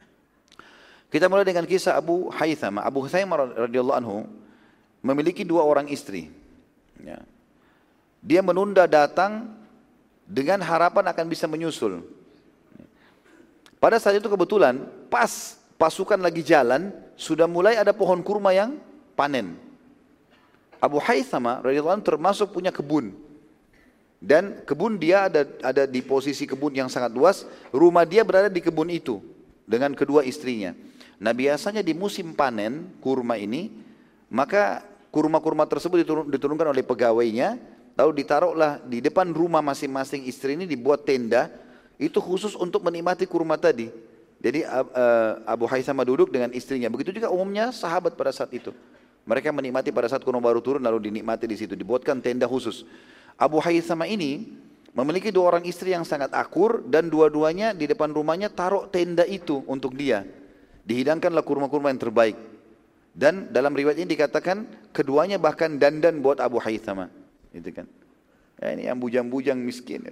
[SPEAKER 1] Kita mulai dengan kisah Abu Haythamah. Abu Haythamah radhiyallahu anhu memiliki 2 orang istri. Ya. Dia menunda datang dengan harapan akan bisa menyusul. Pada saat itu kebetulan pas pasukan lagi jalan, sudah mulai ada pohon kurma yang panen. Abu Haythamah radhiyallahu anhu termasuk punya kebun. Dan kebun dia ada di posisi kebun yang sangat luas. Rumah dia berada di kebun itu dengan kedua istrinya. Nah biasanya di musim panen kurma ini, maka kurma-kurma tersebut diturunkan oleh pegawainya, lalu ditaruhlah di depan rumah masing-masing istri ini, dibuat tenda, itu khusus untuk menikmati kurma tadi. Jadi Abu Haythamah duduk dengan istrinya. Begitu juga umumnya sahabat pada saat itu. Mereka menikmati pada saat kurma baru turun, lalu dinikmati di situ. Dibuatkan tenda khusus. Abu Haythamah ini memiliki 2 orang istri yang sangat akur, dan dua-duanya di depan rumahnya taruh tenda itu untuk dia. Dihidangkanlah kurma-kurma yang terbaik. Dan dalam riwayat ini dikatakan keduanya bahkan dandan buat Abu Haythamah. Gitu kan. Ya, ini yang bujang-bujang miskin.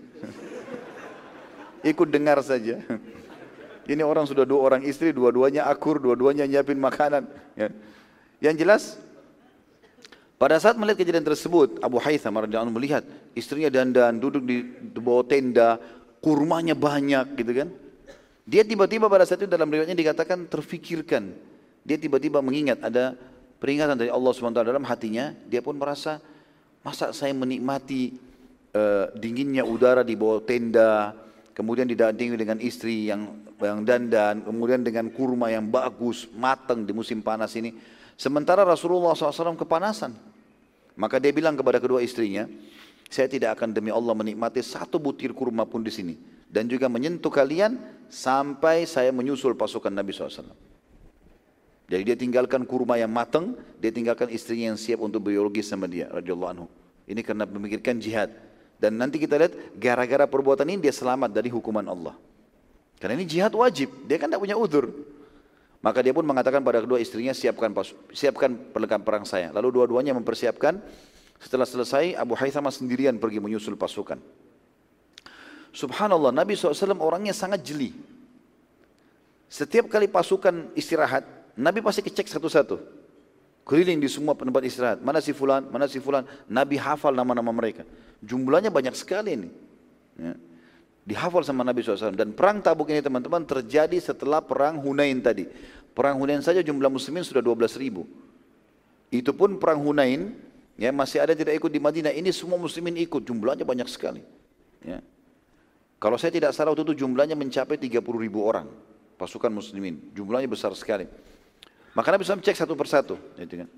[SPEAKER 1] Ikut dengar saja. Ini orang sudah 2 orang istri, dua-duanya akur, dua-duanya nyiapin makanan. Ya. Yang jelas, pada saat melihat kejadian tersebut, Abu Haythamah radhiyallahu anhu melihat istrinya dandan, duduk di bawah tenda, kurmanya banyak gitu kan. Dia tiba-tiba pada saat itu dalam riwayatnya dikatakan terfikirkan. Dia tiba-tiba mengingat ada peringatan dari Allah SWT dalam hatinya. Dia pun merasa, masa saya menikmati dinginnya udara di bawah tenda, kemudian didampingi dengan istri yang dandan, kemudian dengan kurma yang bagus, matang di musim panas ini. Sementara Rasulullah SAW kepanasan. Maka dia bilang kepada kedua istrinya, saya tidak akan demi Allah menikmati 1 butir kurma pun di sini. Dan juga menyentuh kalian sampai saya menyusul pasukan Nabi SAW. Jadi dia tinggalkan kurma yang matang, dia tinggalkan istrinya yang siap untuk biologis sama dia, radhiyallahu anhu. Ini karena memikirkan jihad. Dan nanti kita lihat, gara-gara perbuatan ini dia selamat dari hukuman Allah. Karena ini jihad wajib, dia kan tidak punya uzur. Maka dia pun mengatakan pada kedua istrinya, siapkan perlengkapan perang saya. Lalu dua-duanya mempersiapkan. Setelah selesai, Abu Haythamah sendirian pergi menyusul pasukan. Subhanallah, Nabi SAW orangnya sangat jeli. Setiap kali pasukan istirahat, Nabi pasti kecek satu-satu. Keliling di semua tempat istirahat. Mana si fulan, mana si fulan. Nabi hafal nama-nama mereka. Jumlahnya banyak sekali ini. Ya. Dihafal sama Nabi SAW. Dan perang Tabuk ini teman-teman terjadi setelah perang Hunain tadi. Perang Hunain saja jumlah muslimin sudah 12.000. Itu pun perang Hunain, ya, masih ada tidak ikut di Madinah. Ini semua muslimin ikut, jumlahnya banyak sekali. Ya. Kalau saya tidak salah waktu itu jumlahnya mencapai 30.000 orang. Pasukan muslimin, jumlahnya besar sekali. Maka Nabi SAW cek satu persatu. Gitu kan.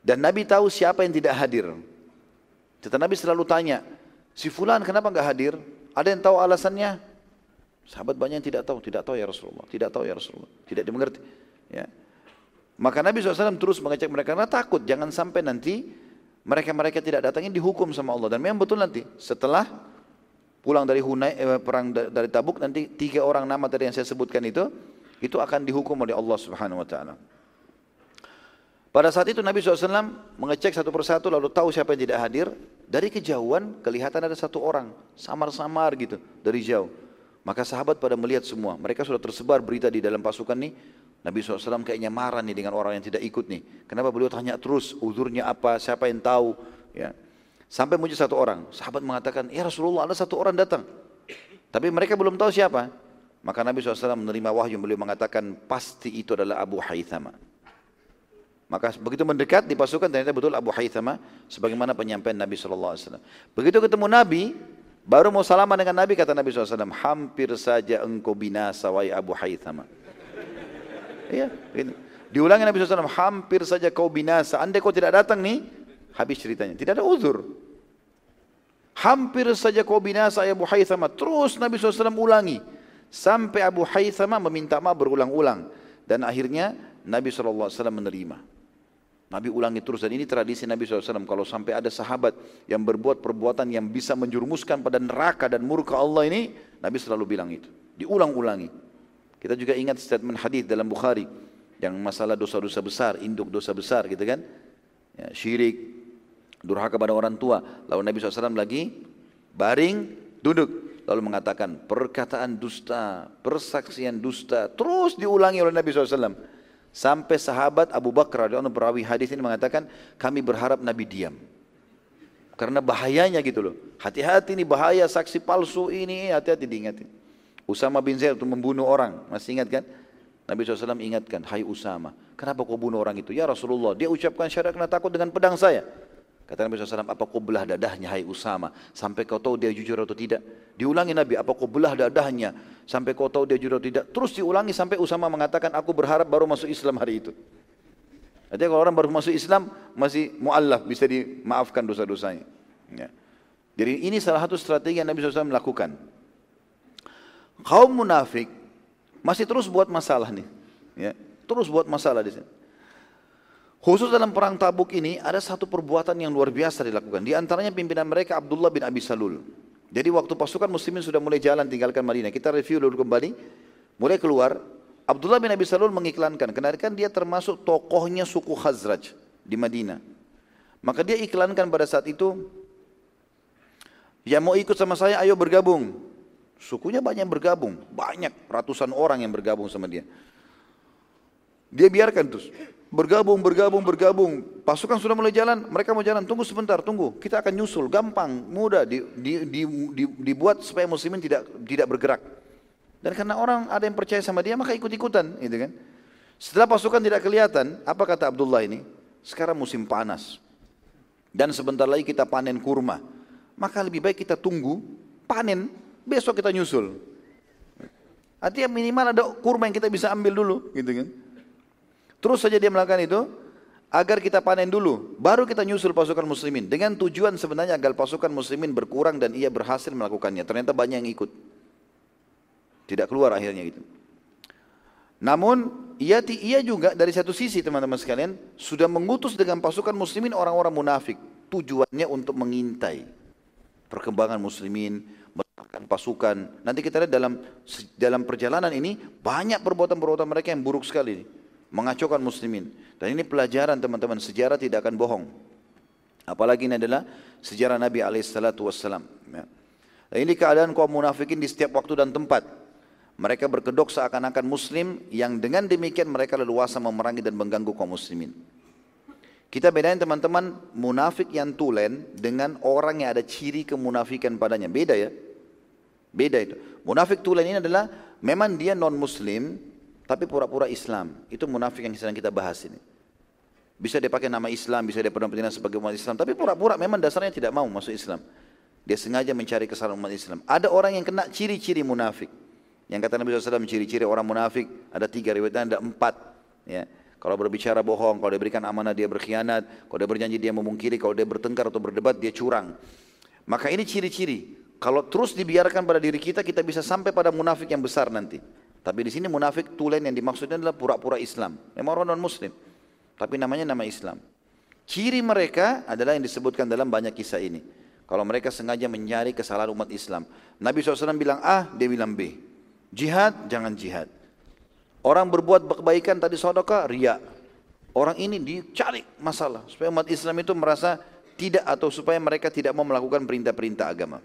[SPEAKER 1] Dan Nabi tahu siapa yang tidak hadir. Kata Nabi selalu tanya, si fulan kenapa enggak hadir? Ada yang tahu alasannya? Sahabat banyak yang tidak tahu ya Rasulullah, tidak tahu ya Rasulullah, tidak dimengerti. Ya. Maka Nabi SAW terus mengecek mereka karena takut jangan sampai nanti mereka tidak datang ini dihukum sama Allah. Dan memang betul nanti setelah pulang dari perang dari Tabuk nanti 3 orang nama tadi yang saya sebutkan itu akan dihukum oleh Allah Subhanahu Wa Taala. Pada saat itu Nabi SAW mengecek satu persatu lalu tahu siapa yang tidak hadir. Dari kejauhan kelihatan ada satu orang samar-samar gitu dari jauh. Maka sahabat pada melihat semua. Mereka sudah tersebar berita di dalam pasukan nih. Nabi SAW kayaknya marah nih dengan orang yang tidak ikut nih. Kenapa beliau tanya terus uzurnya apa, siapa yang tahu. Ya. Sampai muncul satu orang. Sahabat mengatakan, ya Rasulullah ada satu orang datang. Tapi mereka belum tahu siapa. Maka Nabi SAW menerima wahyu. Beliau mengatakan pasti itu adalah Abu Haythama. Maka begitu mendekat di pasukan ternyata betul Abu Haythama sebagaimana penyampaian Nabi SAW. Begitu ketemu Nabi, baru mau salaman dengan Nabi, kata Nabi SAW, hampir saja engkau binasa wahai Abu Haythama. Iya, gitu. Diulangi Nabi SAW, hampir saja kau binasa. Andai kau tidak datang nih, habis ceritanya. Tidak ada uzur. Hampir saja kau binasa ya Abu Haythama. Terus Nabi SAW ulangi. Sampai Abu Haythama meminta maaf berulang-ulang. Dan akhirnya Nabi SAW menerima. Nabi ulangi terus dan ini tradisi Nabi SAW. Kalau sampai ada sahabat yang berbuat perbuatan yang bisa menjerumuskan pada neraka dan murka Allah ini, Nabi selalu bilang itu. Diulang-ulangi. Kita juga ingat statement hadis dalam Bukhari yang masalah dosa-dosa besar, induk dosa besar gitu kan. Ya, syirik, durhaka pada orang tua. Lalu Nabi SAW lagi baring, duduk. Lalu mengatakan perkataan dusta, persaksian dusta. Terus diulangi oleh Nabi SAW. Sampai sahabat Abu Bakar radhiyallahu anhu perawi hadis ini mengatakan kami berharap Nabi diam. Karena bahayanya gitu loh. Hati-hati nih bahaya saksi palsu ini, hati-hati diingatin. Usama bin Zaid untuk membunuh orang, masih ingat kan? Nabi SAW ingatkan, hai Usama, kenapa kau bunuh orang itu? Ya Rasulullah, dia ucapkan syahadat karena takut dengan pedang saya. Kata Nabi SAW, apa kau belah dadahnya hai Usama sampai kau tahu dia jujur atau tidak? Diulangi Nabi, apa kau belah dadahnya sampai kau tahu dia jujur atau tidak? Terus diulangi sampai Usama mengatakan, aku berharap baru masuk Islam hari itu. Artinya kalau orang baru masuk Islam masih mu'allaf, bisa dimaafkan dosa-dosanya. Ya. Jadi ini salah satu strategi yang Nabi SAW melakukan. Kaum munafik masih terus buat masalah nih. Ya. Terus buat masalah di sini. Khusus dalam perang Tabuk ini ada satu perbuatan yang luar biasa dilakukan. Di antaranya pimpinan mereka Abdullah bin Abi Salul. Jadi waktu pasukan muslimin sudah mulai jalan tinggalkan Madinah. Kita review dulu kembali. Mulai keluar. Abdullah bin Abi Salul mengiklankan. Karena kan dia termasuk tokohnya suku Khazraj di Madinah. Maka dia iklankan pada saat itu. Yang mau ikut sama saya ayo bergabung. Sukunya banyak yang bergabung. Banyak ratusan orang yang bergabung sama dia. Dia biarkan terus. Bergabung. Pasukan sudah mulai jalan, mereka mau jalan, tunggu sebentar, tunggu. Kita akan nyusul, gampang, mudah, dibuat supaya muslimin tidak bergerak. Dan karena orang ada yang percaya sama dia, maka ikut-ikutan, gitu kan. Setelah pasukan tidak kelihatan, apa kata Abdullah ini? Sekarang musim panas. Dan sebentar lagi kita panen kurma. Maka lebih baik kita tunggu, panen, besok kita nyusul. Artinya minimal ada kurma yang kita bisa ambil dulu, gitu kan. Terus saja dia melakukan itu agar kita panen dulu, baru kita nyusul pasukan muslimin. Dengan tujuan sebenarnya agar pasukan muslimin berkurang dan ia berhasil melakukannya. Ternyata banyak yang ikut. Tidak keluar akhirnya gitu. Namun ia juga dari satu sisi teman-teman sekalian sudah mengutus dengan pasukan muslimin orang-orang munafik. Tujuannya untuk mengintai perkembangan muslimin, meletakkan pasukan. Nanti kita lihat dalam perjalanan ini banyak perbuatan-perbuatan mereka yang buruk sekali. Mengacaukan muslimin. Dan ini pelajaran teman-teman, sejarah tidak akan bohong. Apalagi ini adalah sejarah Nabi SAW. Ya. Dan ini keadaan kaum munafikin di setiap waktu dan tempat. Mereka berkedok seakan-akan muslim yang dengan demikian mereka leluasa memerangi dan mengganggu kaum muslimin. Kita bedain teman-teman munafik yang tulen dengan orang yang ada ciri kemunafikan padanya. Beda ya. Beda itu. Munafik tulen ini adalah memang dia non-muslim tapi pura-pura Islam. Itu munafik yang sedang kita bahas ini. Bisa dia pakai nama Islam, bisa dia pernah sebagai umat Islam, tapi pura-pura memang dasarnya tidak mau masuk Islam. Dia sengaja mencari kesalahan umat Islam. Ada orang yang kena ciri-ciri munafik. Yang kata Nabi SAW ciri-ciri orang munafik ada 3, riwayatnya ada 4. Ya. Kalau berbicara bohong, kalau dia berikan amanah dia berkhianat, kalau dia berjanji dia memungkiri, kalau dia bertengkar atau berdebat dia curang. Maka ini ciri-ciri. Kalau terus dibiarkan pada diri kita, kita bisa sampai pada munafik yang besar nanti. Tapi di sini munafik tulen yang dimaksudnya adalah pura-pura Islam. Memang orang non-Muslim, tapi namanya nama Islam. Ciri mereka adalah yang disebutkan dalam banyak kisah ini. Kalau mereka sengaja mencari kesalahan umat Islam. Nabi SAW bilang A, dia bilang B. Jihad, jangan jihad. Orang berbuat kebaikan tadi sedekah, riya. Orang ini dicari masalah supaya umat Islam itu merasa tidak, atau supaya mereka tidak mau melakukan perintah-perintah agama.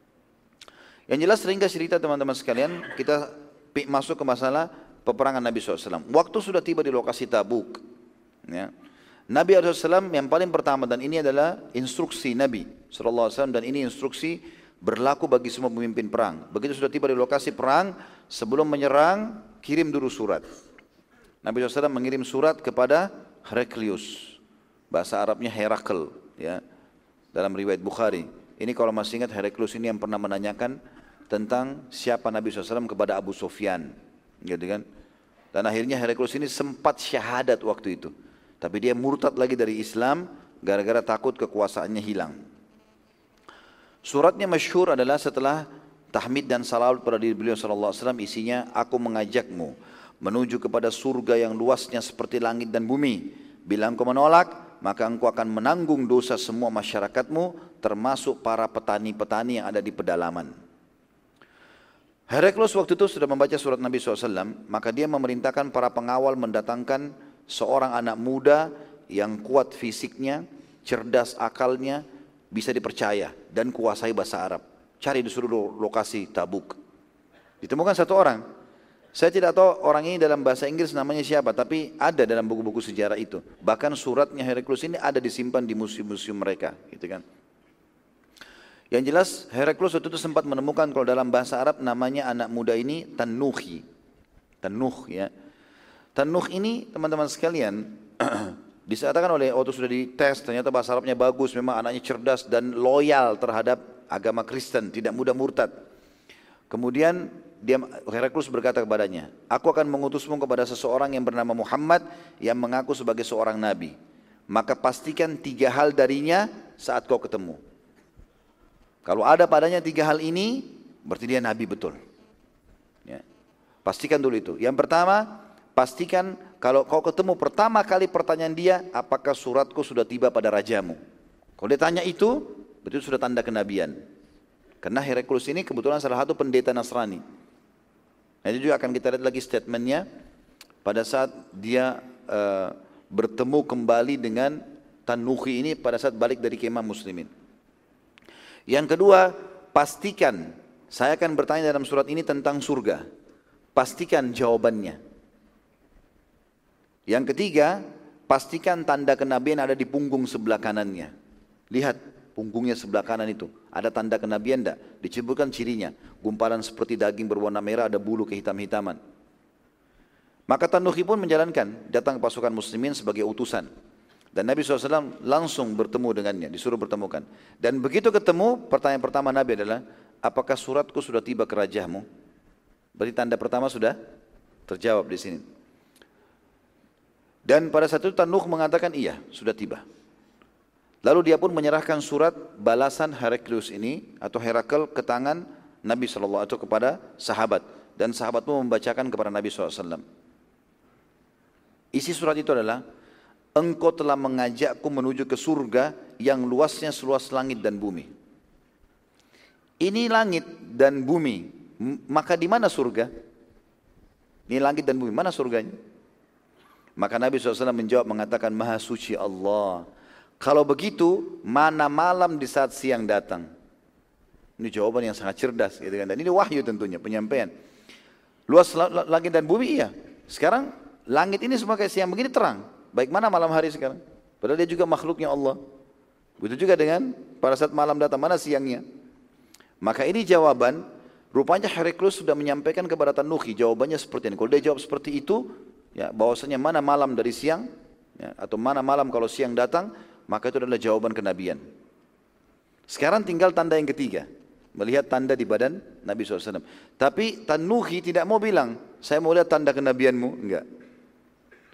[SPEAKER 1] Yang jelas ringkas cerita teman-teman sekalian, kita masuk ke masalah peperangan Nabi SAW. Waktu sudah tiba di lokasi Tabuk. Ya. Nabi SAW yang paling pertama, dan ini adalah instruksi Nabi SAW, dan ini instruksi berlaku bagi semua pemimpin perang. Begitu sudah tiba di lokasi perang, sebelum menyerang, kirim dulu surat. Nabi SAW mengirim surat kepada Heraklius, bahasa Arabnya Herakl, ya, dalam riwayat Bukhari. Ini kalau masih ingat, Heraklius ini yang pernah menanyakan tentang siapa Nabi SAW kepada Abu Sufyan, gitu kan? Dan akhirnya Heraklius ini sempat syahadat waktu itu, tapi dia murtad lagi dari Islam gara-gara takut kekuasaannya hilang. Suratnya masyhur adalah setelah tahmid dan salawat pada diri beliau sallallahu alaihi wasallam, isinya, aku mengajakmu menuju kepada surga yang luasnya seperti langit dan bumi. Bila engkau menolak, maka engkau akan menanggung dosa semua masyarakatmu, termasuk para petani-petani yang ada di pedalaman. Heraklius waktu itu sudah membaca surat Nabi SAW, maka dia memerintahkan para pengawal mendatangkan seorang anak muda yang kuat fisiknya, cerdas akalnya, bisa dipercaya, dan kuasai bahasa Arab. Cari di seluruh lokasi Tabuk. Ditemukan satu orang. Saya tidak tahu orang ini dalam bahasa Inggris namanya siapa, tapi ada dalam buku-buku sejarah itu. Bahkan suratnya Heraklius ini ada disimpan di museum-museum mereka, gitu kan. Yang jelas Heraklius waktu itu sempat menemukan kalau dalam bahasa Arab namanya anak muda ini Tanuhi. Tanuh, ya. Tanuh ini teman-teman sekalian disatakan oleh waktu sudah dites, ternyata bahasa Arabnya bagus, memang anaknya cerdas dan loyal terhadap agama Kristen, tidak mudah murtad. Kemudian Heraklius berkata kepadanya, aku akan mengutusmu kepada seseorang yang bernama Muhammad yang mengaku sebagai seorang nabi. Maka pastikan 3 hal darinya saat kau ketemu. Kalau ada padanya 3 hal ini, berarti dia nabi betul. Ya. Pastikan dulu itu. Yang pertama, pastikan kalau kau ketemu pertama kali pertanyaan dia, apakah suratku sudah tiba pada rajamu? Kalau dia tanya itu, berarti sudah tanda kenabian. Karena Heraklius ini kebetulan salah satu pendeta Nasrani. Nanti juga akan kita lihat lagi statementnya pada saat dia bertemu kembali dengan Tanuhi ini pada saat balik dari kemah muslimin. Yang kedua, pastikan, saya akan bertanya dalam surat ini tentang surga. Pastikan jawabannya. Yang ketiga, pastikan tanda kenabian ada di punggung sebelah kanannya. Lihat punggungnya sebelah kanan itu, ada tanda kenabian enggak? Disebutkan cirinya, gumpalan seperti daging berwarna merah, ada bulu kehitam-hitaman. Maka Tanuhi pun menjalankan, datang ke pasukan muslimin sebagai utusan. Dan Nabi SAW langsung bertemu dengannya, disuruh bertemukan. Dan begitu ketemu, pertanyaan pertama Nabi adalah, apakah suratku sudah tiba ke rajamu? Berarti tanda pertama sudah terjawab di sini. Dan pada saat itu Tanuh mengatakan iya, sudah tiba. Lalu dia pun menyerahkan surat balasan Heraklius ini atau Herakl ke tangan Nabi SAW atau kepada sahabat. Dan sahabat pun membacakan kepada Nabi SAW. Isi surat itu adalah, engkau telah mengajakku menuju ke surga yang luasnya seluas langit dan bumi. Ini langit dan bumi, maka di mana surga? Ini langit dan bumi, mana surganya? Maka Nabi SAW menjawab mengatakan, Maha Suci Allah. Kalau begitu, mana malam di saat siang datang? Ini jawaban yang sangat cerdas, gitu kan? Dan ini wahyu tentunya, penyampaian. Luas langit dan bumi, iya. Sekarang langit ini semua kayak siang begini terang. Baik mana malam hari sekarang? Padahal dia juga makhluknya Allah. Begitu juga dengan pada saat malam datang, mana siangnya? Maka ini jawaban, rupanya Heraklius sudah menyampaikan kepada Tanuhi, jawabannya seperti ini. Kalau dia jawab seperti itu, ya, bahwasanya mana malam dari siang, ya, atau mana malam kalau siang datang, maka itu adalah jawaban kenabian. Sekarang tinggal tanda yang ketiga, melihat tanda di badan Nabi SAW. Tapi Tanuhi tidak mau bilang, saya mau lihat tanda kenabianmu, enggak.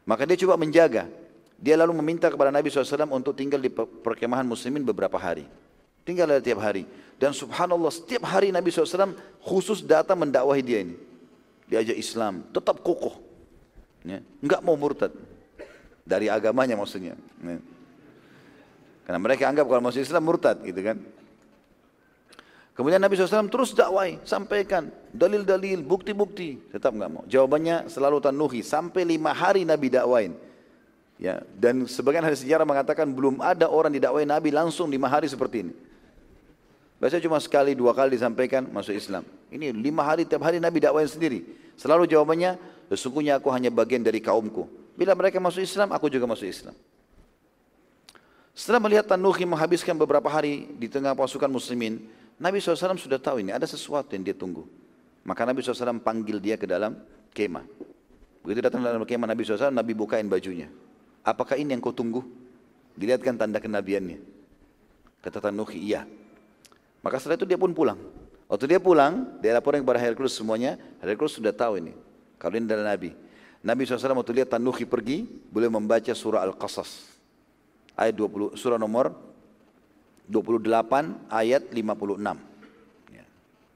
[SPEAKER 1] Maka dia coba menjaga. Dia lalu meminta kepada Nabi SAW untuk tinggal di perkemahan muslimin beberapa hari. Tinggal tiap hari. Dan subhanallah setiap hari Nabi SAW khusus datang mendakwahi dia ini. Diajak Islam, tetap kokoh. Ya. Enggak mau murtad. Dari agamanya maksudnya. Ya. Karena mereka anggap kalau masuk Islam murtad gitu kan. Kemudian Nabi SAW terus dakwai, sampaikan dalil-dalil, bukti-bukti. Tetap enggak mau. Jawabannya selalu tanuhi. Sampai 5 hari Nabi dakwain. Ya, dan sebagian ahli sejarah mengatakan belum ada orang didakwai Nabi langsung 5 hari seperti ini. Biasanya cuma sekali, 2 kali disampaikan masuk Islam. Ini 5 hari, tiap hari Nabi dakwain sendiri. Selalu jawabannya, sesungguhnya aku hanya bagian dari kaumku. Bila mereka masuk Islam, aku juga masuk Islam. Setelah melihat Tanuhi menghabiskan beberapa hari di tengah pasukan muslimin, Nabi SAW sudah tahu ini, ada sesuatu yang dia tunggu. Maka Nabi SAW panggil dia ke dalam kemah. Begitu datang dalam kemah Nabi SAW, Nabi bukain bajunya. Apakah ini yang kau tunggu? Dilihatkan tanda kenabiannya. Kata Tanuhi, iya. Maka setelah itu dia pun pulang. Waktu dia pulang, dia laporan kepada Hercules semuanya. Hercules sudah tahu ini. Kalau ini adalah Nabi. Nabi SAW waktu lihat Tanuhi pergi, boleh membaca surah Al-Qasas. Ayat 20, surah nomor 28 ayat 56. Ya.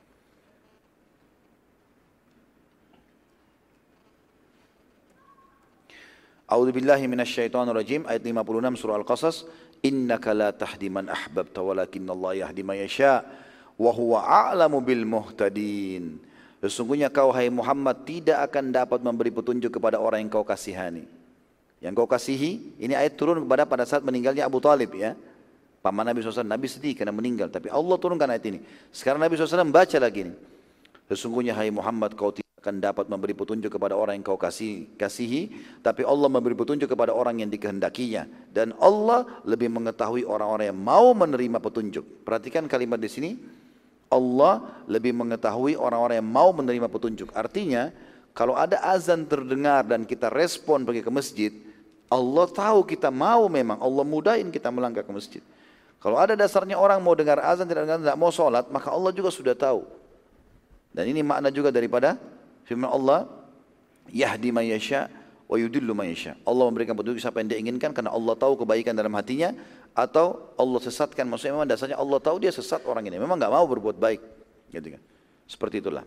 [SPEAKER 1] A'udzu billahi minasyaitonir rajim ayat 56 surah Al-Qasas, innaka la tahdi man ahbabta walakinnallaha yahdi man yasha wa huwa a'lamu bil muhtadin. Sesungguhnya kau hai Muhammad tidak akan dapat memberi petunjuk kepada orang yang kau kasihani. Yang kau kasihi, ini ayat turun kepada pada saat meninggalnya Abu Talib ya. Paman Nabi SAW, Nabi sedih karena meninggal. Tapi Allah turunkan ayat ini. Sekarang Nabi SAW baca lagi ini. Sesungguhnya hai Muhammad kau tidak akan dapat memberi petunjuk kepada orang yang kau kasihi. Tapi Allah memberi petunjuk kepada orang yang dikehendakinya. Dan Allah lebih mengetahui orang-orang yang mau menerima petunjuk. Perhatikan kalimat di sini. Allah lebih mengetahui orang-orang yang mau menerima petunjuk. Artinya, kalau ada azan terdengar dan kita respon pergi ke masjid, Allah tahu kita mau memang. Allah mudahin kita melangkah ke masjid. Kalau ada dasarnya orang mau dengar azan tidak mau sholat, maka Allah juga sudah tahu. Dan ini makna juga daripada firman Allah, yahdi man yasha wa yudillu man yasha. Allah memberikan petunjuk siapa yang dia inginkan karena Allah tahu kebaikan dalam hatinya, atau Allah sesatkan. Maksudnya memang dasarnya Allah tahu dia sesat orang ini. Memang enggak mau berbuat baik. Gitu kan. Seperti itulah.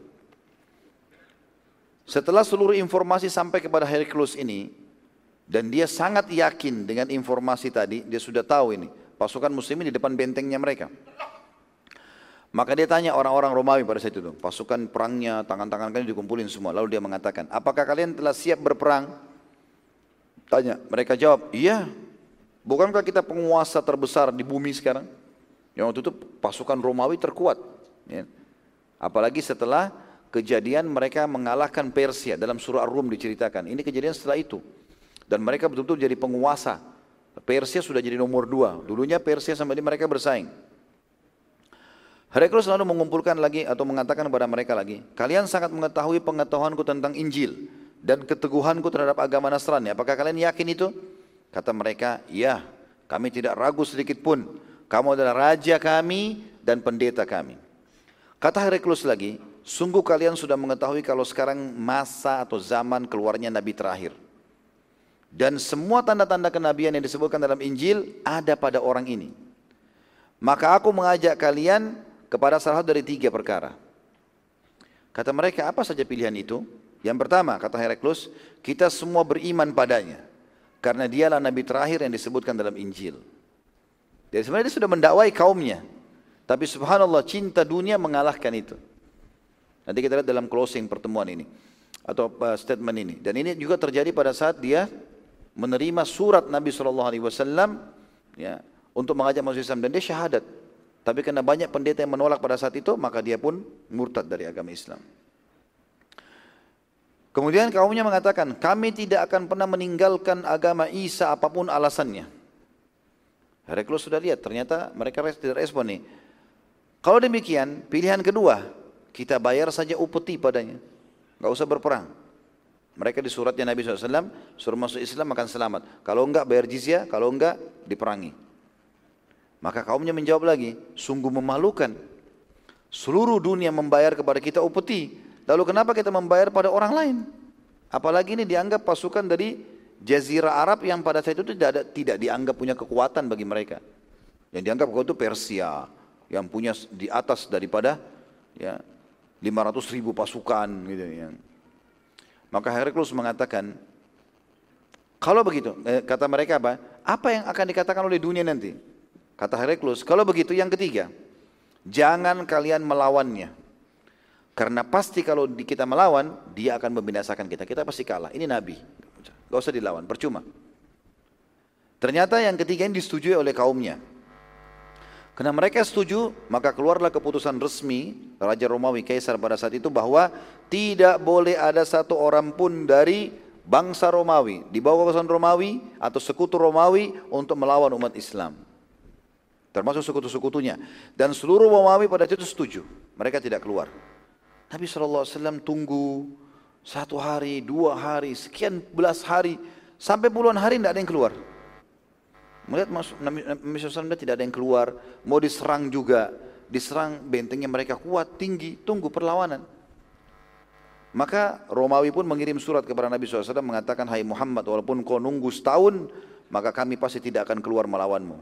[SPEAKER 1] Setelah seluruh informasi sampai kepada Hercules ini, dan dia sangat yakin dengan informasi tadi, dia sudah tahu ini. Pasukan muslimin di depan bentengnya mereka. Maka dia tanya orang-orang Romawi pada saat itu. Pasukan perangnya, tangan-tangan kalian dikumpulin semua. Lalu dia mengatakan, apakah kalian telah siap berperang? Tanya, mereka jawab, iya. Bukankah kita penguasa terbesar di bumi sekarang? Yang waktu itu pasukan Romawi terkuat. Ya. Apalagi setelah kejadian mereka mengalahkan Persia. Dalam surah Ar-Rum diceritakan. Ini kejadian setelah itu. Dan mereka betul-betul jadi penguasa. Persia sudah jadi nomor 2. Dulunya Persia sampai ini mereka bersaing. Hercules lalu mengumpulkan lagi atau mengatakan kepada mereka lagi, kalian sangat mengetahui pengetahuanku tentang Injil dan keteguhanku terhadap agama Nasrani. Apakah kalian yakin itu? Kata mereka, ya, kami tidak ragu sedikit pun. Kamu adalah raja kami dan pendeta kami. Kata Hercules lagi, sungguh kalian sudah mengetahui kalau sekarang masa atau zaman keluarnya Nabi terakhir. Dan semua tanda-tanda kenabian yang disebutkan dalam Injil ada pada orang ini. Maka aku mengajak kalian kepada salah satu dari 3 perkara. Kata mereka, apa saja pilihan itu? Yang pertama, kata Hercules, kita semua beriman padanya. Karena dialah Nabi terakhir yang disebutkan dalam Injil. Jadi sebenarnya dia sudah mendakwai kaumnya. Tapi subhanallah cinta dunia mengalahkan itu. Nanti kita lihat dalam closing pertemuan ini. Atau statement ini. Dan ini juga terjadi pada saat dia menerima surat Nabi SAW ya, untuk mengajak masuk Islam. Dan dia syahadat. Tapi karena banyak pendeta yang menolak pada saat itu, maka dia pun murtad dari agama Islam. Kemudian kaumnya mengatakan, kami tidak akan pernah meninggalkan agama Isa apapun alasannya. Hercules sudah lihat, ternyata mereka tidak respon nih. Kalau demikian, pilihan kedua, kita bayar saja upeti padanya. Enggak usah berperang. Mereka di suratnya Nabi SAW, suruh masuk Islam akan selamat. Kalau enggak bayar jizyah, kalau enggak diperangi. Maka kaumnya menjawab lagi, sungguh memalukan. Seluruh dunia membayar kepada kita upeti. Lalu kenapa kita membayar pada orang lain? Apalagi ini dianggap pasukan dari Jazirah Arab yang pada saat itu tidak dianggap punya kekuatan bagi mereka. Yang dianggap kuat itu Persia, yang punya di atas daripada ya 500.000 pasukan gitu ya. Maka Heraklius mengatakan, kalau begitu, kata mereka apa? Apa yang akan dikatakan oleh dunia nanti? Kata Heraklius, kalau begitu yang ketiga, jangan kalian melawannya. Karena pasti kalau kita melawan, dia akan membinasakan kita. Kita pasti kalah. Ini Nabi. Gak usah dilawan, percuma. Ternyata yang ketiga ini disetujui oleh kaumnya. Karena mereka setuju, maka keluarlah keputusan resmi Raja Romawi Kaisar pada saat itu bahwa tidak boleh ada satu orang pun dari bangsa Romawi, di bawah kekuasaan Romawi atau sekutu Romawi untuk melawan umat Islam. Termasuk sekutu-sekutunya. Dan seluruh Romawi pada itu setuju. Mereka tidak keluar. Nabi SAW tunggu 1 hari, 2 hari, sekian belas hari, sampai puluhan hari tidak ada yang keluar. Melihat Nabi SAW tidak ada yang keluar, mau diserang juga, diserang bentengnya mereka kuat, tinggi, tunggu perlawanan. Maka Romawi pun mengirim surat kepada Nabi SAW mengatakan, hai Muhammad, walaupun kau nunggu setahun, maka kami pasti tidak akan keluar melawanmu.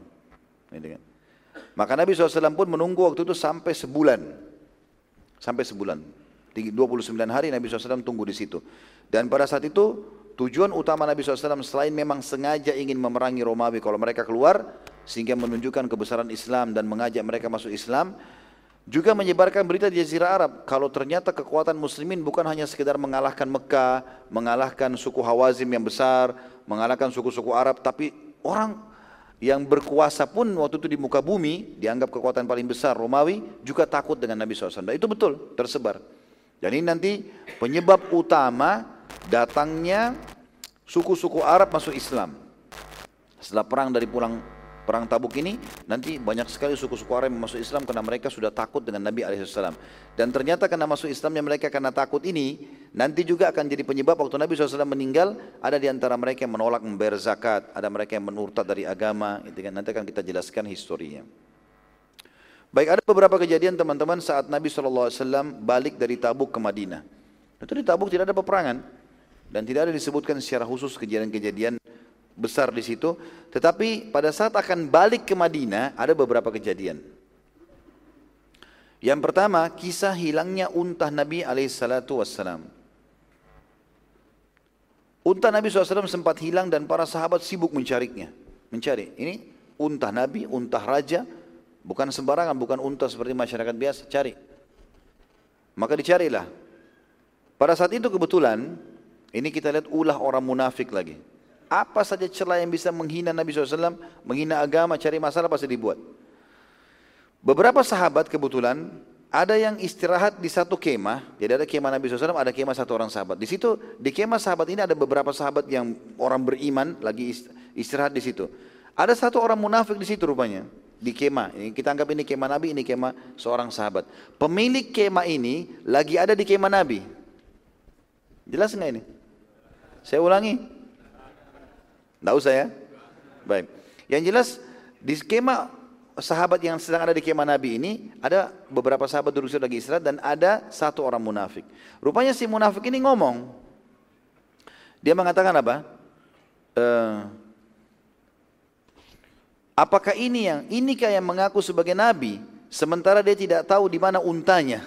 [SPEAKER 1] Maka Nabi SAW pun menunggu waktu itu sampai sebulan. Sampai sebulan. 29 hari Nabi SAW tunggu di situ. Dan pada saat itu, tujuan utama Nabi SAW selain memang sengaja ingin memerangi Romawi kalau mereka keluar, sehingga menunjukkan kebesaran Islam dan mengajak mereka masuk Islam, juga menyebarkan berita di Jazirah Arab kalau ternyata kekuatan muslimin bukan hanya sekedar mengalahkan Mekah, mengalahkan suku Hawazim yang besar, mengalahkan suku-suku Arab, tapi orang yang berkuasa pun waktu itu di muka bumi, dianggap kekuatan paling besar Romawi, juga takut dengan Nabi SAW. Dan itu betul, tersebar. Dan ini nanti penyebab utama datangnya suku-suku Arab masuk Islam. Setelah perang Tabuk ini, nanti banyak sekali suku-suku Arab yang masuk Islam karena mereka sudah takut dengan Nabi SAW. Dan ternyata karena masuk Islamnya mereka karena takut ini, nanti juga akan jadi penyebab waktu Nabi SAW meninggal, ada di antara mereka yang menolak membayar zakat, ada mereka yang murtad dari agama, itu kan nanti akan kita jelaskan historinya. Baik, ada beberapa kejadian teman-teman saat Nabi SAW balik dari Tabuk ke Madinah. Itu di Tabuk tidak ada peperangan dan tidak ada disebutkan secara khusus kejadian-kejadian besar di situ. Tetapi pada saat akan balik ke Madinah ada beberapa kejadian. Yang pertama, kisah hilangnya unta Nabi SAW. Unta Nabi SAW sempat hilang dan para sahabat sibuk mencarinya. Mencari, ini unta Nabi, unta raja. Bukan sembarangan, bukan unta seperti masyarakat biasa, cari. Maka dicarilah. Pada saat itu kebetulan, ini kita lihat ulah orang munafik lagi. Apa saja celah yang bisa menghina Nabi SAW, menghina agama, cari masalah pasti dibuat. Beberapa sahabat kebetulan, ada yang istirahat di satu kemah, jadi ada kemah Nabi SAW, ada kemah satu orang sahabat. Di situ, di kemah sahabat ini ada beberapa sahabat yang orang beriman, lagi istirahat di situ. Ada satu orang munafik di situ rupanya. Di kemah, kita anggap ini kemah Nabi, ini kemah seorang sahabat. Pemilik kemah ini lagi ada di kemah Nabi. Jelas nggak ini? Saya ulangi. Nggak usah ya? Baik. Yang jelas di kemah sahabat yang sedang ada di kemah Nabi ini ada beberapa sahabat duduk lagi istirahat dan ada satu orang munafik. Rupanya si munafik ini ngomong. Dia mengatakan apa? Apakah inikah yang mengaku sebagai nabi sementara dia tidak tahu di mana untanya?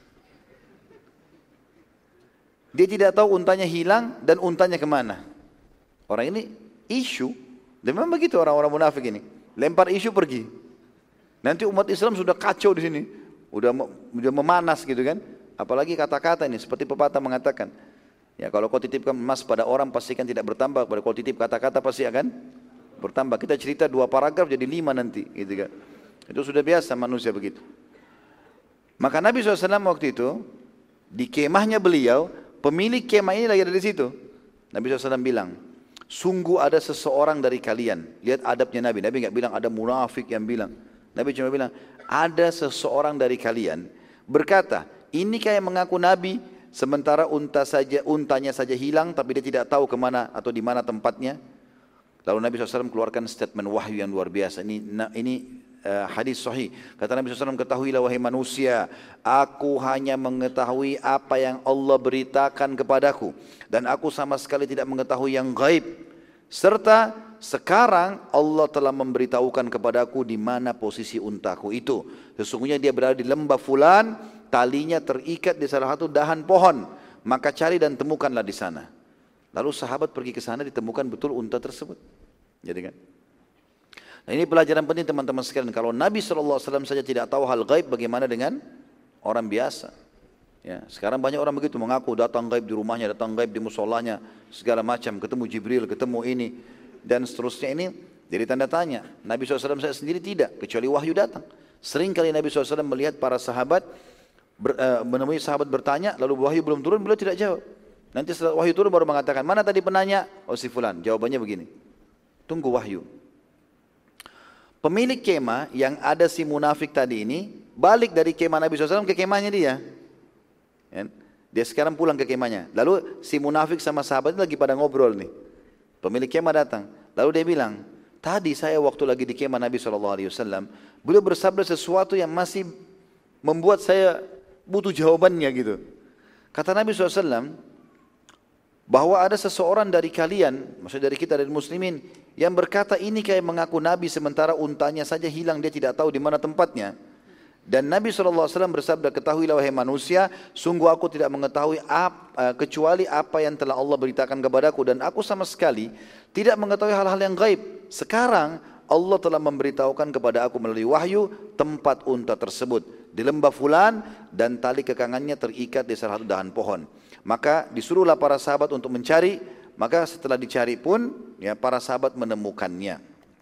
[SPEAKER 1] Dia tidak tahu untanya hilang dan untanya kemana. Orang ini isu, dan memang begitu orang-orang munafik ini, lempar isu pergi. Nanti umat Islam sudah kacau di sini, udah memanas gitu kan. Apalagi kata-kata ini seperti pepatah mengatakan, ya kalau kau titipkan emas pada orang pastikan tidak bertambah, kalau kau titip kata-kata pasti akan bertambah. Kita cerita 2 paragraf jadi 5 nanti gitu kan. Itu sudah biasa manusia begitu. Maka Nabi SAW waktu itu di kemahnya beliau, pemilik kemah ini lagi ada di situ. Nabi SAW bilang, sungguh ada seseorang dari kalian. Lihat adabnya Nabi. Nabi nggak bilang ada munafik yang bilang. Nabi cuma bilang ada seseorang dari kalian berkata, inikah yang mengaku Nabi sementara untanya saja hilang tapi dia tidak tahu kemana atau di mana tempatnya. Lalu Nabi SAW keluarkan statement wahyu yang luar biasa. Ini hadis sahih. Kata Nabi SAW, ketahuilah wahai manusia, aku hanya mengetahui apa yang Allah beritakan kepadaku. Dan aku sama sekali tidak mengetahui yang gaib. Serta sekarang Allah telah memberitahukan kepadaku di mana posisi untaku itu. Sesungguhnya dia berada di lembah fulan, talinya terikat di salah satu dahan pohon. Maka cari dan temukanlah di sana. Lalu sahabat pergi ke sana, ditemukan betul unta tersebut. Jadi kan? Nah, ini pelajaran penting teman-teman sekalian. Kalau Nabi SAW saja tidak tahu hal gaib, bagaimana dengan orang biasa? Ya, sekarang banyak orang begitu mengaku datang gaib di rumahnya, datang gaib di musolanya, segala macam, ketemu Jibril, ketemu ini, dan seterusnya. Ini jadi tanda tanya. Nabi SAW saya sendiri tidak, kecuali wahyu datang. Sering kali Nabi SAW melihat para sahabat, menemui sahabat bertanya, lalu wahyu belum turun, beliau tidak jawab. Nanti setelah wahyu turun baru mengatakan, mana tadi penanya? Oh si fulan, jawabannya begini. Tunggu wahyu. Pemilik kemah yang ada si munafik tadi ini, balik dari kemah Nabi SAW ke kemahnya dia. Dia sekarang pulang ke kemahnya. Lalu si munafik sama sahabat lagi pada ngobrol nih. Pemilik kemah datang. Lalu dia bilang, tadi saya waktu lagi di kemah Nabi SAW, beliau bersabda sesuatu yang masih membuat saya butuh jawabannya gitu. Kata Nabi SAW, bahwa ada seseorang dari kalian, maksudnya dari kita, dari muslimin, yang berkata ini kayak mengaku Nabi sementara untanya saja hilang, dia tidak tahu di mana tempatnya. Dan Nabi SAW bersabda, ketahuilah wahai manusia, sungguh aku tidak mengetahui kecuali apa yang telah Allah beritakan kepadaku. Dan aku sama sekali tidak mengetahui hal-hal yang gaib. Sekarang Allah telah memberitahukan kepada aku melalui wahyu tempat unta tersebut di lembah fulan dan tali kekangannya terikat di salah satu dahan pohon. Maka disuruhlah para sahabat untuk mencari. Maka setelah dicari pun ya para sahabat menemukannya.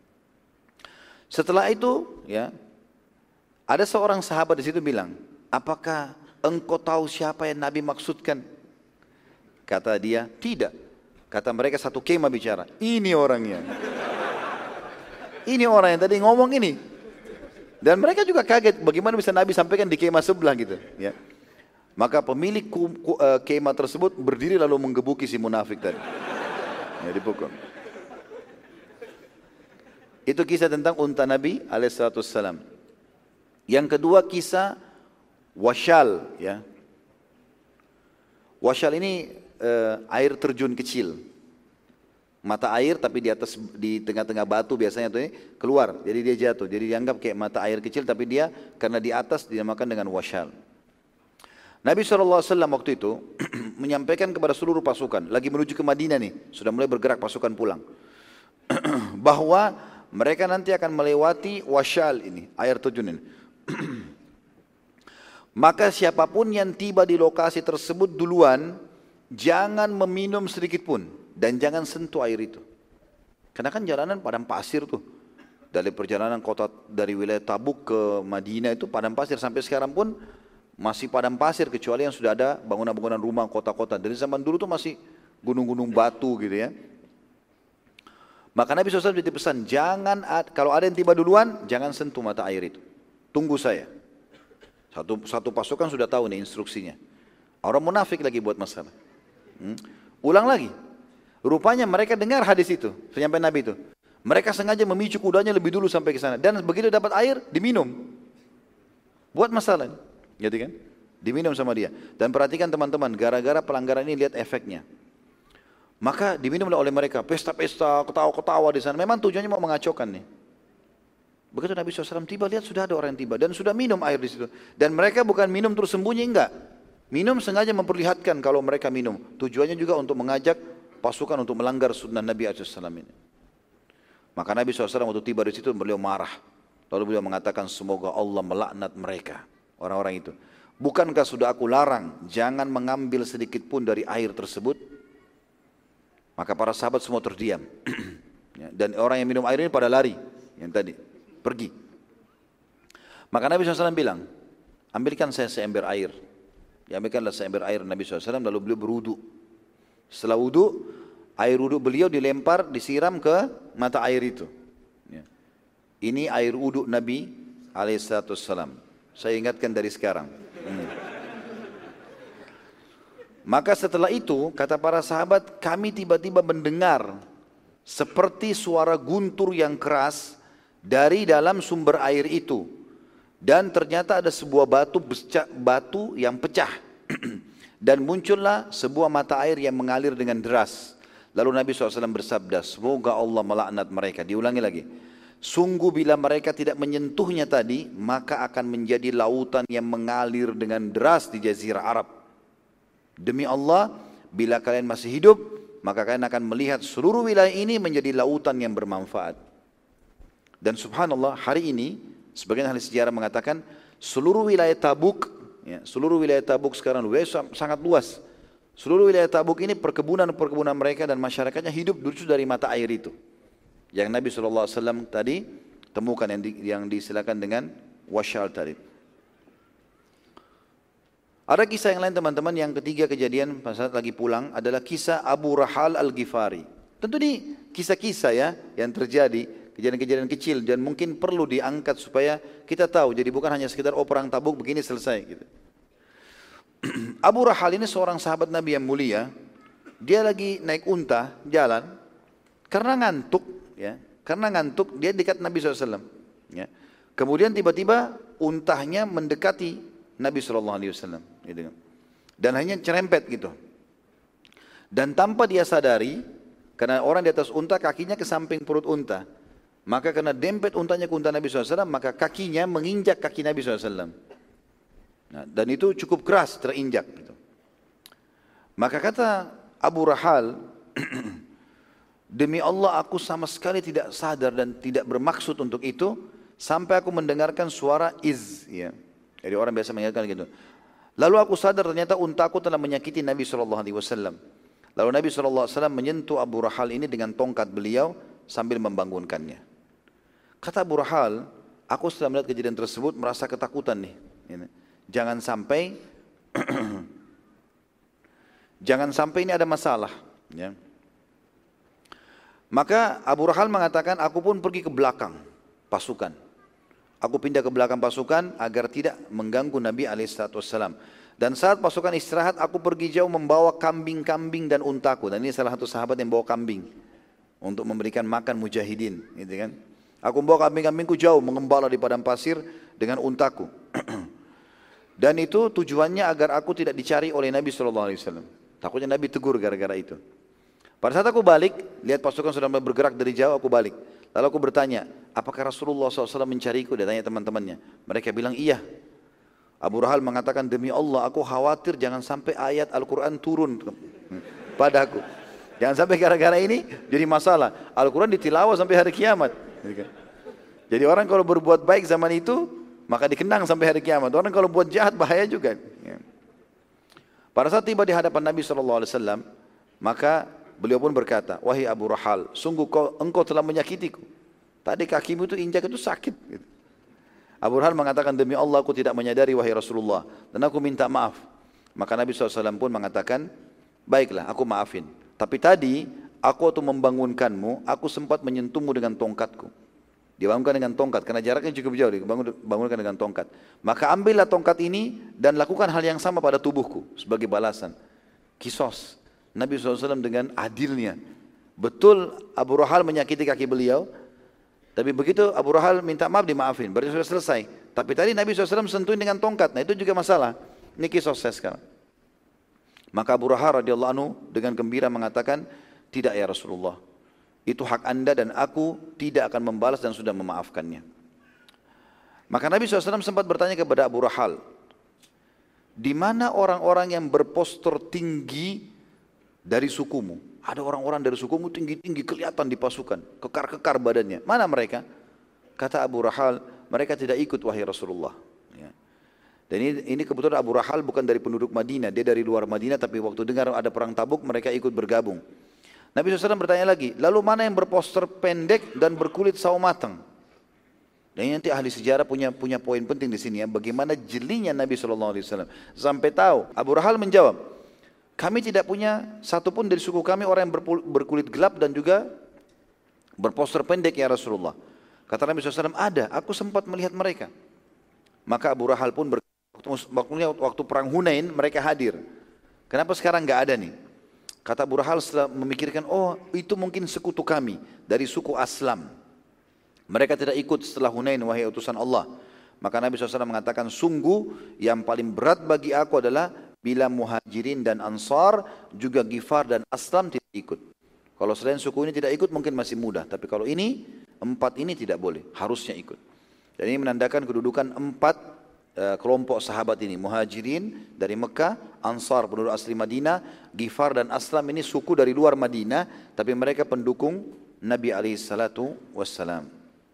[SPEAKER 1] Setelah itu ya ada seorang sahabat di situ bilang, apakah engkau tahu siapa yang Nabi maksudkan? Kata dia, tidak. Kata mereka satu kemah bicara, ini orangnya. Ini orang yang tadi ngomong ini. Dan mereka juga kaget, bagaimana bisa Nabi sampaikan di kemah sebelah gitu. Ya. Maka pemilik kemah tersebut berdiri lalu menggebuki si munafik tadi. Ya, dipukul. Itu kisah tentang unta Nabi alaihissalam. Yang kedua kisah wasyal, ya. Wasyal ini air terjun kecil, mata air tapi di atas, di tengah-tengah batu biasanya tuh keluar, jadi dia jatuh, jadi dianggap kayak mata air kecil tapi dia karena di atas dinamakan dengan wasyal. Nabi SAW waktu itu menyampaikan kepada seluruh pasukan, lagi menuju ke Madinah nih, sudah mulai bergerak pasukan pulang, bahwa mereka nanti akan melewati wasyal ini, air terjun ini. Maka siapapun yang tiba di lokasi tersebut duluan, jangan meminum sedikit pun dan jangan sentuh air itu. Karena kan jalanan padang pasir tuh. Dari perjalanan kota dari wilayah Tabuk ke Madinah itu padang pasir, sampai sekarang pun masih padang pasir kecuali yang sudah ada bangunan-bangunan rumah kota-kota. Dari zaman dulu tuh masih gunung-gunung batu gitu ya. Maka Nabi SAW dipesan, jangan kalau ada yang tiba duluan, jangan sentuh mata air itu. Tunggu saya. Satu pasukan sudah tahu nih instruksinya. Orang munafik lagi buat masalah. Ulang lagi. Rupanya mereka dengar hadis itu, penyampaian Nabi itu. Mereka sengaja memicu kudanya lebih dulu sampai ke sana. Dan begitu dapat air, diminum. Buat masalah. Gitu kan? Diminum sama dia. Dan perhatikan teman-teman, gara-gara pelanggaran ini lihat efeknya. Maka diminumlah oleh mereka. Pesta-pesta, ketawa-ketawa di sana. Memang tujuannya mau mengacaukan nih. Begitu Nabi SAW tiba, lihat sudah ada orang yang tiba dan sudah minum air di situ. Dan mereka bukan minum terus sembunyi, enggak. Minum sengaja memperlihatkan kalau mereka minum. Tujuannya juga untuk mengajak pasukan untuk melanggar sunnah Nabi SAW ini. Maka Nabi SAW waktu tiba di situ beliau marah. Lalu beliau mengatakan, semoga Allah melaknat mereka, orang-orang itu. Bukankah sudah aku larang, jangan mengambil sedikit pun dari air tersebut? Maka para sahabat semua terdiam. Dan orang yang minum air ini pada lari, yang tadi. Pergi. Maka Nabi SAW bilang, ambilkan saya seember air. Diambilkanlah seember air Nabi SAW, lalu beliau berwudu. Setelah wudu, air wudu beliau dilempar, disiram ke mata air itu. Ini air wudu Nabi alaihissalam. Saya ingatkan dari sekarang. Maka setelah itu, kata para sahabat, kami tiba-tiba mendengar seperti suara guntur yang keras dari dalam sumber air itu. Dan ternyata ada sebuah batu yang pecah. Dan muncullah sebuah mata air yang mengalir dengan deras. Lalu Nabi SAW bersabda, semoga Allah melaknat mereka. Diulangi lagi. Sungguh bila mereka tidak menyentuhnya tadi, maka akan menjadi lautan yang mengalir dengan deras di jazirah Arab. Demi Allah, bila kalian masih hidup, maka kalian akan melihat seluruh wilayah ini menjadi lautan yang bermanfaat. Dan subhanallah, hari ini, sebagian ahli sejarah mengatakan, seluruh wilayah Tabuk, seluruh wilayah Tabuk sekarang sangat luas. Seluruh wilayah Tabuk ini perkebunan-perkebunan mereka dan masyarakatnya hidup justru dari mata air itu. Yang Nabi SAW tadi temukan yang disilakan dengan wasyal tadi. Ada kisah yang lain teman-teman, yang ketiga kejadian pada saat lagi pulang adalah kisah Abu Rahal Al-Ghifari. Tentu ini kisah-kisah ya yang terjadi, kejadian-kejadian kecil dan mungkin perlu diangkat supaya kita tahu. Jadi bukan hanya sekedar perang Tabuk begini selesai gitu. Abu Rahal ini seorang sahabat Nabi yang mulia. Dia lagi naik unta jalan karena ngantuk. Karena ngantuk dia dekat Nabi SAW. Kemudian tiba-tiba untahnya mendekati Nabi SAW. Dan hanya cerempet gitu. Dan tanpa dia sadari, karena orang di atas unta kakinya ke samping perut unta, maka karena dempet untanya ke unta Nabi SAW, maka kakinya menginjak kaki Nabi SAW. Dan itu cukup keras terinjak. Gitu. Maka kata Abu Rahal, demi Allah aku sama sekali tidak sadar dan tidak bermaksud untuk itu sampai aku mendengarkan suara iz. Ya. Jadi orang biasa mengatakan gitu. Lalu aku sadar ternyata untaku telah menyakiti Nabi SAW. Lalu Nabi SAW menyentuh Abu Rahal ini dengan tongkat beliau sambil membangunkannya. Kata Abu Rahal, aku setelah melihat kejadian tersebut merasa ketakutan nih. Jangan sampai ini ada masalah. Ya. Maka Abu Rahal mengatakan, aku pun pergi ke belakang pasukan. Aku pindah ke belakang pasukan agar tidak mengganggu Nabi SAW. Dan saat pasukan istirahat, aku pergi jauh membawa kambing-kambing dan untaku. Dan ini salah satu sahabat yang bawa kambing untuk memberikan makan mujahidin. Gitu kan? Aku membawa kambing-kambingku jauh mengembala di padang pasir dengan untaku. Dan itu tujuannya agar aku tidak dicari oleh Nabi SAW. Takutnya Nabi tegur gara-gara itu. Pada saat aku balik, lihat pasukan sudah bergerak dari jauh, aku balik. Lalu aku bertanya, apakah Rasulullah SAW mencariku? Dia tanya teman-temannya. Mereka bilang iya. Abu Rahal mengatakan, demi Allah aku khawatir jangan sampai ayat Al-Quran turun padaku. Jangan sampai gara-gara ini jadi masalah. Al-Quran ditilawah sampai hari kiamat. Jadi orang kalau berbuat baik zaman itu, maka dikenang sampai hari kiamat. Orang kalau buat jahat bahaya juga. Pada saat tiba di hadapan Nabi SAW, maka beliau pun berkata, wahai Abu Rahal, sungguh engkau telah menyakitiku. Tadi kakimu itu injak itu sakit. Abu Rahal mengatakan, demi Allah aku tidak menyadari wahai Rasulullah. Dan aku minta maaf. Maka Nabi SAW pun mengatakan, baiklah aku maafin. Tapi tadi aku waktu membangunkanmu, aku sempat menyentuhmu dengan tongkatku. Dibangunkan dengan tongkat, karena jaraknya cukup jauh, dibangunkan dengan tongkat. Maka ambillah tongkat ini dan lakukan hal yang sama pada tubuhku sebagai balasan. Kisos. Nabi SAW dengan adilnya. Betul Abu Rahal menyakiti kaki beliau, tapi begitu Abu Rahal minta maaf dimaafin, berarti sudah selesai. Tapi tadi Nabi SAW sentuhin dengan tongkat, nah itu juga masalah. Ini kisos saya sekarang. Maka Abu Rahal radhiyallahu anhu dengan gembira mengatakan, tidak ya Rasulullah, itu hak anda dan aku tidak akan membalas dan sudah memaafkannya. Maka Nabi SAW sempat bertanya kepada Abu Rahal, di mana orang-orang yang berpostur tinggi dari sukumu? Ada orang-orang dari sukumu tinggi-tinggi kelihatan di pasukan, kekar-kekar badannya. Mana mereka? Kata Abu Rahal, mereka tidak ikut wahai Rasulullah. Ya. Dan ini kebetulan Abu Rahal bukan dari penduduk Madinah, dia dari luar Madinah, tapi waktu dengar ada perang Tabuk mereka ikut bergabung. Nabi SAW bertanya lagi, lalu mana yang berpostur pendek dan berkulit sawo matang? Dan nanti ahli sejarah punya poin penting di sini ya, bagaimana jelinya Nabi SAW. Sampai tahu, Abu Rahal menjawab, kami tidak punya satupun dari suku kami orang yang berkulit gelap dan juga berpostur pendek ya Rasulullah. Kata Nabi SAW, ada, aku sempat melihat mereka. Maka Abu Rahal pun waktu perang Hunain mereka hadir. Kenapa sekarang nggak ada nih? Kata Abu Rahal setelah memikirkan, oh itu mungkin sekutu kami dari suku Aslam. Mereka tidak ikut setelah Hunain wahai utusan Allah. Maka Nabi SAW mengatakan, sungguh yang paling berat bagi aku adalah bila Muhajirin dan Ansar juga Ghifar dan Aslam tidak ikut. Kalau selain suku ini tidak ikut mungkin masih mudah, tapi kalau ini, 4 ini tidak boleh, harusnya ikut. Dan ini menandakan kedudukan 4 kelompok sahabat ini, Muhajirin dari Mekah, Ansar penduduk asli Madinah, Ghifar dan Aslam ini suku dari luar Madinah, tapi mereka pendukung Nabi SAW.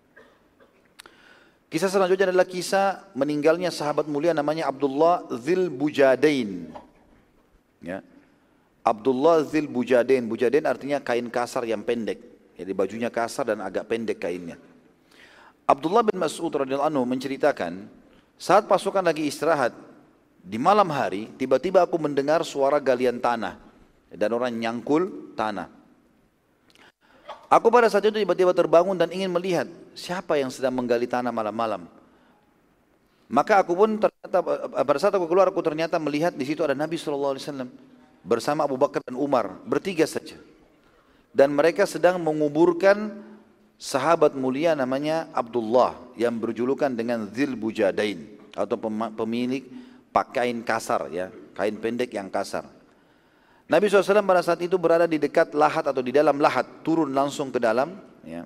[SPEAKER 1] Kisah selanjutnya adalah kisah meninggalnya sahabat mulia namanya Abdullah Dzil Bujadain. Ya. Abdullah Dzil Bujadain. Bujadain artinya kain kasar yang pendek. Jadi bajunya kasar dan agak pendek kainnya. Abdullah bin Mas'ud radhiyallahu anhu menceritakan, saat pasukan lagi istirahat di malam hari, tiba-tiba aku mendengar suara galian tanah dan orang nyangkul tanah. Aku pada saat itu tiba-tiba terbangun dan ingin melihat siapa yang sedang menggali tanah malam-malam. Maka aku pun ternyata pada saat aku keluar aku ternyata melihat di situ ada Nabi SAW bersama Abu Bakar dan Umar, bertiga saja. Dan mereka sedang menguburkan sahabat mulia namanya Abdullah yang berjulukan dengan Dzil Bujadain atau pemilik pakaian kasar, ya, kain pendek yang kasar. Nabi SAW pada saat itu berada di dekat lahat atau di dalam lahat, turun langsung ke dalam, ya.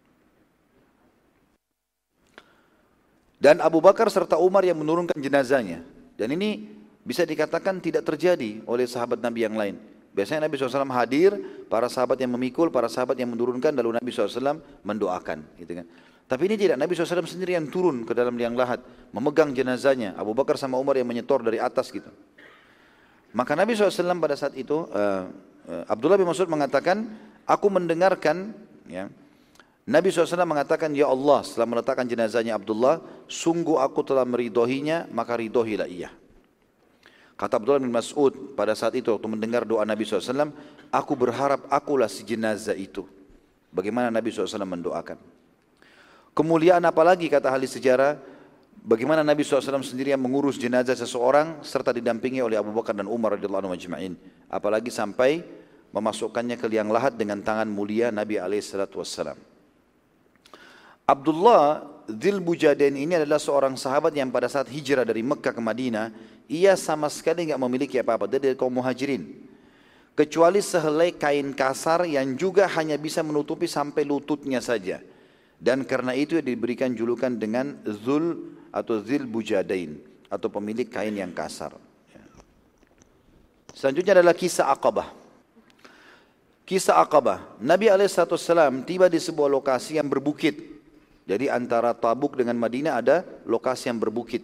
[SPEAKER 1] Dan Abu Bakar serta Umar yang menurunkan jenazahnya. Dan ini bisa dikatakan tidak terjadi oleh sahabat Nabi yang lain. Biasanya Nabi SAW hadir, para sahabat yang memikul, para sahabat yang menurunkan, lalu Nabi SAW mendoakan. Gitu kan. Tapi ini tidak, Nabi SAW sendiri yang turun ke dalam liang lahat, memegang jenazahnya, Abu Bakar sama Umar yang menyetor dari atas gitu. Maka Nabi SAW pada saat itu, Abdullah bin Mas'ud mengatakan, aku mendengarkan, ya, Nabi SAW mengatakan, ya Allah, setelah meletakkan jenazahnya Abdullah, sungguh aku telah meridohinya, maka ridohilah ia. Kata Abdullah bin Mas'ud pada saat itu waktu mendengar doa Nabi SAW, aku berharap akulah si jenazah itu. Bagaimana Nabi SAW mendoakan. Kemuliaan apalagi kata ahli sejarah, bagaimana Nabi SAW sendiri yang mengurus jenazah seseorang serta didampingi oleh Abu Bakar dan Umar radhiyallahu anhum ajma'in. Apalagi sampai memasukkannya ke liang lahat dengan tangan mulia Nabi SAW. Abdullah Dzil Bujadain ini adalah seorang sahabat yang pada saat hijrah dari Mekah ke Madinah, ia sama sekali tidak memiliki apa-apa. Dia dari kaum Muhajirin. Kecuali sehelai kain kasar yang juga hanya bisa menutupi sampai lututnya saja. Dan karena itu dia diberikan julukan dengan Zul atau Dzil Bujadain atau pemilik kain yang kasar. Selanjutnya adalah kisah Aqabah. Kisah Aqabah. Nabi SAW tiba di sebuah lokasi yang berbukit. Jadi antara Tabuk dengan Madinah ada lokasi yang berbukit.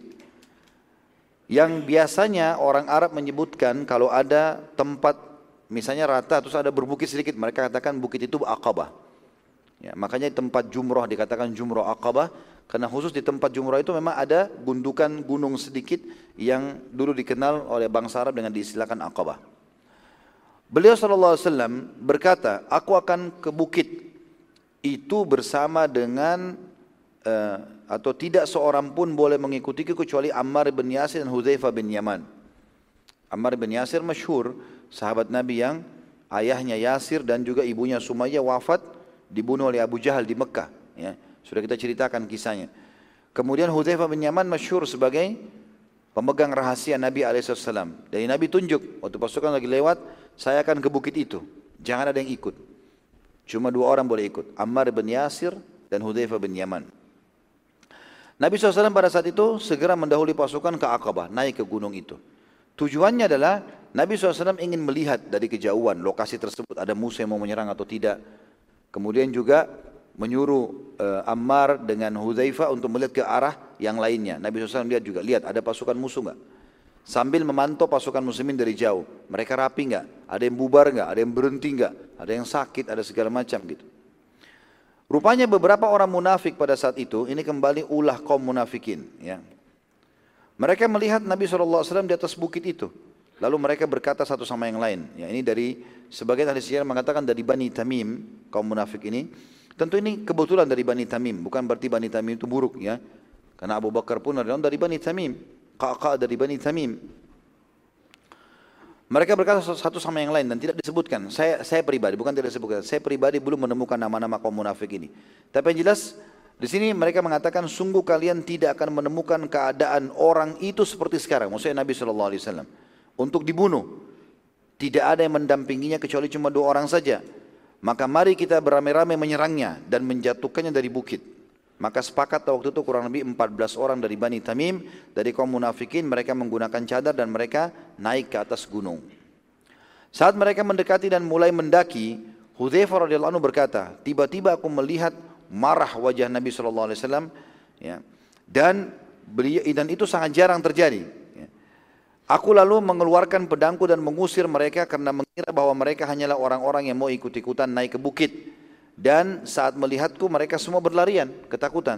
[SPEAKER 1] Yang biasanya orang Arab menyebutkan kalau ada tempat misalnya rata terus ada berbukit sedikit, mereka katakan bukit itu Aqabah. Ya, makanya tempat jumrah dikatakan jumrah Aqabah karena khusus di tempat jumrah itu memang ada gundukan gunung sedikit yang dulu dikenal oleh bangsa Arab dengan diistilahkan Aqabah. Beliau SAW berkata, aku akan ke bukit itu bersama dengan atau tidak seorang pun boleh mengikutiku kecuali Ammar bin Yasir dan Hudzaifah bin Yaman. Ammar bin Yasir masyhur, sahabat Nabi yang ayahnya Yasir dan juga ibunya Sumayyah wafat dibunuh oleh Abu Jahal di Mekah. Ya, sudah kita ceritakan kisahnya. Kemudian Hudzaifah bin Yaman masyhur sebagai pemegang rahasia Nabi SAW. Dari Nabi tunjuk, waktu pasukan lagi lewat, saya akan ke bukit itu. Jangan ada yang ikut. Cuma 2 orang boleh ikut, Ammar bin Yasir dan Hudzaifah bin Yaman. Nabi SAW pada saat itu segera mendahului pasukan ke Aqabah, naik ke gunung itu. Tujuannya adalah Nabi SAW ingin melihat dari kejauhan lokasi tersebut ada musuh yang mau menyerang atau tidak. Kemudian juga menyuruh Ammar dengan Hudzaifah untuk melihat ke arah yang lainnya. Nabi SAW lihat juga, lihat ada pasukan musuh enggak? Sambil memantau pasukan muslimin dari jauh. Mereka rapi enggak? Ada yang bubar enggak? Ada yang berhenti enggak? Ada yang sakit? Ada segala macam gitu. Rupanya beberapa orang munafik pada saat itu, ini kembali ulah kaum munafikin. Ya. Mereka melihat Nabi SAW di atas bukit itu. Lalu mereka berkata satu sama yang lain. Ya, ini dari sebagian ahli sejarah mengatakan dari Bani Tamim, kaum munafik ini. Tentu ini kebetulan dari Bani Tamim, bukan berarti Bani Tamim itu buruk ya. Karena Abu Bakar pun adalah dari Bani Tamim, kakak dari Bani Tamim. Mereka berkata satu sama yang lain dan tidak disebutkan. Saya pribadi, bukan tidak disebutkan. Saya pribadi belum menemukan nama-nama kaum munafik ini. Tapi yang jelas di sini mereka mengatakan sungguh kalian tidak akan menemukan keadaan orang itu seperti sekarang. Maksudnya Nabi SAW untuk dibunuh. Tidak ada yang mendampinginya kecuali cuma 2 orang saja. Maka mari kita beramai-ramai menyerangnya dan menjatuhkannya dari bukit. Maka sepakat waktu itu kurang lebih 14 orang dari Bani Tamim, dari kaum munafikin, mereka menggunakan cadar dan mereka naik ke atas gunung. Saat mereka mendekati dan mulai mendaki, Hudzaifah radhiyallahu anhu berkata, tiba-tiba aku melihat marah wajah Nabi SAW, ya, dan itu sangat jarang terjadi. Aku lalu mengeluarkan pedangku dan mengusir mereka karena mengira bahwa mereka hanyalah orang-orang yang mau ikut-ikutan naik ke bukit. Dan saat melihatku mereka semua berlarian, ketakutan.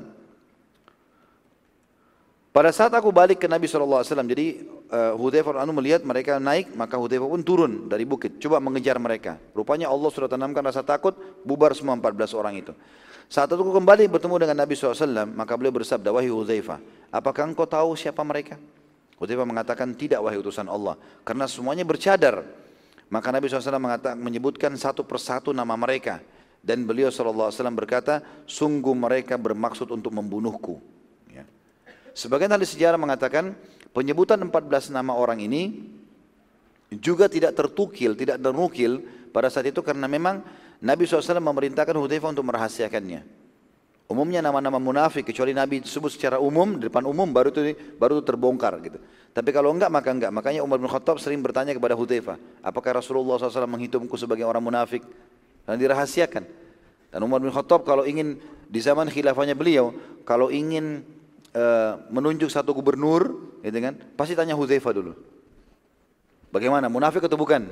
[SPEAKER 1] Pada saat aku balik ke Nabi SAW, jadi Hudzaifah anu melihat mereka naik, maka Hudzaifah pun turun dari bukit, coba mengejar mereka. Rupanya Allah sudah tanamkan rasa takut, bubar semua 14 orang itu. Saat itu aku kembali bertemu dengan Nabi SAW, maka beliau bersabda, wahai Hudzaifah, apakah engkau tahu siapa mereka? Hudzaifah mengatakan, tidak wahai utusan Allah, karena semuanya bercadar. Maka Nabi SAW menyebutkan satu persatu nama mereka. Dan beliau SAW berkata, sungguh mereka bermaksud untuk membunuhku. Ya. Sebagian ahli sejarah mengatakan, penyebutan 14 nama orang ini juga tidak tertukil, tidak ternukil pada saat itu karena memang Nabi SAW memerintahkan Hudzaifah untuk merahasiakannya. Umumnya nama-nama munafik, kecuali Nabi disebut secara umum, di depan umum baru itu terbongkar gitu. Tapi kalau enggak, maka enggak. Makanya Umar bin Khattab sering bertanya kepada Hudzaifah, apakah Rasulullah SAW menghitungku sebagai orang munafik? Dan dirahasiakan. Dan Umar bin Khattab kalau ingin, di zaman khilafahnya beliau, kalau ingin menunjuk satu gubernur, gitu kan, pasti tanya Hudzaifah dulu. Bagaimana, munafik atau bukan?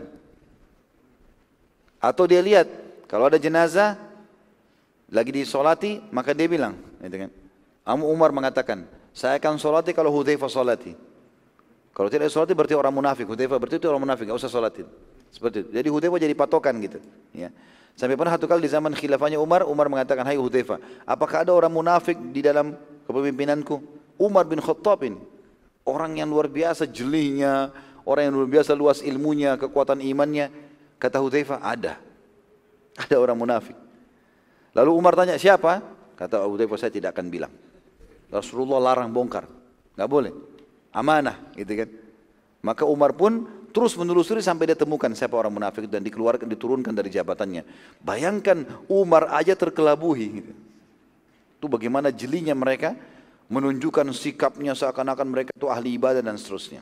[SPEAKER 1] Atau dia lihat, kalau ada jenazah, lagi disolati, maka dia bilang, gitu kan. Umar mengatakan, saya akan solati kalau Hudzaifah solati. Kalau tidak solati berarti orang munafik. Hudzaifah berarti itu orang munafik, gak usah solatin. Seperti itu. Jadi Hudzaifah jadi patokan gitu. Ya. Sampai pernah satu kali di zaman khilafahnya Umar mengatakan, hai Hudzaifah, apakah ada orang munafik di dalam kepemimpinanku? Umar bin Khattab ini, orang yang luar biasa jelihnya, orang yang luar biasa luas ilmunya, kekuatan imannya. Kata Hudzaifah, ada orang munafik. Lalu Umar tanya, siapa? Kata Hudzaifah, saya tidak akan bilang. Rasulullah larang bongkar, nggak boleh, amanah, gitu kan. Maka Umar pun terus menelusuri sampai dia temukan siapa orang munafik dan diturunkan dari jabatannya. Bayangkan Umar aja terkelabuhi. Gitu. Itu bagaimana jelinya mereka menunjukkan sikapnya seakan-akan mereka itu ahli ibadah dan seterusnya.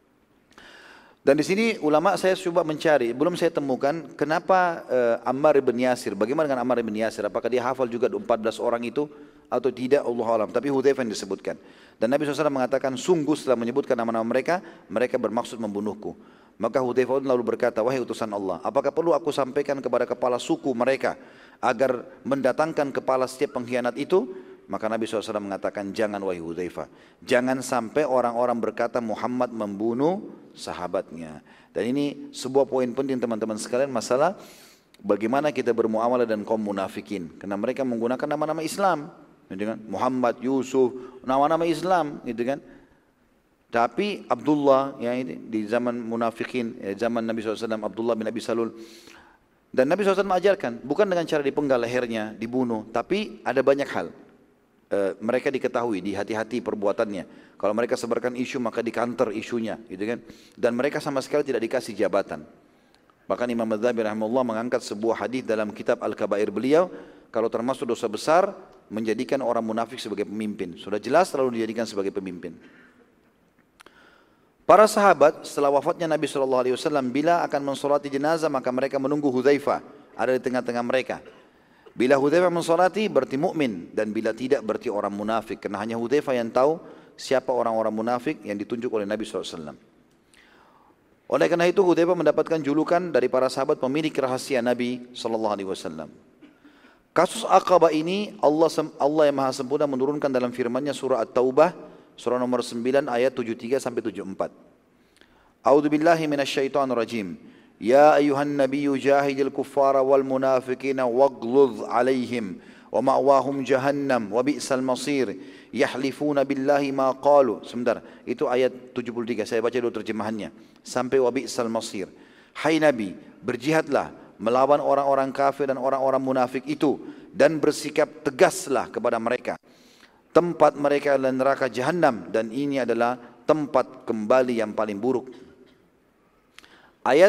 [SPEAKER 1] Dan di sini ulama saya coba mencari, belum saya temukan kenapa Ammar bin Yasir, bagaimana dengan Ammar bin Yasir, apakah dia hafal juga 14 orang itu atau tidak, Allah alam. Tapi Hudzaifah yang disebutkan. Dan Nabi SAW mengatakan, sungguh setelah menyebutkan nama-nama mereka, mereka bermaksud membunuhku. Maka Hudzaifah lalu berkata, wahai utusan Allah, apakah perlu aku sampaikan kepada kepala suku mereka agar mendatangkan kepala setiap pengkhianat itu? Maka Nabi SAW mengatakan, jangan wahai Hudzaifah, jangan sampai orang-orang berkata Muhammad membunuh sahabatnya. Dan ini sebuah poin penting teman-teman sekalian, masalah bagaimana kita bermuamalah dan kaum munafikin. Karena mereka menggunakan nama-nama Islam, gitu kan? Muhammad, Yusuf, nama-nama Islam, gitu kan. Tapi Abdullah, ya ini di zaman munafikin, zaman Nabi SAW, Abdullah bin Abi Salul. Dan Nabi SAW mengajarkan, bukan dengan cara dipenggal lehernya, dibunuh, tapi ada banyak hal. Mereka diketahui, dihati-hati perbuatannya. Kalau mereka sebarkan isu maka dikanter isunya, gitu kan. Dan mereka sama sekali tidak dikasih jabatan. Bahkan Imam Adz-Dzahabi rahimahullah mengangkat sebuah hadis dalam kitab Al-Kabair beliau, kalau termasuk dosa besar menjadikan orang munafik sebagai pemimpin. Sudah jelas lalu dijadikan sebagai pemimpin. Para sahabat setelah wafatnya Nabi SAW bila akan mensolati jenazah maka mereka menunggu Hudzaifah ada di tengah-tengah mereka. Bila Hudzaifah mensolati berarti mukmin, dan bila tidak berarti orang munafik. Karena hanya Hudzaifah yang tahu siapa orang-orang munafik yang ditunjuk oleh Nabi SAW. Oleh karena itu Hudzaifah mendapatkan julukan dari para sahabat pemilik rahasia Nabi SAW. Kasus Aqabah ini Allah yang Maha Sempurna menurunkan dalam firman-Nya surah At-Taubah surah nomor 9 ayat 73 sampai 74. A'udzubillahi minasyaitonir rajim. Ya ayuhan nabiyyu jahidil kuffara wal munafiqina waghluz alaihim wa ma'wahum jahannam wa bi'sal masir yahlifuna billahi ma qalu. Sebentar, itu ayat 73, saya baca dulu terjemahannya sampai wa bi'sal masir. Hai Nabi, berjihadlah melawan orang-orang kafir dan orang-orang munafik itu dan bersikap tegaslah kepada mereka. Tempat mereka adalah neraka jahannam dan ini adalah tempat kembali yang paling buruk. Ayat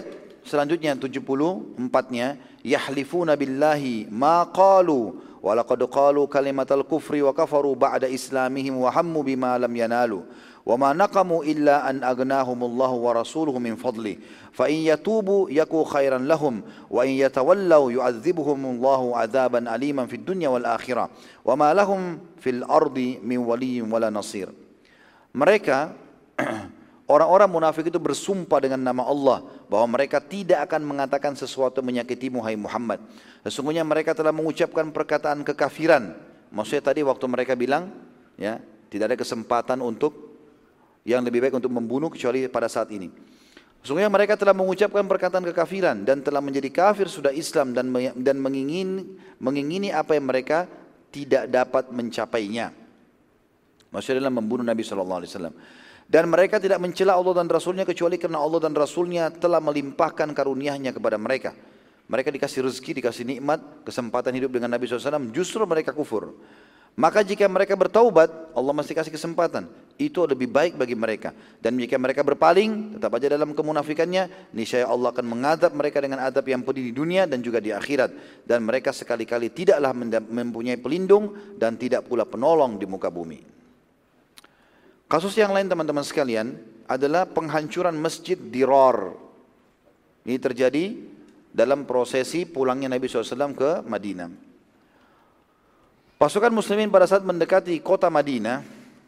[SPEAKER 1] selanjutnya 74-nya, yahlifuna billahi ma qalu wa laqad qalu kalimatal kufri wa kafaru ba'da islamihim wa hammu bima lam yanalu wa ma naqamu illa an aghnahumullahu wa rasuluhu min fadli fa in yatubu yaku khairan lahum wa in yatawallaw yu'adzibuhumullahu adzaban aliman fid dunya wal akhirah wa ma lahum fil ardi min waliyyin wala nasir. Mereka orang-orang munafik itu bersumpah dengan nama Allah bahwa mereka tidak akan mengatakan sesuatu menyakitimu hai Muhammad. Sesungguhnya mereka telah mengucapkan perkataan kekafiran. Maksudnya tadi waktu mereka bilang, ya, tidak ada kesempatan untuk yang lebih baik untuk membunuh kecuali pada saat ini. Sesungguhnya mereka telah mengucapkan perkataan kekafiran dan telah menjadi kafir sudah Islam dan mengingini apa yang mereka tidak dapat mencapainya. Maksudnya adalah membunuh Nabi SAW. Dan mereka tidak mencela Allah dan Rasulnya kecuali karena Allah dan Rasulnya telah melimpahkan karunia-Nya kepada mereka. Mereka dikasih rezeki, dikasih nikmat, kesempatan hidup dengan Nabi SAW, justru mereka kufur. Maka jika mereka bertaubat, Allah masih kasih kesempatan. Itu lebih baik bagi mereka. Dan jika mereka berpaling, tetap aja dalam kemunafikannya, niscaya Allah akan mengadab mereka dengan adab yang pedih di dunia dan juga di akhirat. Dan mereka sekali-kali tidaklah mempunyai pelindung dan tidak pula penolong di muka bumi. Kasus yang lain teman-teman sekalian adalah penghancuran masjid Dirar. Ini terjadi dalam prosesi pulangnya Nabi SAW ke Madinah. Pasukan muslimin pada saat mendekati kota Madinah,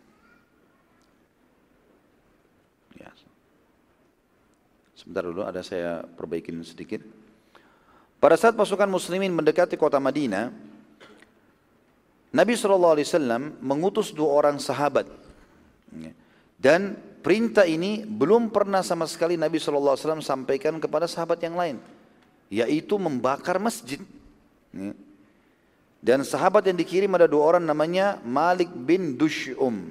[SPEAKER 1] ya, sebentar dulu ada saya perbaikin sedikit. Pada saat pasukan muslimin mendekati kota Madinah, Nabi SAW mengutus 2 orang sahabat. Dan perintah ini belum pernah sama sekali Nabi SAW sampaikan kepada sahabat yang lain, yaitu membakar masjid. Dan sahabat yang dikirim ada 2 orang namanya Malik bin Dush'um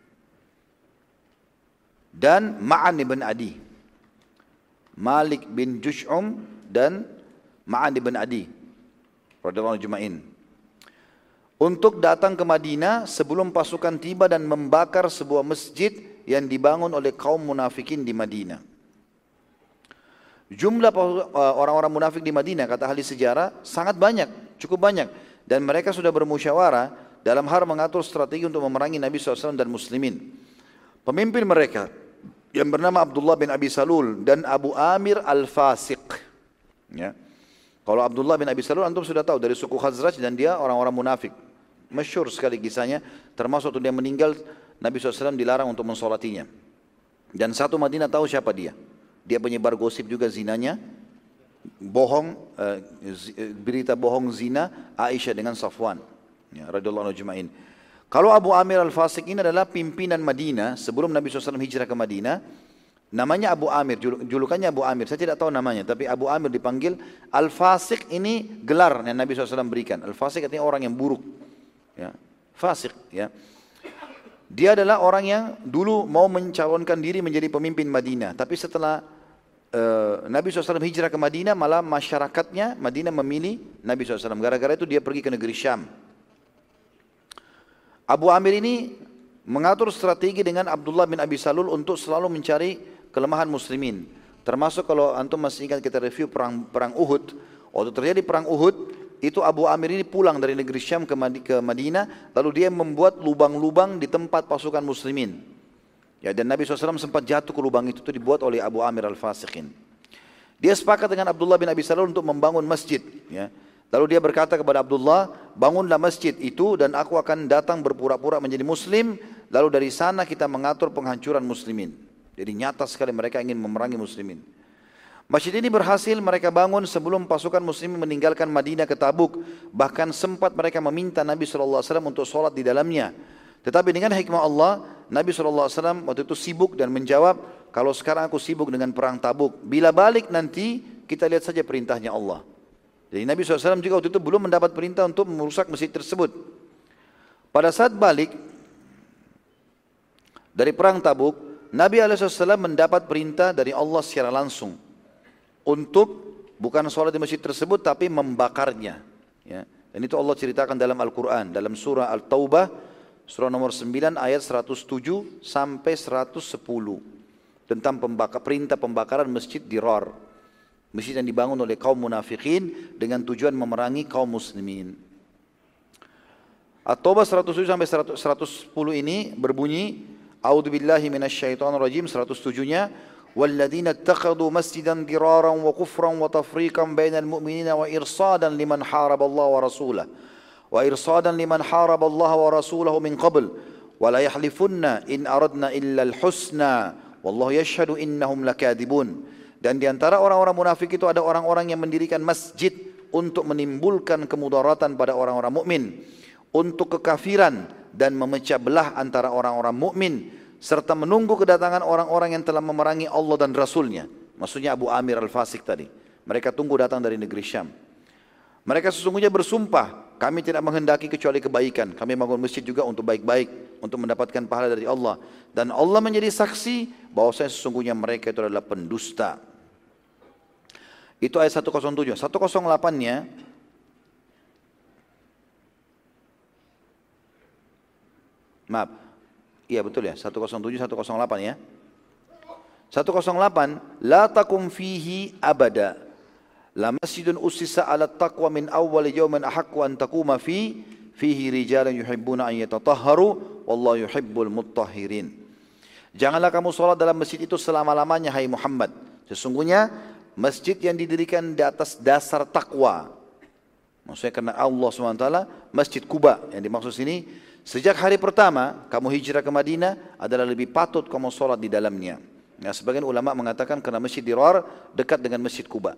[SPEAKER 1] dan Ma'an bin Adi. Malik bin Dush'um dan Ma'an bin Adi radhiyallahu ajma'in, untuk datang ke Madinah sebelum pasukan tiba dan membakar sebuah masjid yang dibangun oleh kaum munafikin di Madinah. Jumlah orang-orang munafik di Madinah, kata ahli sejarah, sangat banyak, cukup banyak. Dan mereka sudah bermusyawarah dalam hal mengatur strategi untuk memerangi Nabi SAW dan muslimin. Pemimpin mereka yang bernama Abdullah bin Abi Salul dan Abu Amir Al-Fasiq. Ya. Kalau Abdullah bin Abi Salul antum sudah tahu dari suku Khazraj dan dia orang-orang munafik. Masyhur sekali kisahnya, termasuk waktu dia meninggal Nabi SAW dilarang untuk mensolatinya. Dan satu Madinah tahu siapa dia. Dia penyebar gosip juga zinanya, bohong, berita bohong zina Aisyah dengan Safwan, ya, radhiyallahu anhu ajma'in. Kalau Abu Amir Al-Fasiq ini adalah pimpinan Madinah sebelum Nabi SAW hijrah ke Madinah. Namanya Abu Amir, julukannya Abu Amir, saya tidak tahu namanya, tapi Abu Amir dipanggil Al-Fasiq. Ini gelar yang Nabi SAW berikan. Al-Fasiq artinya orang yang buruk, ya, fasik, ya. Dia adalah orang yang dulu mau mencalonkan diri menjadi pemimpin Madinah, tapi setelah Nabi SAW hijrah ke Madinah, malah masyarakatnya Madinah memilih Nabi SAW. Gara-gara itu dia pergi ke negeri Syam. Abu Amir ini mengatur strategi dengan Abdullah bin Abi Salul untuk selalu mencari kelemahan muslimin. Termasuk kalau antum masih ingat kita review perang Uhud. Waktu terjadi perang Uhud, itu Abu Amir ini pulang dari negeri Syam ke Madinah, lalu dia membuat lubang-lubang di tempat pasukan muslimin. Ya, dan Nabi SAW sempat jatuh ke lubang itu dibuat oleh Abu Amir Al-Fasiqin. Dia sepakat dengan Abdullah bin Abi Salul untuk membangun masjid. Ya. Lalu dia berkata kepada Abdullah, bangunlah masjid itu dan aku akan datang berpura-pura menjadi muslim, lalu dari sana kita mengatur penghancuran muslimin. Jadi nyata sekali mereka ingin memerangi muslimin. Masjid ini berhasil mereka bangun sebelum pasukan muslimin meninggalkan Madinah ke Tabuk. Bahkan sempat mereka meminta Nabi SAW untuk sholat di dalamnya. Tetapi dengan hikmah Allah, Nabi SAW waktu itu sibuk dan menjawab, kalau sekarang aku sibuk dengan perang Tabuk, bila balik nanti kita lihat saja perintahnya Allah. Jadi Nabi SAW juga waktu itu belum mendapat perintah untuk merusak masjid tersebut. Pada saat balik dari perang Tabuk, Nabi SAW mendapat perintah dari Allah secara langsung untuk bukan sholat di masjid tersebut tapi membakarnya. Ya. Dan itu Allah ceritakan dalam Al-Quran, dalam surah Al-Taubah, surah nomor 9 ayat 107 sampai 110 tentang perintah pembakaran masjid Dirar. Masjid yang dibangun oleh kaum munafikin dengan tujuan memerangi kaum muslimin. At-Taubah 107 sampai 110 ini berbunyi, A'udzubillahi minasyaitonirrajim, 107-nya, walladzina ittakhadhu masjidan diraran wa kufran wa tafriqan bainal mu'minina wa irsadan liman haraballahu wa rasulahu wa irsadan liman haraballahu wa rasulahu min qabl wa la yahlifunna in aradna illa al-husna wallahu yashhadu innahum lakadzibun. Dan di antara orang-orang munafik itu ada orang-orang yang mendirikan masjid untuk menimbulkan kemudaratan pada orang-orang mukmin, untuk kekafiran dan memecah belah antara orang-orang mukmin, serta menunggu kedatangan orang-orang yang telah memerangi Allah dan Rasulnya. Maksudnya Abu Amir al-Fasik tadi. Mereka tunggu datang dari negeri Syam. Mereka sesungguhnya bersumpah, kami tidak menghendaki kecuali kebaikan. Kami bangun masjid juga untuk baik-baik, untuk mendapatkan pahala dari Allah. Dan Allah menjadi saksi bahwasanya sesungguhnya mereka itu adalah pendusta. Itu ayat 107. 108-nya, maaf, iya betul ya, 107, 108 ya. 108, la takum fihi abada, la masjidun ussisa ala taqwa min awwal yawmin ahaqqu an taquma fihi rijalan yuhibbuna an yatatahharu wallahu yuhibbul mutahhirin. Janganlah kamu sholat dalam masjid itu selama-lamanya, hai Muhammad. Sesungguhnya masjid yang didirikan di atas dasar takwa. Maksudnya karena Allah SWT, Masjid Quba yang dimaksud sini, sejak hari pertama kamu hijrah ke Madinah adalah lebih patut kamu sholat di dalamnya. Nah, sebagian ulama mengatakan karena Masjid Dirar dekat dengan Masjid Quba.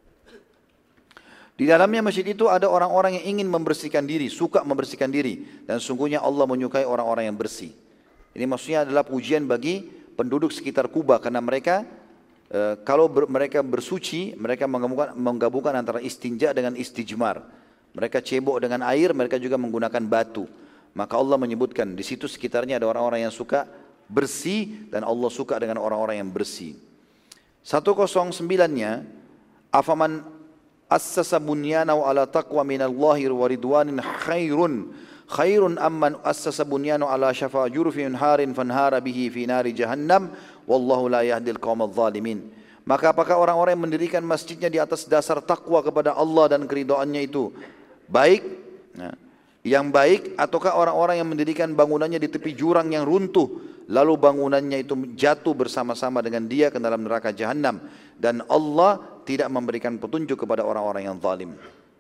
[SPEAKER 1] Di dalamnya masjid itu ada orang-orang yang ingin membersihkan diri, suka membersihkan diri. Dan sungguhnya Allah menyukai orang-orang yang bersih. Ini maksudnya adalah pujian bagi penduduk sekitar Quba, karena mereka kalau mereka bersuci, mereka menggabungkan antara istinja dengan istijmar. Mereka cebok dengan air, mereka juga menggunakan batu. Maka Allah menyebutkan di situ sekitarnya ada orang-orang yang suka bersih, dan Allah suka dengan orang-orang yang bersih. 109-nya, afaman assasa bunyanahu ala taqwa minallahi wa ridwanin khairun amman assasa bunyanahu ala syafa jurfin harin fanhara bihi fi nari jahannam wallahu la yahdil qaumadz zalimin. Maka apakah orang-orang yang mendirikan masjidnya di atas dasar takwa kepada Allah dan keridhaannya itu baik? Nah, yang baik, ataukah orang-orang yang mendirikan bangunannya di tepi jurang yang runtuh, lalu bangunannya itu jatuh bersama-sama dengan dia ke dalam neraka Jahannam, dan Allah tidak memberikan petunjuk kepada orang-orang yang zalim.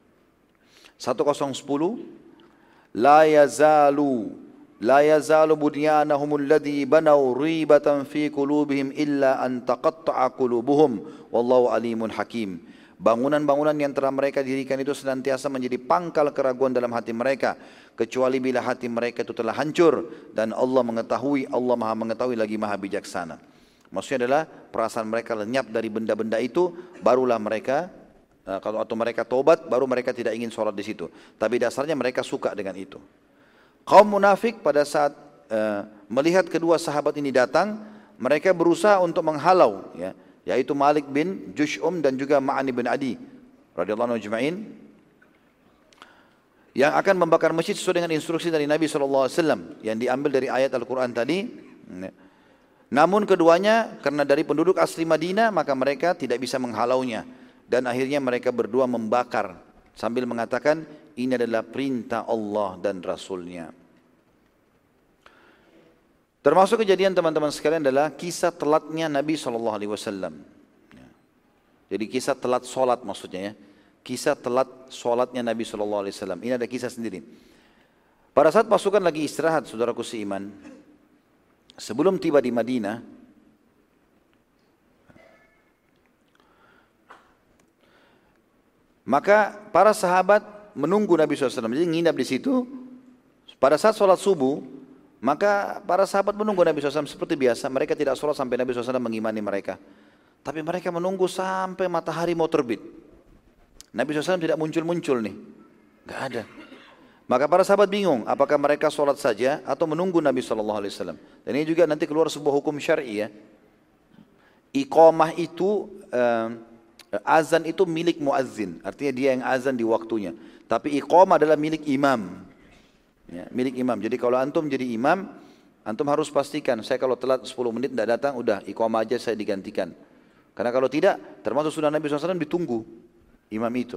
[SPEAKER 1] 1010, La yazalu bunyanahum alladhi banaw ribatan fi qulubihim illa an taqatta'a qulubuhum wallahu alimun hakim. Bangunan-bangunan yang telah mereka dirikan itu senantiasa menjadi pangkal keraguan dalam hati mereka, kecuali bila hati mereka itu telah hancur, dan Allah mengetahui, Allah Maha mengetahui lagi Maha bijaksana. Maksudnya adalah perasaan mereka lenyap dari benda-benda itu, barulah mereka atau mereka tobat, baru mereka tidak ingin sholat di situ. Tapi dasarnya mereka suka dengan itu. Kaum munafik pada saat melihat kedua sahabat ini datang, mereka berusaha untuk menghalau, yaitu Malik bin Jush'um dan juga Ma'an bin Adi radhiyallahu anhu ajma'in, yang akan membakar masjid sesuai dengan instruksi dari Nabi SAW yang diambil dari ayat Al-Quran tadi. Namun keduanya karena dari penduduk asli Madinah, maka mereka tidak bisa menghalaunya. Dan akhirnya mereka berdua membakar sambil mengatakan ini adalah perintah Allah dan Rasulnya. Termasuk kejadian teman-teman sekalian adalah kisah telatnya Nabi SAW. Jadi kisah telat solat maksudnya ya. Kisah telat solatnya Nabi SAW. Ini ada kisah sendiri. Pada saat pasukan lagi istirahat, saudaraku seiman, sebelum tiba di Madinah, maka para sahabat menunggu Nabi SAW, jadi nginap di situ. Pada saat sholat subuh, maka para sahabat menunggu Nabi SAW seperti biasa. Mereka tidak sholat sampai Nabi SAW mengimani mereka. Tapi mereka menunggu sampai matahari mau terbit. Nabi SAW tidak muncul-muncul nih, nggak ada. Maka para sahabat bingung, apakah mereka sholat saja atau menunggu Nabi SAW. Dan ini juga nanti keluar sebuah hukum syar'i ya. Iqamah itu azan itu milik muazzin, artinya dia yang azan di waktunya. Tapi iqamah adalah milik imam, ya, milik imam. Jadi kalau antum jadi imam, antum harus pastikan, saya kalau telat 10 menit tidak datang, udah iqamah aja saya digantikan. Karena kalau tidak, termasuk sunnah Nabi SAW ditunggu imam itu.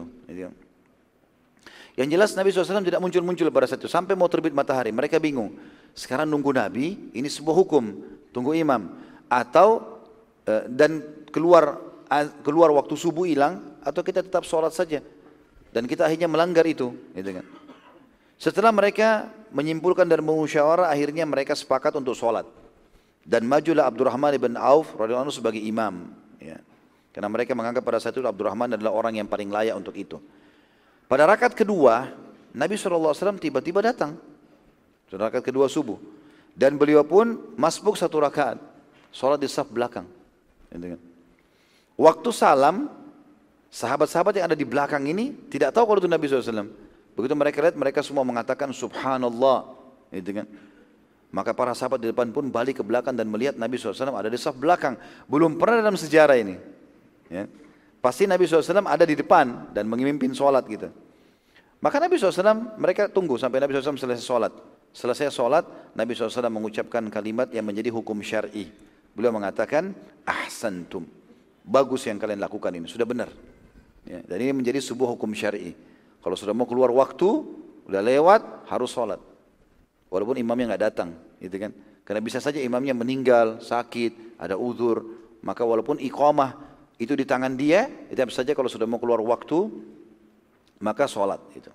[SPEAKER 1] Yang jelas Nabi SAW tidak muncul-muncul pada saat itu. Sampai mau terbit matahari, mereka bingung. Sekarang nunggu Nabi, ini sebuah hukum. Tunggu imam. Atau, dan keluar waktu subuh hilang, atau kita tetap sholat saja. Dan kita akhirnya melanggar itu. Gitu kan. Setelah mereka menyimpulkan dan bermusyawarah, akhirnya mereka sepakat untuk sholat. Dan majulah Abdurrahman ibn Auf radhiyallahu anhu sebagai imam. Ya. Karena mereka menganggap pada saat itu Abdurrahman adalah orang yang paling layak untuk itu. Pada rakaat kedua, Nabi SAW tiba-tiba datang. Pada rakaat kedua subuh. Dan beliau pun masbuk satu rakaat. Sholat di saf belakang. Ya. Waktu salam, sahabat-sahabat yang ada di belakang ini tidak tahu kalau itu Nabi SAW. Begitu mereka lihat, mereka semua mengatakan subhanallah. Gitu kan. Maka para sahabat di depan pun balik ke belakang dan melihat Nabi SAW ada di saf belakang. Belum pernah dalam sejarah ini. Ya. Pasti Nabi SAW ada di depan dan memimpin sholat gitu. Maka Nabi SAW, mereka tunggu sampai Nabi SAW selesai sholat. Selesai sholat, Nabi SAW mengucapkan kalimat yang menjadi hukum syar'i. Beliau mengatakan, ahsantum. Bagus yang kalian lakukan ini, sudah benar. Ya. Dan ini menjadi sebuah hukum syar'i. Kalau sudah mau keluar waktu, udah lewat, harus sholat. Walaupun imamnya nggak datang, gitu kan? Karena bisa saja imamnya meninggal, sakit, ada uzur. Maka walaupun iqamah itu di tangan dia, tetap saja kalau sudah mau keluar waktu, maka sholat. Gitu.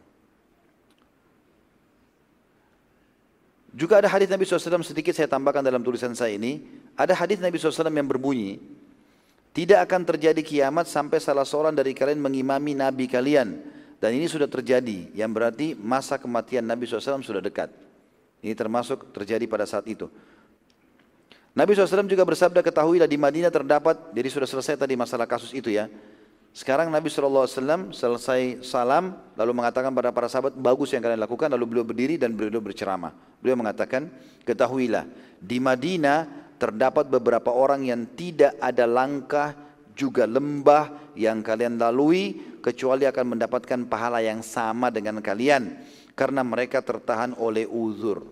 [SPEAKER 1] Juga ada hadis Nabi SAW, sedikit saya tambahkan dalam tulisan saya ini. Ada hadis Nabi SAW yang berbunyi, tidak akan terjadi kiamat sampai salah seorang dari kalian mengimami Nabi kalian. Dan ini sudah terjadi, yang berarti masa kematian Nabi SAW sudah dekat. Ini termasuk terjadi pada saat itu. Nabi SAW juga bersabda, ketahuilah di Madinah terdapat, jadi sudah selesai tadi masalah kasus itu ya. Sekarang Nabi SAW selesai salam, lalu mengatakan pada para sahabat, bagus yang kalian lakukan, lalu beliau berdiri dan beliau berceramah. Beliau mengatakan, ketahuilah, di Madinah terdapat beberapa orang yang tidak ada langkah, juga lembah yang kalian lalui, kecuali akan mendapatkan pahala yang sama dengan kalian. Karena mereka tertahan oleh uzur.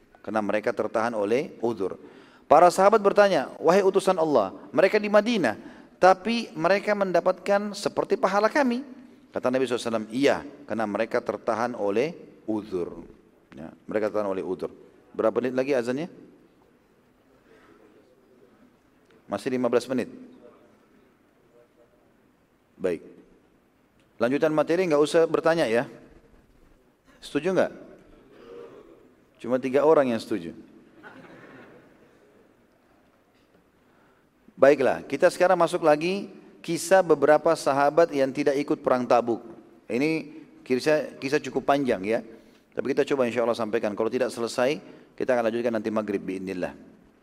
[SPEAKER 1] Para sahabat bertanya, wahai utusan Allah, mereka di Madinah, tapi mereka mendapatkan seperti pahala kami. Kata Nabi SAW, iya, karena mereka tertahan oleh uzur. Ya, mereka tertahan oleh uzur. Berapa menit lagi azannya? Masih 15 menit. Baik. Lanjutan materi nggak usah bertanya ya. Setuju nggak? Cuma 3 orang yang setuju. Baiklah, kita sekarang masuk lagi kisah beberapa sahabat yang tidak ikut perang Tabuk. Ini kisah cukup panjang ya. Tapi kita coba insya Allah sampaikan. Kalau tidak selesai, kita akan lanjutkan nanti maghrib biidznillah.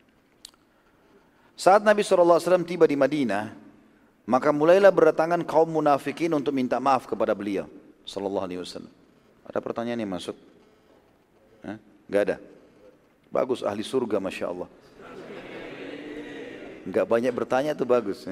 [SPEAKER 1] Saat Nabi SAW tiba di Madinah, maka mulailah berdatangan kaum munafikin untuk minta maaf kepada beliau sallallahu alaihi wasallam. Ada pertanyaan yang masuk? Enggak ada. Bagus, ahli surga Masya Allah. Enggak banyak bertanya itu bagus.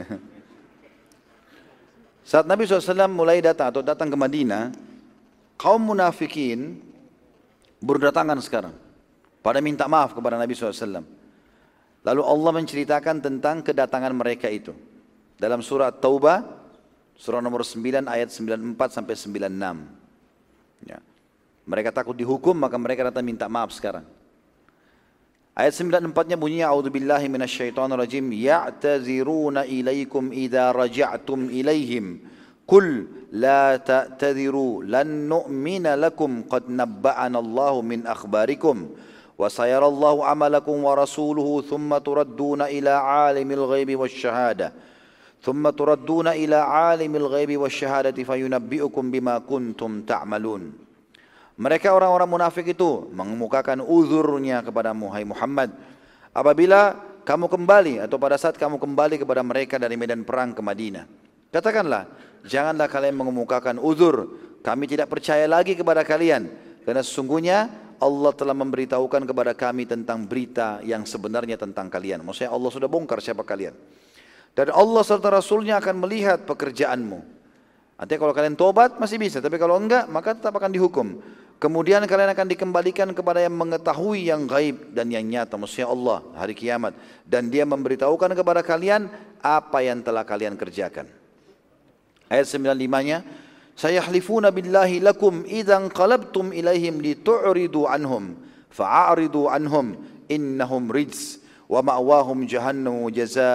[SPEAKER 1] Saat Nabi SAW mulai datang ke Madinah, kaum munafikin berdatangan sekarang pada minta maaf kepada Nabi SAW. Lalu Allah menceritakan tentang kedatangan mereka itu. Dalam surah Taubah, surah nomor 9 ayat 94 sampai 96. Ya. Mereka takut dihukum, maka mereka datang minta maaf sekarang. Ayat 94-nya bunyinya, A'udzubillahi minasyaitonirrajim, ya'taziruna ilaikum idza raja'tum ilaihim, qul la ta'tadiru lan nu'mina lakum qad nabba'ana Allahu min akhbarikum wa sayarallahu amalakum wa rasuluhu thumma turadduna ila alimil ghaibi wasyahada. ثم تردون إلى عالم الغيب والشهادة فينبئكم بما كنتم تعملون. Mereka orang-orang munafik itu mengemukakan uzurnya kepadamu, hai Muhammad. Apabila kamu kembali atau pada saat kamu kembali kepada mereka dari medan perang ke Madinah, katakanlah, janganlah kalian mengemukakan uzur. Kami tidak percaya lagi kepada kalian, karena sesungguhnya Allah telah memberitahukan kepada kami tentang berita yang sebenarnya tentang kalian. Maksudnya Allah sudah bongkar siapa kalian. Dan Allah serta Rasulnya akan melihat pekerjaanmu. Artinya kalau kalian tobat masih bisa, tapi kalau enggak maka tetap akan dihukum. Kemudian kalian akan dikembalikan kepada yang mengetahui yang gaib dan yang nyata, maksudnya Allah, hari kiamat. Dan dia memberitahukan kepada kalian apa yang telah kalian kerjakan. Ayat 95-nya, sayahlifuna billahi lakum idzan qalabtum ilaihim litu'ridu anhum fa'aridu anhum innahum rijs wa ma'wahum jahannamu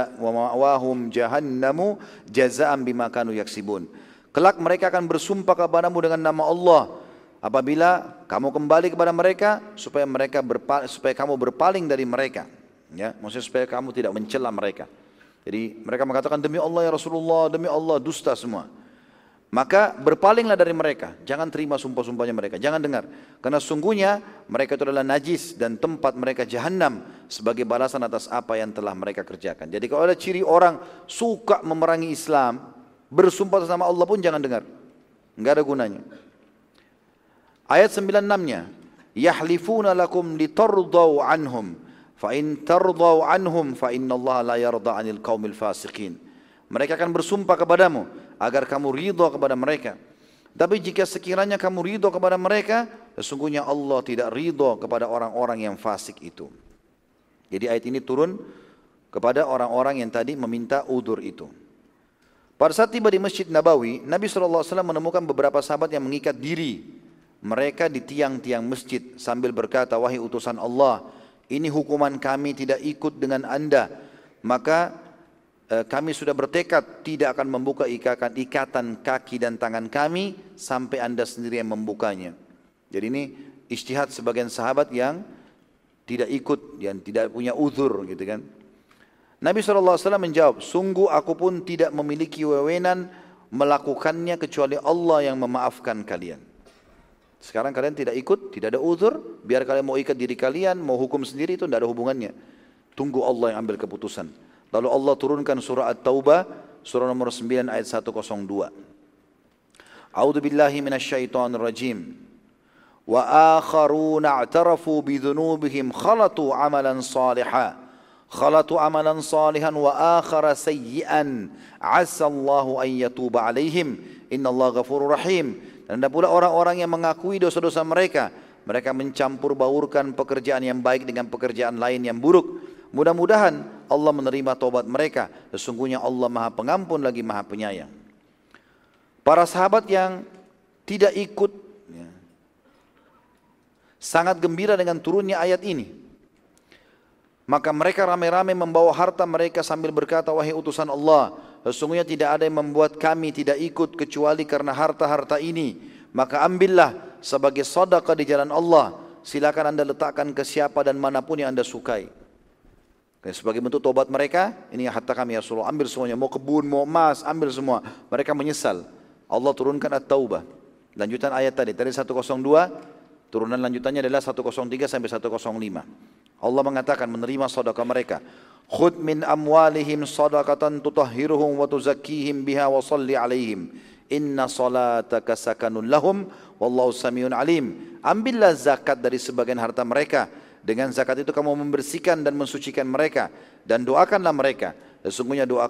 [SPEAKER 1] jazaa'an bima kanu yaksibun. Kelak mereka akan bersumpah kepadamu dengan nama Allah apabila kamu kembali kepada mereka supaya kamu berpaling dari mereka, ya, maksudnya supaya kamu tidak mencela mereka. Jadi mereka mengatakan demi Allah ya Rasulullah, demi Allah, dusta semua. Maka berpalinglah dari mereka, jangan terima sumpah-sumpahnya mereka, jangan dengar. Karena sungguhnya mereka itu adalah najis dan tempat mereka jahanam sebagai balasan atas apa yang telah mereka kerjakan. Jadi kalau ada ciri orang suka memerangi Islam, bersumpah atas nama Allah pun jangan dengar, enggak ada gunanya. Ayat 96-nya, yahlifuna lakum litardau anhum fa in tardau anhum fa innallaha la yarda 'anil qaumil fasiqin. Mereka akan bersumpah kepadamu agar kamu ridha kepada mereka. Tapi jika sekiranya kamu ridha kepada mereka, sesungguhnya Allah tidak ridha kepada orang-orang yang fasik itu. Jadi ayat ini turun kepada orang-orang yang tadi meminta udzur itu. Pada saat tiba di Masjid Nabawi, Nabi SAW menemukan beberapa sahabat yang mengikat diri mereka di tiang-tiang masjid sambil berkata, wahai utusan Allah, ini hukuman kami tidak ikut dengan anda, maka kami sudah bertekad tidak akan membuka ikatan kaki dan tangan kami sampai anda sendiri yang membukanya. Jadi ini ijtihad sebagian sahabat yang tidak ikut, yang tidak punya uzur gitu kan. Nabi SAW menjawab, sungguh aku pun tidak memiliki wewenang melakukannya kecuali Allah yang memaafkan kalian. Sekarang kalian tidak ikut, tidak ada uzur, biar kalian mau ikat diri kalian, mau hukum sendiri, itu tidak ada hubungannya. Tunggu Allah yang ambil keputusan. Lalu Allah turunkan surah At-Taubah, surah nomor 9 ayat 102. A'udzu billahi minasyaitonir rajim. Wa akharuna i'tarafu bidhunubihim khalatu amalan salihan wa akhara sayyi'an 'asallahu an yatuba 'alaihim innallaha ghafurur rahim. Dan ada pula orang-orang yang mengakui dosa-dosa mereka. Mereka mencampur baurkan pekerjaan yang baik dengan pekerjaan lain yang buruk. Mudah-mudahan Allah menerima taubat mereka. Sesungguhnya Allah Maha Pengampun lagi Maha Penyayang. Para sahabat yang tidak ikut sangat gembira dengan turunnya ayat ini. Maka mereka ramai-ramai membawa harta mereka sambil berkata, wahai utusan Allah, sesungguhnya tidak ada yang membuat kami tidak ikut kecuali karena harta-harta ini. Maka ambillah sebagai sedekah di jalan Allah. Silakan anda letakkan ke siapa dan manapun yang anda sukai. Sebagai bentuk taubat mereka, ini harta kami ya Rasulullah, ambil semuanya, mau kebun, mau emas, ambil semua. Mereka menyesal. Allah turunkan At-Taubah. Lanjutan ayat tadi 102, turunan lanjutannya adalah 103 sampai 105. Allah mengatakan menerima sedekah mereka. Khudh min amwalihim sadaqatan tutahhiruhum wa tuzakkihim biha wa shalli alaihim. Inna salataka sakanun lahum wallahu samiun alim. Ambillah zakat dari sebagian harta mereka. Dengan zakat itu kamu membersihkan dan mensucikan mereka dan doakanlah mereka. Sesungguhnya doa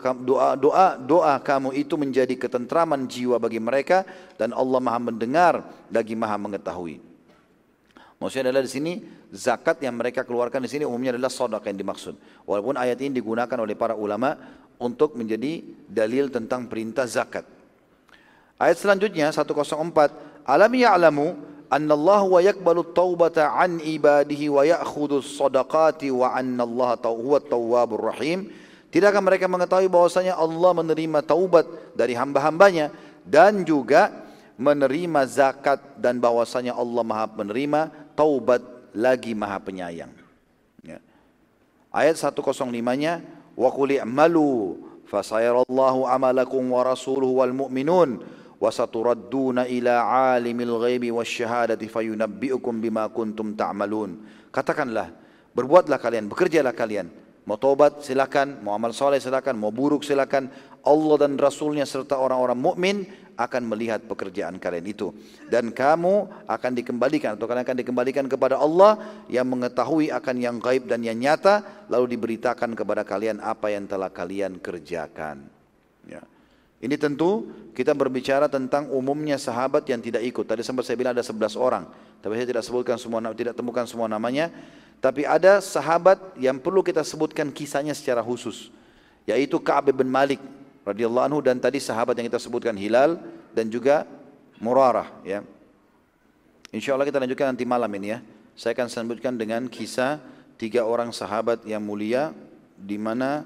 [SPEAKER 1] kamu itu menjadi ketentraman jiwa bagi mereka dan Allah Maha mendengar lagi Maha mengetahui. Maksudnya adalah di sini zakat yang mereka keluarkan di sini umumnya adalah sedekah yang dimaksud. Walaupun ayat ini digunakan oleh para ulama untuk menjadi dalil tentang perintah zakat. Ayat selanjutnya 104, alam ya'lamu anna Allah wa yakbalu taubata an ibadihi wa ya'khudhu sadaqati wa anna Allah huwa tawwabur rahim. Tidakkah mereka mengetahui bahwasanya Allah menerima taubat dari hamba-hambanya dan juga menerima zakat dan bahwasanya Allah Maha menerima taubat lagi Maha penyayang. Ya. Ayat 105-nya wa qul i'malu fasayarallahu amalakum wa rasuluhu wal mu'minun wa saturadduna ila alimil ghaibi wasyahadati fayunabbi'ukum bima kuntum ta'malun. Katakanlah, berbuatlah kalian, bekerjalah kalian. Mau taubat silakan, mau amal soleh silakan, mau buruk silakan. Allah dan Rasulnya serta orang-orang mukmin akan melihat pekerjaan kalian itu. Dan kamu akan dikembalikan atau kalian akan dikembalikan kepada Allah yang mengetahui akan yang gaib dan yang nyata. Lalu diberitakan kepada kalian apa yang telah kalian kerjakan. Ya. Ini tentu kita berbicara tentang umumnya sahabat yang tidak ikut. Tadi sempat saya bilang ada 11 orang. Tapi saya tidak sebutkan semua, tidak temukan semua namanya. Tapi ada sahabat yang perlu kita sebutkan kisahnya secara khusus. yaitu Ka'ab bin Malik radhiyallahu anhu dan tadi sahabat yang kita sebutkan Hilal dan juga Murarah ya. Insyaallah kita lanjutkan nanti malam ini ya. Saya akan sambutkan dengan kisah 3 orang sahabat yang mulia di mana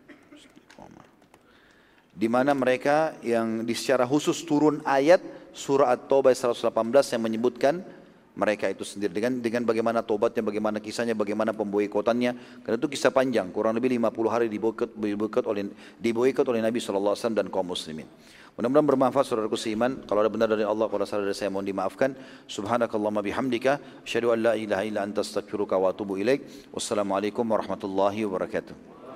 [SPEAKER 1] mereka yang secara khusus turun ayat surah At-Taubah 118 yang menyebutkan mereka itu sendiri dengan bagaimana tobatnya, bagaimana kisahnya, bagaimana pemboikotannya. Karena itu kisah panjang, kurang lebih 50 hari diboikot oleh Nabi SAW dan kaum muslimin. Mudah-mudahan bermanfaat saudaraku seiman. Kalau ada benar dari Allah, kalau salah dari saya mohon dimaafkan. Subhanakallahumma bihamdika, asyhadu an la ilaha illa anta astaghfiruka wa atubu ilaik. Wassalamualaikum warahmatullahi wabarakatuh.